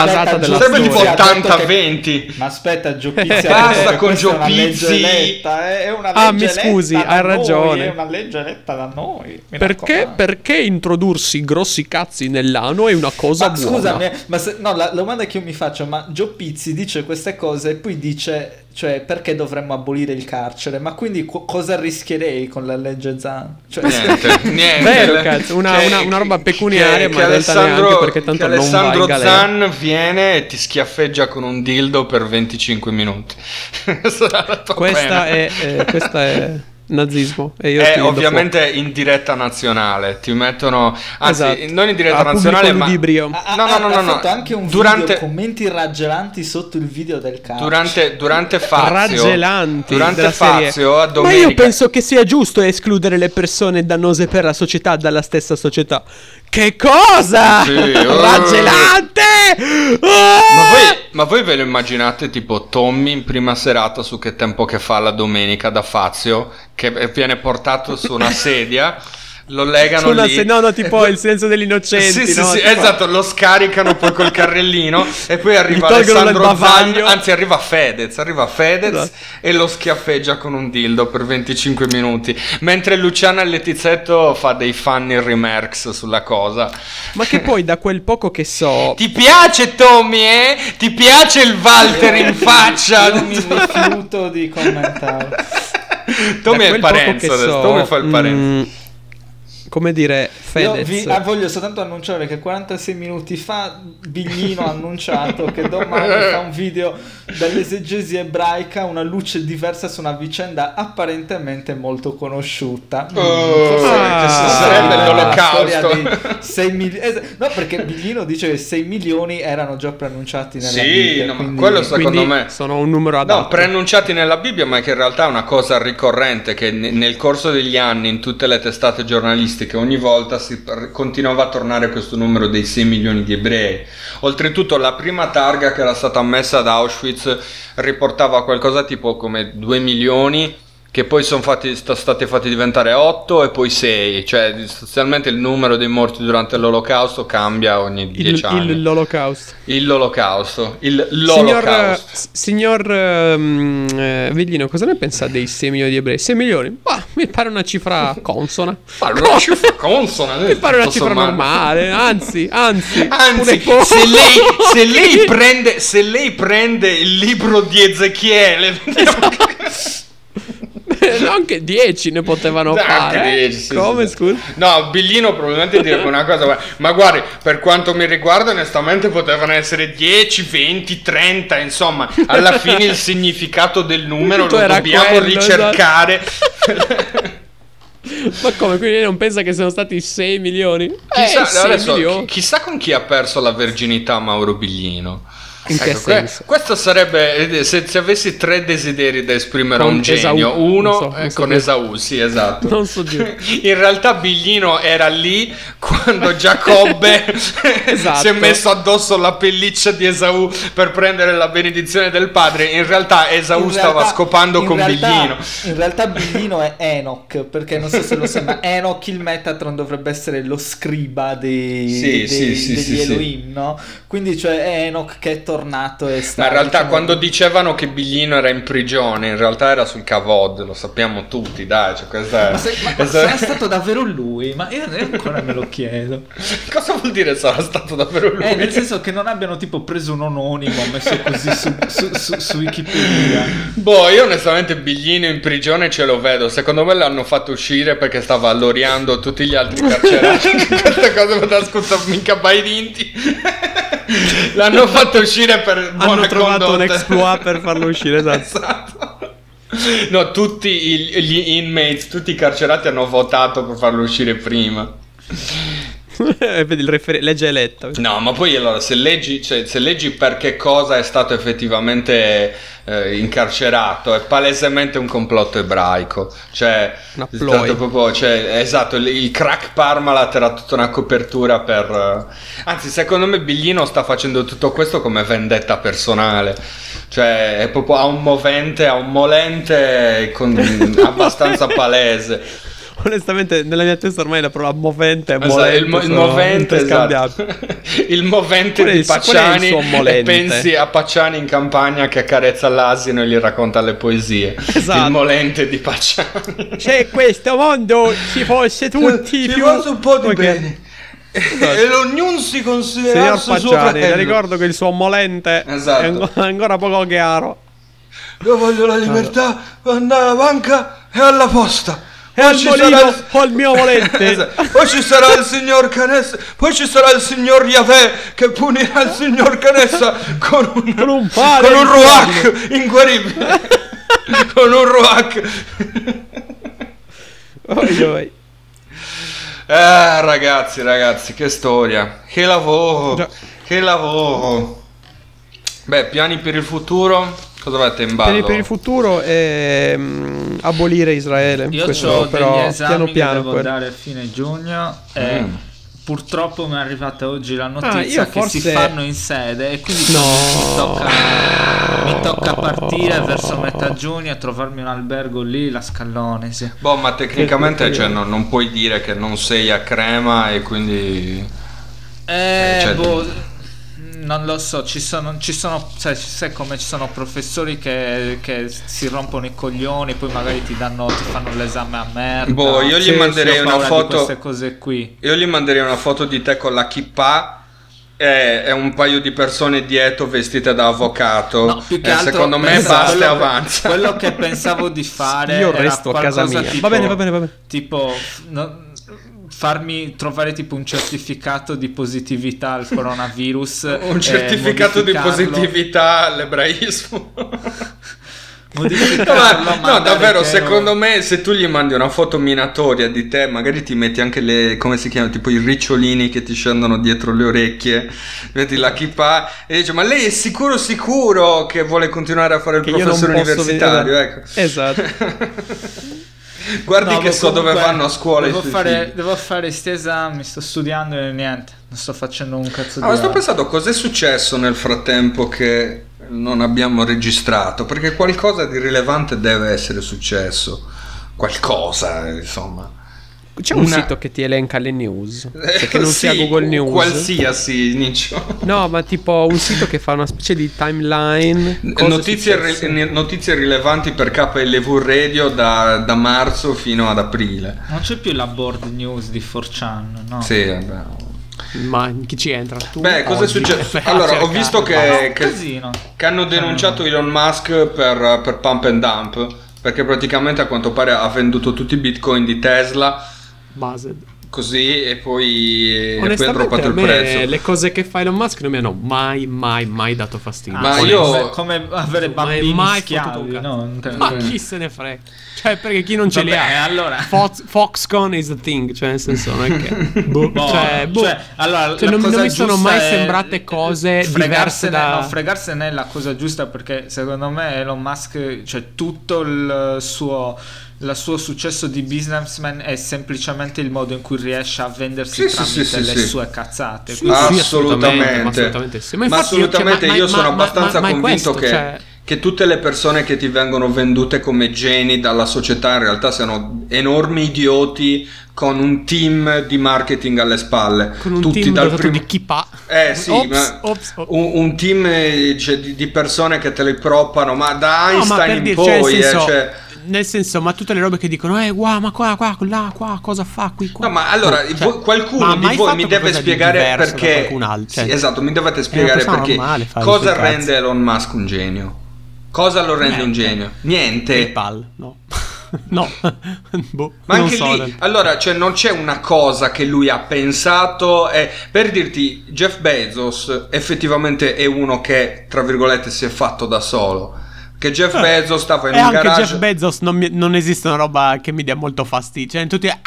80-20. Ma aspetta, Gio Pizzi, basta con Gio Pizzi. È una legge mi scusi, hai ragione. È una legge eletta da noi. Perché introdursi grossi cazzi nell'ano è una cosa buona? Scusami, la domanda che io mi faccio, ma Gio Pizzi dice queste cose e poi dice, cioè, perché dovremmo abolire il carcere? Ma quindi cosa rischierei con la legge Zan? Niente. Vero, cazzo, una roba pecuniaria, ma in realtà neanche, perché tanto non va in galera. Zan viene e ti schiaffeggia con un dildo per 25 minuti. Questa è nazismo, e io ovviamente in diretta nazionale ti mettono, anzi non in diretta nazionale, ma no, ha fatto anche un video, commenti raggelanti sotto il video del calcio durante Fazio, a domenica. Ma io penso che sia giusto escludere le persone dannose per la società dalla stessa società. Che cosa? Raggelante! Ma voi ve lo immaginate tipo Tommy in prima serata su Che tempo che fa la domenica da Fazio, che viene portato su una sedia, lo legano lì, tipo Il silenzio degli innocenti, sì, esatto, lo scaricano poi col carrellino e poi arriva Alessandro Zan, anzi arriva Fedez esatto, e lo schiaffeggia con un dildo per 25 minuti, mentre Luciana Letizzetto fa dei funny remarks sulla cosa. Ma che poi da quel poco che so, ti piace Tommy, ti piace il Walter in faccia? Io mi rifiuto di commentare. Tommy è il Parenzo, Tommy fa il Parenzo. Come dire, Fedez. Voglio soltanto annunciare che 46 minuti fa Biglino ha annunciato che domani fa un video dall'esegesi ebraica, una luce diversa su una vicenda apparentemente molto conosciuta. Sarebbe l'olocausto. No, perché Biglino dice che 6 milioni erano già preannunciati nella Bibbia. Ma quello secondo me sono un numero adatto. No, preannunciati nella Bibbia, ma che in realtà è una cosa ricorrente che nel corso degli anni in tutte le testate giornalistiche ogni volta si continuava a tornare questo numero dei 6 milioni di ebrei. Oltretutto la prima targa che era stata ammessa ad Auschwitz riportava qualcosa tipo come 2 milioni, che poi sono stati fatti diventare 8 e poi 6, cioè sostanzialmente il numero dei morti durante l'olocausto cambia ogni 10 anni. L'olocausto. Signor Viglino, cosa ne pensa dei 6 milioni di ebrei? 6 milioni? Mi pare una cifra consona. Una cifra consona? Mi pare una cifra normale, anzi se lei prende il libro di Ezechiele, anche 10 ne potevano fare. 10, come scusa? No, Biglino probabilmente direbbe una cosa, ma guardi, per quanto mi riguarda onestamente potevano essere 10, 20, 30, insomma, alla fine il significato del numero lo dobbiamo ricercare. Ma come? Quindi non pensa che siano stati 6 milioni? Chissà con chi ha perso la verginità Mauro Biglino. In che senso? Questo sarebbe, se avessi 3 desideri da esprimere a un genio, Esaù. Con Esaù, sì, esatto. Non so dire. In realtà Biglino era lì quando Giacobbe si è messo addosso la pelliccia di Esaù per prendere la benedizione del padre. In realtà Esaù stava scopando con Biglino. In realtà Biglino è Enoch, perché non so se lo sa, ma Enoch il Metatron dovrebbe essere lo scriba degli Elohim, no? Quindi cioè è Enoch che è tornato e sta... Ma in realtà quando dicevano che Biglino era in prigione, in realtà era sul Kavod, lo sappiamo tutti, dai, cioè questa è... Ma sarà stato davvero lui? Ma io ancora me lo chiedo. Cosa vuol dire sarà stato davvero lui? Nel senso che non abbiano tipo preso un anonimo, messo così su Wikipedia. Boh, io onestamente Biglino in prigione ce lo vedo. Secondo me l'hanno fatto uscire perché stava alloriando tutti gli altri carcerati. Questa cosa mi dà scusa mica Bairinti. L'hanno fatto uscire per buona hanno trovato condotta. un exploit per farlo uscire, esatto. No, tutti gli inmates, tutti i carcerati hanno votato per farlo uscire prima. Vedi legge eletta. No, ma poi allora se leggi per che cosa è stato effettivamente incarcerato, è palesemente un complotto ebraico. Cioè, è stato proprio, esatto, il crack Parmalat era tutta una copertura per... Anzi, secondo me Biglino sta facendo tutto questo come vendetta personale. Cioè, è proprio ha un molente abbastanza palese. Onestamente nella mia testa ormai la parola movente è il movente, esatto. Il movente di Pacciani, e pensi a Pacciani in campagna che accarezza l'asino e gli racconta le poesie. Esatto. Il molente di Pacciani. Se questo mondo ci fosse tutti ci fosse un po' di bene e ognuno si considerasse signor Pacciani, le ricordo che il suo molente è ancora poco chiaro. Io voglio la libertà per andare alla banca e alla posta. E al molino ho il mio volente. Esatto. Poi ci sarà il signor Canessa. Poi ci sarà il signor Yahweh che punirà il signor Canessa con un ruach inguaribile. Con un ruach. Ragazzi, che storia. Che lavoro. Beh, piani per il futuro? Cosa avete in ballo? Per il futuro è abolire Israele. Io ho degli esami che devo dare a fine giugno e purtroppo mi è arrivata oggi la notizia che si fanno in sede e quindi mi tocca partire verso metà giugno e trovarmi un albergo lì, la Scallonesi. Boh, ma tecnicamente non puoi dire che non sei a Crema e quindi... Non lo so, ci sono sai come ci sono professori che si rompono i coglioni, poi magari ti fanno l'esame a merda. Boh, io gli manderei una foto di queste cose qui. Io gli manderei una foto di te con la kippah e un paio di persone dietro vestite da avvocato. No, più che altro, secondo me basta e avanza. Quello che pensavo di fare io resto a casa mia. Tipo, va bene. Tipo farmi trovare tipo un certificato di positività al coronavirus. Un certificato di positività all'ebraismo. No, davvero, secondo me se tu gli mandi una foto minatoria di te, magari ti metti anche le, come si chiamano, tipo i ricciolini che ti scendono dietro le orecchie, vedi la kippah e dici: ma lei è sicuro che vuole continuare a fare il professore universitario, ecco. Esatto. Guardi che so dove vanno a scuola. Devo fare sti esami, sto studiando e niente, non sto facendo un cazzo di... sto pensando cos'è successo nel frattempo che non abbiamo registrato, perché qualcosa di rilevante deve essere successo. Qualcosa, insomma. C'è un sito che ti elenca le news, che non sia Google News. Qualsiasi, Niccio. No, ma tipo un sito che fa una specie di timeline. Notizie rilevanti per KLV Radio da marzo fino ad aprile. Non c'è più la board news di 4chan, no? Sì, vabbè. Ma chi ci entra? Tu? Beh, cosa è successo? Allora, ho visto che hanno denunciato Elon Musk per pump and dump, perché praticamente a quanto pare ha venduto tutti i bitcoin di Tesla Based. Così e poi ha droppato il prezzo. Le cose che fa Elon Musk non mi hanno mai dato fastidio. Ma io come avere bambini schiavi, no? Ma chi se ne frega? Cioè, perché chi non ce li ha? Allora Foxconn is the thing, cioè nel senso non è che allora non mi sono mai sembrate cose diverse da... No, fregarsene è la cosa giusta, perché secondo me Elon Musk, cioè tutto il suo il suo successo di businessman è semplicemente il modo in cui riesce a vendersi tramite le sue cazzate. Assolutamente sì. Ma assolutamente io sono abbastanza convinto che tutte le persone che ti vengono vendute come geni dalla società in realtà siano enormi idioti con un team di marketing alle spalle, con un tutti team dotato di chipà. Un team di persone che te le proppano, ma da Einstein in poi nel senso, ma tutte le robe che dicono wow, ma qua, cosa fa qui qua? No, ma allora qualcuno di voi mi deve spiegare perché esatto, mi dovete spiegare perché cosa rende Elon Musk un genio. Cosa lo rende un genio? Niente. PayPal, no. No. Ma anche lì, allora, non c'è una cosa che lui ha pensato. Per dirti, Jeff Bezos effettivamente è uno che, tra virgolette, si è fatto da solo. Che Jeff Bezos stava in un garage. Anche Jeff Bezos non esiste una roba che mi dia molto fastidio. Cioè, tutti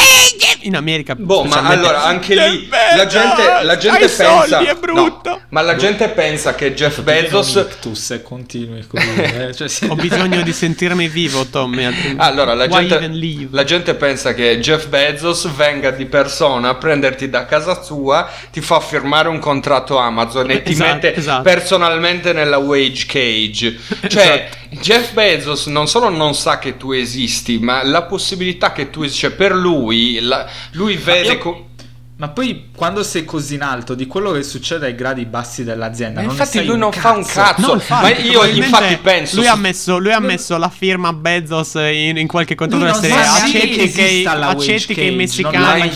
in America. Ma allora anche lì la gente pensa. È brutto. No, ma la gente pensa che Jeff Bezos. Se continui così. Ho bisogno di sentirmi vivo, Tommy. Allora la gente pensa che Jeff Bezos venga di persona a prenderti da casa sua, ti fa firmare un contratto Amazon e ti mette personalmente nella wage cage. Cioè, Jeff Bezos non solo non sa che tu esisti, ma la possibilità che tu esisti, per lui vede ma poi quando sei così in alto di quello che succede ai gradi bassi dell'azienda, infatti lui non fa un cazzo. Ma io infatti penso lui ha messo la firma Bezos in qualche contratto, accetti che i messicani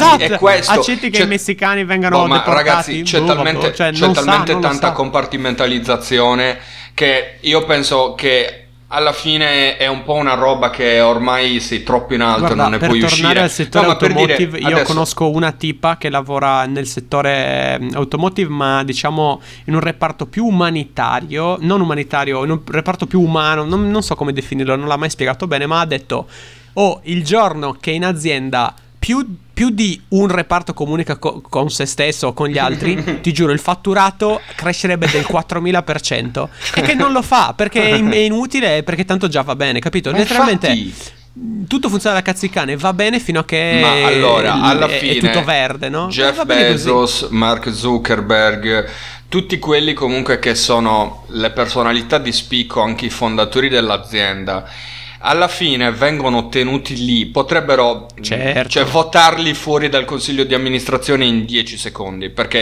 accetti che i messicani vengano deportati. Ragazzi, c'è talmente tanta compartimentalizzazione che io penso che alla fine è un po' una roba che ormai sei troppo in alto. Guarda, non ne puoi uscire. Per tornare al settore automotive, io conosco una tipa che lavora nel settore automotive, ma diciamo in un reparto più umanitario, non umanitario, in un reparto più umano, non so come definirlo, non l'ha mai spiegato bene, ma ha detto il giorno che in azienda più di un reparto comunica con se stesso o con gli altri, ti giuro, il fatturato crescerebbe del 4000%. E che non lo fa perché è inutile, perché tanto già va bene, capito? Letteralmente tutto funziona da cazzicane, va bene fino a che alla fine è tutto verde, no? Jeff Bezos, Mark Zuckerberg, tutti quelli comunque che sono le personalità di spicco, anche i fondatori dell'azienda, alla fine vengono tenuti lì, potrebbero votarli fuori dal consiglio di amministrazione in 10 secondi, perché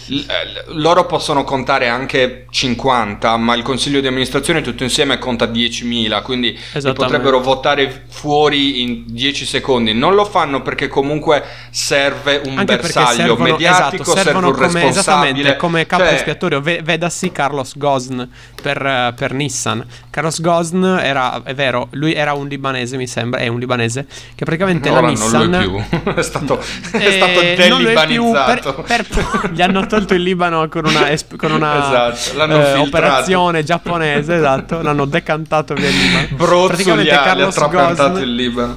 loro possono contare anche 50, ma il consiglio di amministrazione tutto insieme conta 10.000, quindi li potrebbero votare fuori in 10 secondi. Non lo fanno perché comunque serve un anche bersaglio mediatico, serve un responsabile. Esattamente, come capo espiatorio, vedasi Carlos Ghosn per Nissan. Carlos Ghosn è vero, lui era un libanese, mi sembra, è un libanese che praticamente la Nissan non lo è più. è stato delibanizzato. Gli hanno tolto il Libano con una operazione giapponese, l'hanno decantato via il Libano. Brozzo gli ha trapiantato il Libano.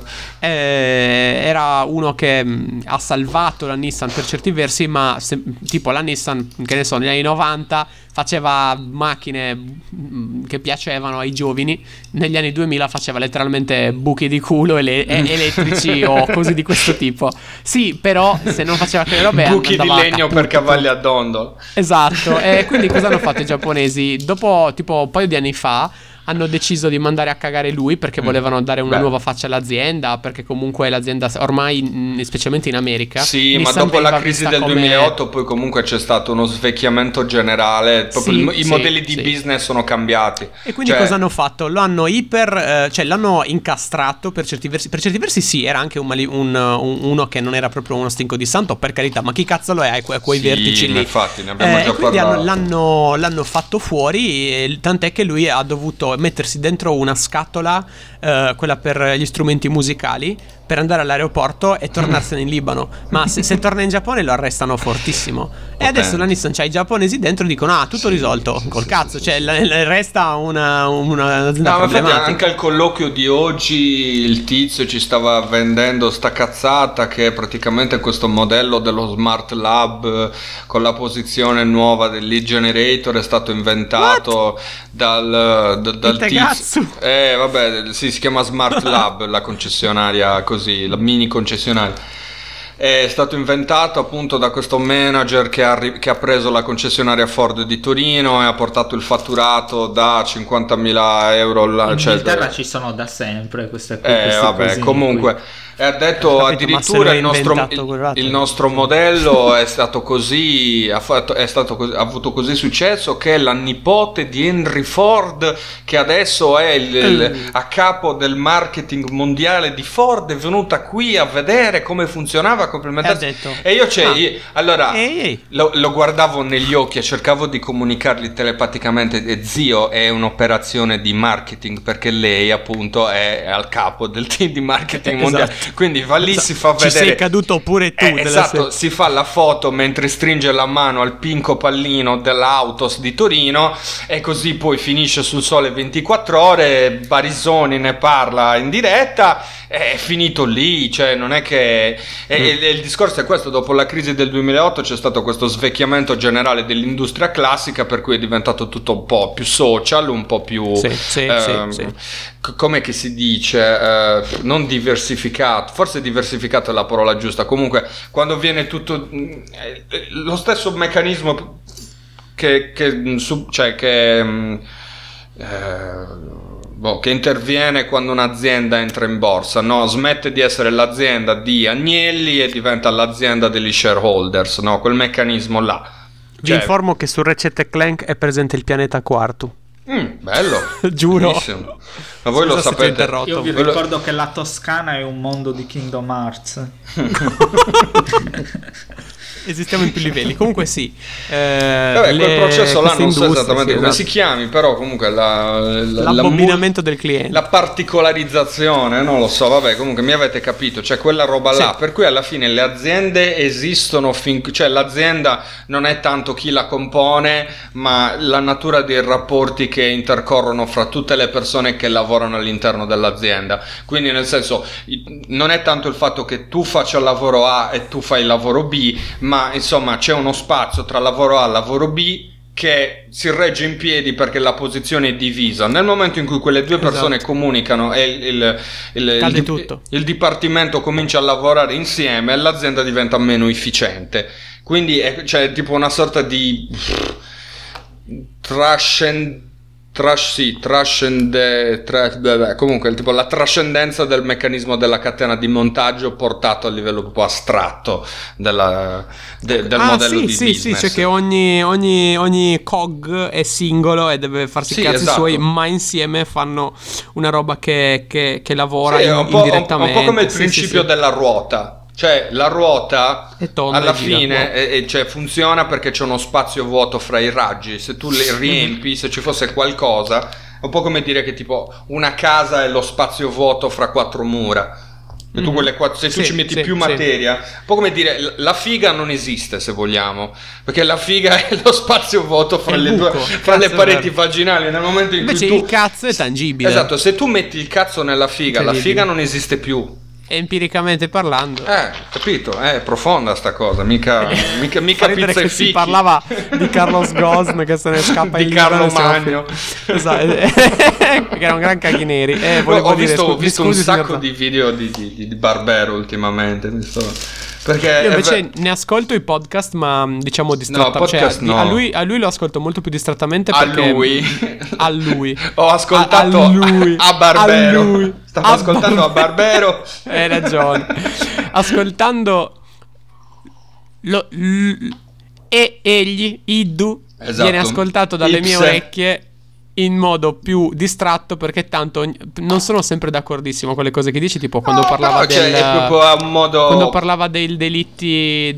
Era uno che ha salvato la Nissan per certi versi, ma tipo la Nissan, che ne so, negli anni 90 faceva macchine che piacevano ai giovani, negli anni 2000 faceva letteralmente buchi di culo elettrici o cose di questo tipo. Sì, però se non faceva quelle robe buchi di legno per cavalli a dondolo. Esatto. E quindi cosa hanno fatto i giapponesi? Dopo tipo un paio di anni fa hanno deciso di mandare a cagare lui perché volevano dare una nuova faccia all'azienda, perché comunque l'azienda ormai, specialmente in America, ma dopo la crisi del 2008 poi comunque c'è stato uno svecchiamento generale, proprio i modelli di business sono cambiati. E quindi cosa hanno fatto? Lo hanno l'hanno incastrato per certi versi sì, era anche uno che non era proprio uno stinco di santo, per carità, ma chi cazzo lo è a quei vertici lì? Infatti ne abbiamo già parlato. L'hanno fatto fuori, tant'è che lui ha dovuto mettersi dentro una scatola, quella per gli strumenti musicali, per andare all'aeroporto e tornarsene in Libano. Ma se torna in Giappone lo arrestano fortissimo. E adesso la Nissan c'ha i giapponesi dentro e dicono tutto risolto. Col cazzo, cioè resta un'azienda problematica. Anche al colloquio di oggi il tizio ci stava vendendo sta cazzata che è praticamente questo modello dello Smart Lab con la posizione nuova del lead generator è stato inventato dal tizio. Vabbè, sì, si chiama Smart Lab la concessionaria così, la mini concessionaria. È stato inventato appunto da questo manager che ha preso la concessionaria Ford di Torino e ha portato il fatturato da 50.000 euro in Inghilterra ci sono da sempre queste vabbè, comunque e ha detto addirittura il nostro modello è stato così ha avuto così successo che la nipote di Henry Ford, che adesso è a capo del marketing mondiale di Ford, è venuta qui a vedere come funzionava complementarsi. E io lo guardavo negli occhi e cercavo di comunicargli telepaticamente, e zio, è un'operazione di marketing perché lei appunto è al capo del team di marketing mondiale. Quindi va lì, si fa vedere. Ci sei caduto pure tu. Esatto, si fa la foto mentre stringe la mano al pinco pallino dell'Autos di Torino e così poi finisce sul Sole 24 Ore, Barisoni ne parla in diretta, è finito lì, cioè non è che... il discorso è questo: dopo la crisi del 2008 c'è stato questo svecchiamento generale dell'industria classica, per cui è diventato tutto un po' più social, un po' più... Com'è che si dice? Non diversificato, forse diversificato è la parola giusta. Comunque quando viene tutto lo stesso meccanismo che interviene quando un'azienda entra in borsa, no? Smette di essere l'azienda di Agnelli e diventa l'azienda degli shareholders, no? Quel meccanismo là. Vi informo che su Ratchet & Clank è presente il pianeta Quartu. Bello. Giuro. Bellissimo. Ma voi lo sapete? Io vi ricordo che la Toscana è un mondo di Kingdom Hearts. Esistiamo in più livelli. Comunque sì. Quel processo là non so esattamente come si chiami, però comunque l'abbobinamento del cliente, la particolarizzazione, non lo so, vabbè, comunque mi avete capito, cioè quella roba là, per cui alla fine le aziende esistono cioè l'azienda non è tanto chi la compone, ma la natura dei rapporti che intercorrono fra tutte le persone che lavorano all'interno dell'azienda. Quindi nel senso, non è tanto il fatto che tu faccia il lavoro A e tu fai il lavoro B, ma insomma c'è uno spazio tra lavoro A e lavoro B che si regge in piedi perché la posizione è divisa. Nel momento in cui quelle due persone comunicano e il dipartimento comincia a lavorare insieme, l'azienda diventa meno efficiente. Quindi c'è tipo una sorta di comunque tipo la trascendenza del meccanismo della catena di montaggio portato a livello un po' astratto del modello di business. Sì, cioè che ogni cog è singolo e deve farsi cazzi suoi, ma insieme fanno una roba che lavora indirettamente. Un po' come il principio della ruota. Cioè la ruota alla fine cioè, funziona perché c'è uno spazio vuoto fra i raggi. Se tu le riempi, se ci fosse qualcosa, è un po' come dire che tipo una casa è lo spazio vuoto fra quattro mura. E tu se tu ci metti più materia, un po' come dire la figa non esiste, se vogliamo, perché la figa è lo spazio vuoto fra le pareti vaginali. Nel momento in cui il cazzo è tangibile. Esatto, se tu metti il cazzo nella figa, la figa non esiste più. Empiricamente parlando, capito? È profonda sta cosa, mica pizza e fichi. Si parlava di Carlos Ghosn che se ne scappa di Carlo Magno, esatto, che era un gran caghineri. Ho visto un sacco di video di Barbero ultimamente. Perché io invece ne ascolto i podcast, ma diciamo distrattamente. A lui lo ascolto molto più distrattamente. Perché a lui ho ascoltato a Barbero. Stavo ascoltando a Barbero. Hai ragione. Ascoltando e egli, Iddu, viene ascoltato dalle mie orecchie in modo più distratto, perché tanto non sono sempre d'accordissimo con le cose che dici, tipo quando parlava è proprio a un modo... quando parlava dei delitti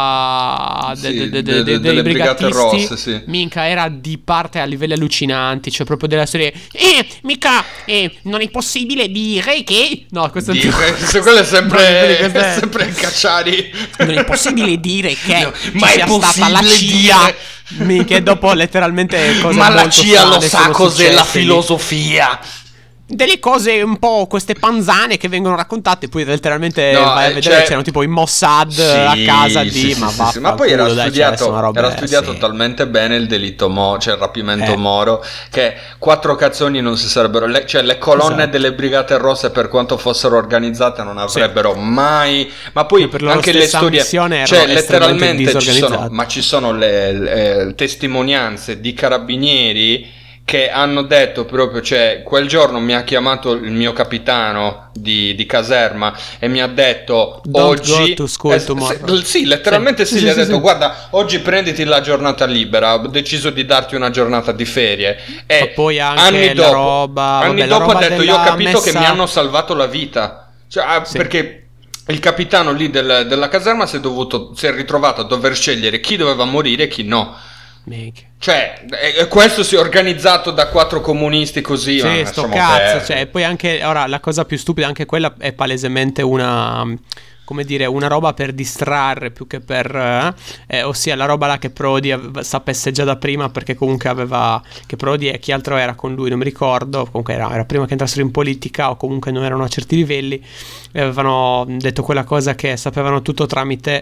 dei brigate rosse, sì. Minchia, era di parte a livelli allucinanti, cioè proprio della storia mica non è possibile dire che questo quello è sempre Cacciari. Non è possibile dire che ma sia stata la CIA che dopo letteralmente cose ma la CIA lo sa cos'è la filosofia, delle cose un po' queste panzane che vengono raccontate, poi letteralmente vai a vedere c'erano tipo i Mossad a casa ma poi era studiato talmente bene il delitto cioè il rapimento Moro, che 4 cazzoni non si sarebbero cioè le colonne delle brigate rosse, per quanto fossero organizzate, non avrebbero mai, ma poi anche le storie, cioè letteralmente ci sono le testimonianze di carabinieri che hanno detto proprio, cioè quel giorno mi ha chiamato il mio capitano di caserma e mi ha detto oggi letteralmente gli ha detto guarda, oggi prenditi la giornata libera, ho deciso di darti una giornata di ferie, e poi anche anni dopo ha detto io ho capito che mi hanno salvato la vita, cioè, perché il capitano lì della caserma si è ritrovato a dover scegliere chi doveva morire e chi no. Cioè, questo si è organizzato da 4 comunisti così. Sì, sto cazzo. Cioè, poi anche ora la cosa più stupida, anche quella è palesemente una roba per distrarre più che per ossia la roba là che Prodi sapesse già da prima, perché comunque che Prodi e chi altro era con lui, non mi ricordo, comunque era prima che entrassero in politica, o comunque non erano a certi livelli, avevano detto quella cosa che sapevano tutto tramite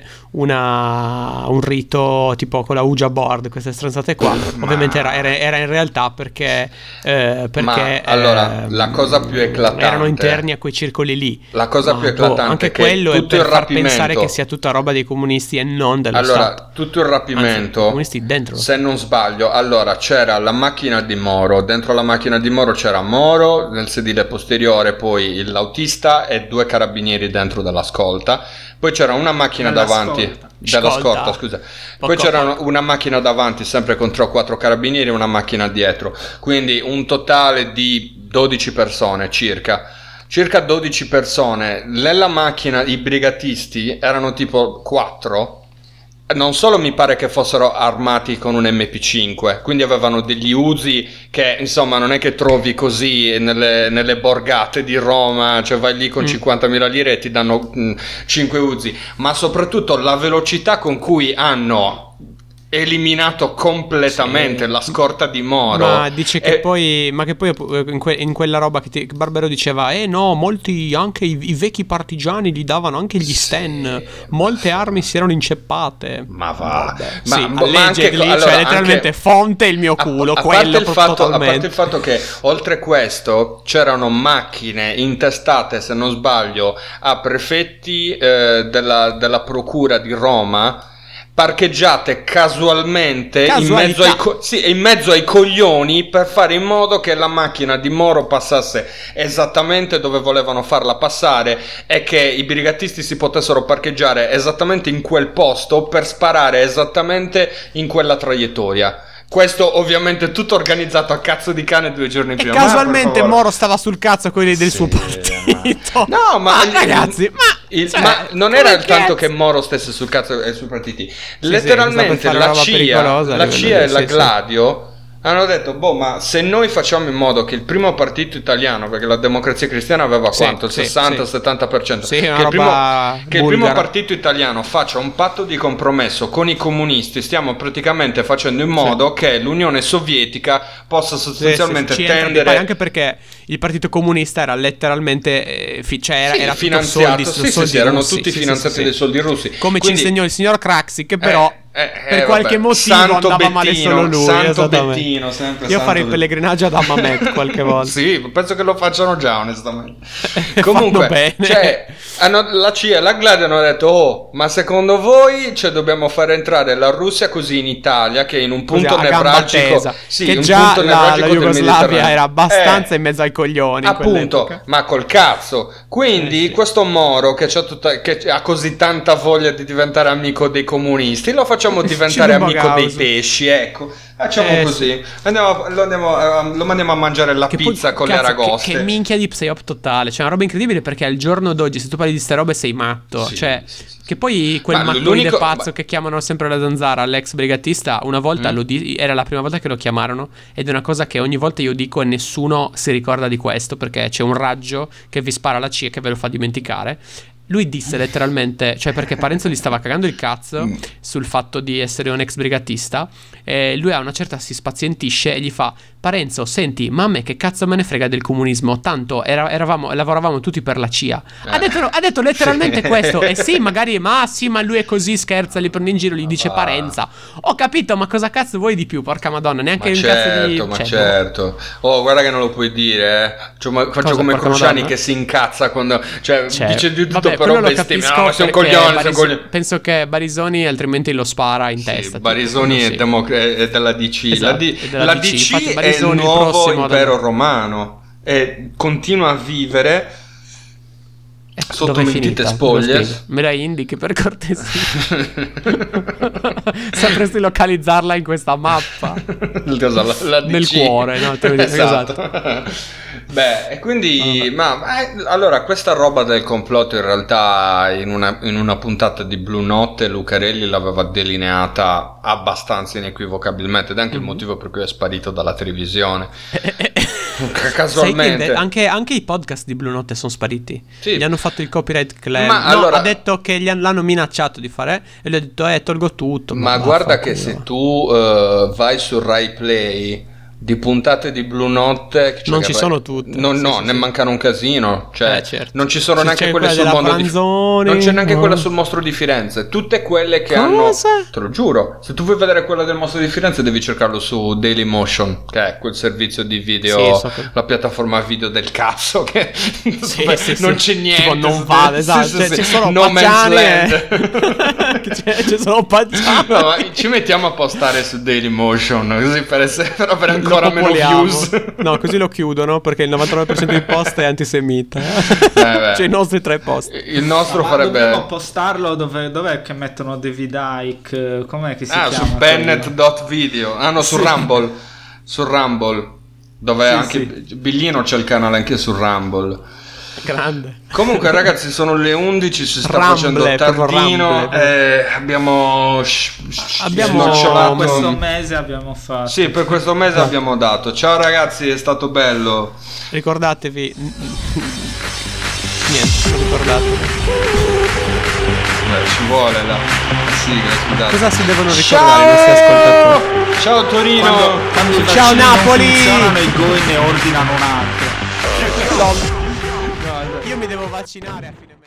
un rito tipo con la Ouija board, queste stronzate qua. Ovviamente era in realtà perché allora la cosa più eclatante, erano interni a quei circoli lì. La cosa più eclatante anche quello è per far pensare che sia tutta roba dei comunisti e non dello Stato. Tutto il rapimento, anzi, comunisti dentro. Se non sbaglio, allora c'era la macchina di Moro, dentro la macchina di Moro c'era Moro nel sedile posteriore, poi l'autista e 2 carabinieri dentro della scorta, poi c'era una macchina davanti della scorta, scusa. Poi c'era una macchina davanti sempre con 3 o 4 carabinieri e una macchina dietro, quindi un totale di 12 persone circa 12 persone. Nella macchina i brigatisti erano tipo 4. Non solo mi pare che fossero armati con un MP5, quindi avevano degli Uzi che insomma non è che trovi così nelle borgate di Roma, cioè vai lì con 50.000 lire e ti danno 5 Uzi, ma soprattutto la velocità con cui hanno eliminato completamente la scorta di Moro. Ma dice che poi in quella roba che Barbero diceva no, molti anche i vecchi partigiani gli davano anche gli Sten, molte armi si erano inceppate. Ma va, ma anche lì, cioè letteralmente fonte il mio culo, a parte il fatto che oltre questo c'erano macchine intestate, se non sbaglio, a prefetti della procura di Roma, parcheggiate casualmente in mezzo ai coglioni, per fare in modo che la macchina di Moro passasse esattamente dove volevano farla passare e che i brigatisti si potessero parcheggiare esattamente in quel posto per sparare esattamente in quella traiettoria. Questo ovviamente tutto organizzato a cazzo di cane 2 giorni prima. E casualmente Moro stava sul cazzo con quelli del suo partito. No, ma ragazzi, ma non era tanto che Moro stesse sul cazzo e sui partiti. Letteralmente la CIA e la Gladio hanno detto ma se noi facciamo in modo che il primo partito italiano, perché la Democrazia Cristiana aveva quanto? Il 60-70%, che il primo partito italiano faccia un patto di compromesso con i comunisti, stiamo praticamente facendo in modo che l'Unione Sovietica possa sostanzialmente tendere, anche perché il Partito Comunista era letteralmente era finanziato, soldi erano russi, tutti finanziati dai soldi russi, come ci insegnò il signor Craxi, che però per qualche motivo andava male solo lui. Santo Bettino, sempre. Io farei il pellegrinaggio ad Hammamet qualche volta. Sì, penso che lo facciano già, onestamente. Comunque, la CIA e la Gladio hanno detto ma secondo voi dobbiamo far entrare la Russia così in Italia, che è in un punto nevralgico, che già la Jugoslavia era abbastanza in mezzo ai coglioni, appunto, ma col cazzo. Quindi questo Moro che ha così tanta voglia di diventare amico dei comunisti, lo facciamo facciamo diventare amico dei pesci, ecco. Facciamo così. Lo mandiamo a mangiare la che pizza poi, con le aragoste. Che minchia di psyop totale. Cioè, una roba incredibile, perché al giorno d'oggi, se tu parli di ste robe, sei matto. Sì, cioè, che poi quel mattoide pazzo che chiamano sempre la zanzara, l'ex brigatista, una volta era la prima volta che lo chiamarono. Ed è una cosa che ogni volta io dico e nessuno si ricorda di questo, perché c'è un raggio che vi spara la CIA che ve lo fa dimenticare. Lui disse letteralmente, cioè, perché Parenzo gli stava cagando il cazzo sul fatto di essere un ex brigatista, e lui a una certa si spazientisce e gli fa: Parenzo, senti, ma a me che cazzo me ne frega del comunismo, tanto lavoravamo tutti per la CIA. Ha detto letteralmente questo. E sì, magari, ma lui è così, scherza, li prende in giro, gli dice Parenza. Ho capito, ma cosa cazzo vuoi di più, porca madonna, neanche un cazzo di... Ma certo. Oh, guarda che non lo puoi dire, Cioè, faccio come Cruciani che si incazza quando... Cioè, dice di tutto. Però bestemmia, no, sei un coglione, penso che Barisoni altrimenti lo spara in testa. Barisoni è della DC. Esatto, la DC è il nuovo impero romano e continua a vivere sotto mentite spoglie. Me la indichi per cortesia. Sapresti localizzarla in questa mappa. La DC. Nel cuore, no? Esatto. Beh, e quindi allora questa roba del complotto in realtà in una puntata di Blue Notte Lucarelli l'aveva delineata abbastanza inequivocabilmente, ed è anche il motivo per cui è sparito dalla televisione. Casualmente anche i podcast di Blue Notte sono spariti. Sì. Gli hanno fatto il copyright claim. Allora, ha detto che l'hanno minacciato di fare e gli ha detto tolgo tutto. Ma guarda che se tu vai su Rai Play di puntate di Blue Notte non ci sono tutte. Ne mancano un casino. Cioè, certo. non ci sono neanche quelle sul mondo non c'è neanche quella sul Mostro di Firenze. Tutte quelle che hanno. Te lo giuro. Se tu vuoi vedere quella del Mostro di Firenze, devi cercarlo su Dailymotion, che è quel servizio di video, la piattaforma video del cazzo. Che non c'è niente. Tipo, non vale, esatto. C'è solo No Man's Land. C'è solo Paggiani. No, ma ci mettiamo a postare su Dailymotion così per avere ancora meno views. No, così lo chiudono, perché il 99% dei post è antisemita. Cioè i nostri 3 post. Il nostro farebbe. Dobbiamo postarlo dov'è che mettono David Icke? Com'è che si chiama? Su Bennett.video. No, su Rumble. Su Rumble. Dove anche Biglino c'è il canale anche su Rumble. Grande. Comunque ragazzi, sono le 11, si sta facendo tardino. Abbiamo questo mese abbiamo fatto. Sì, per questo mese abbiamo dato. Ciao ragazzi, è stato bello. Ricordatevi niente, ricordatevi. Ci vuole la sigla, scusate. Cosa si devono ricordare i nostri ascoltatori? Ciao Torino. Quando ciao Napoli. Funzionano i goi ne ordinano un altro. Io mi devo vaccinare a fine mese.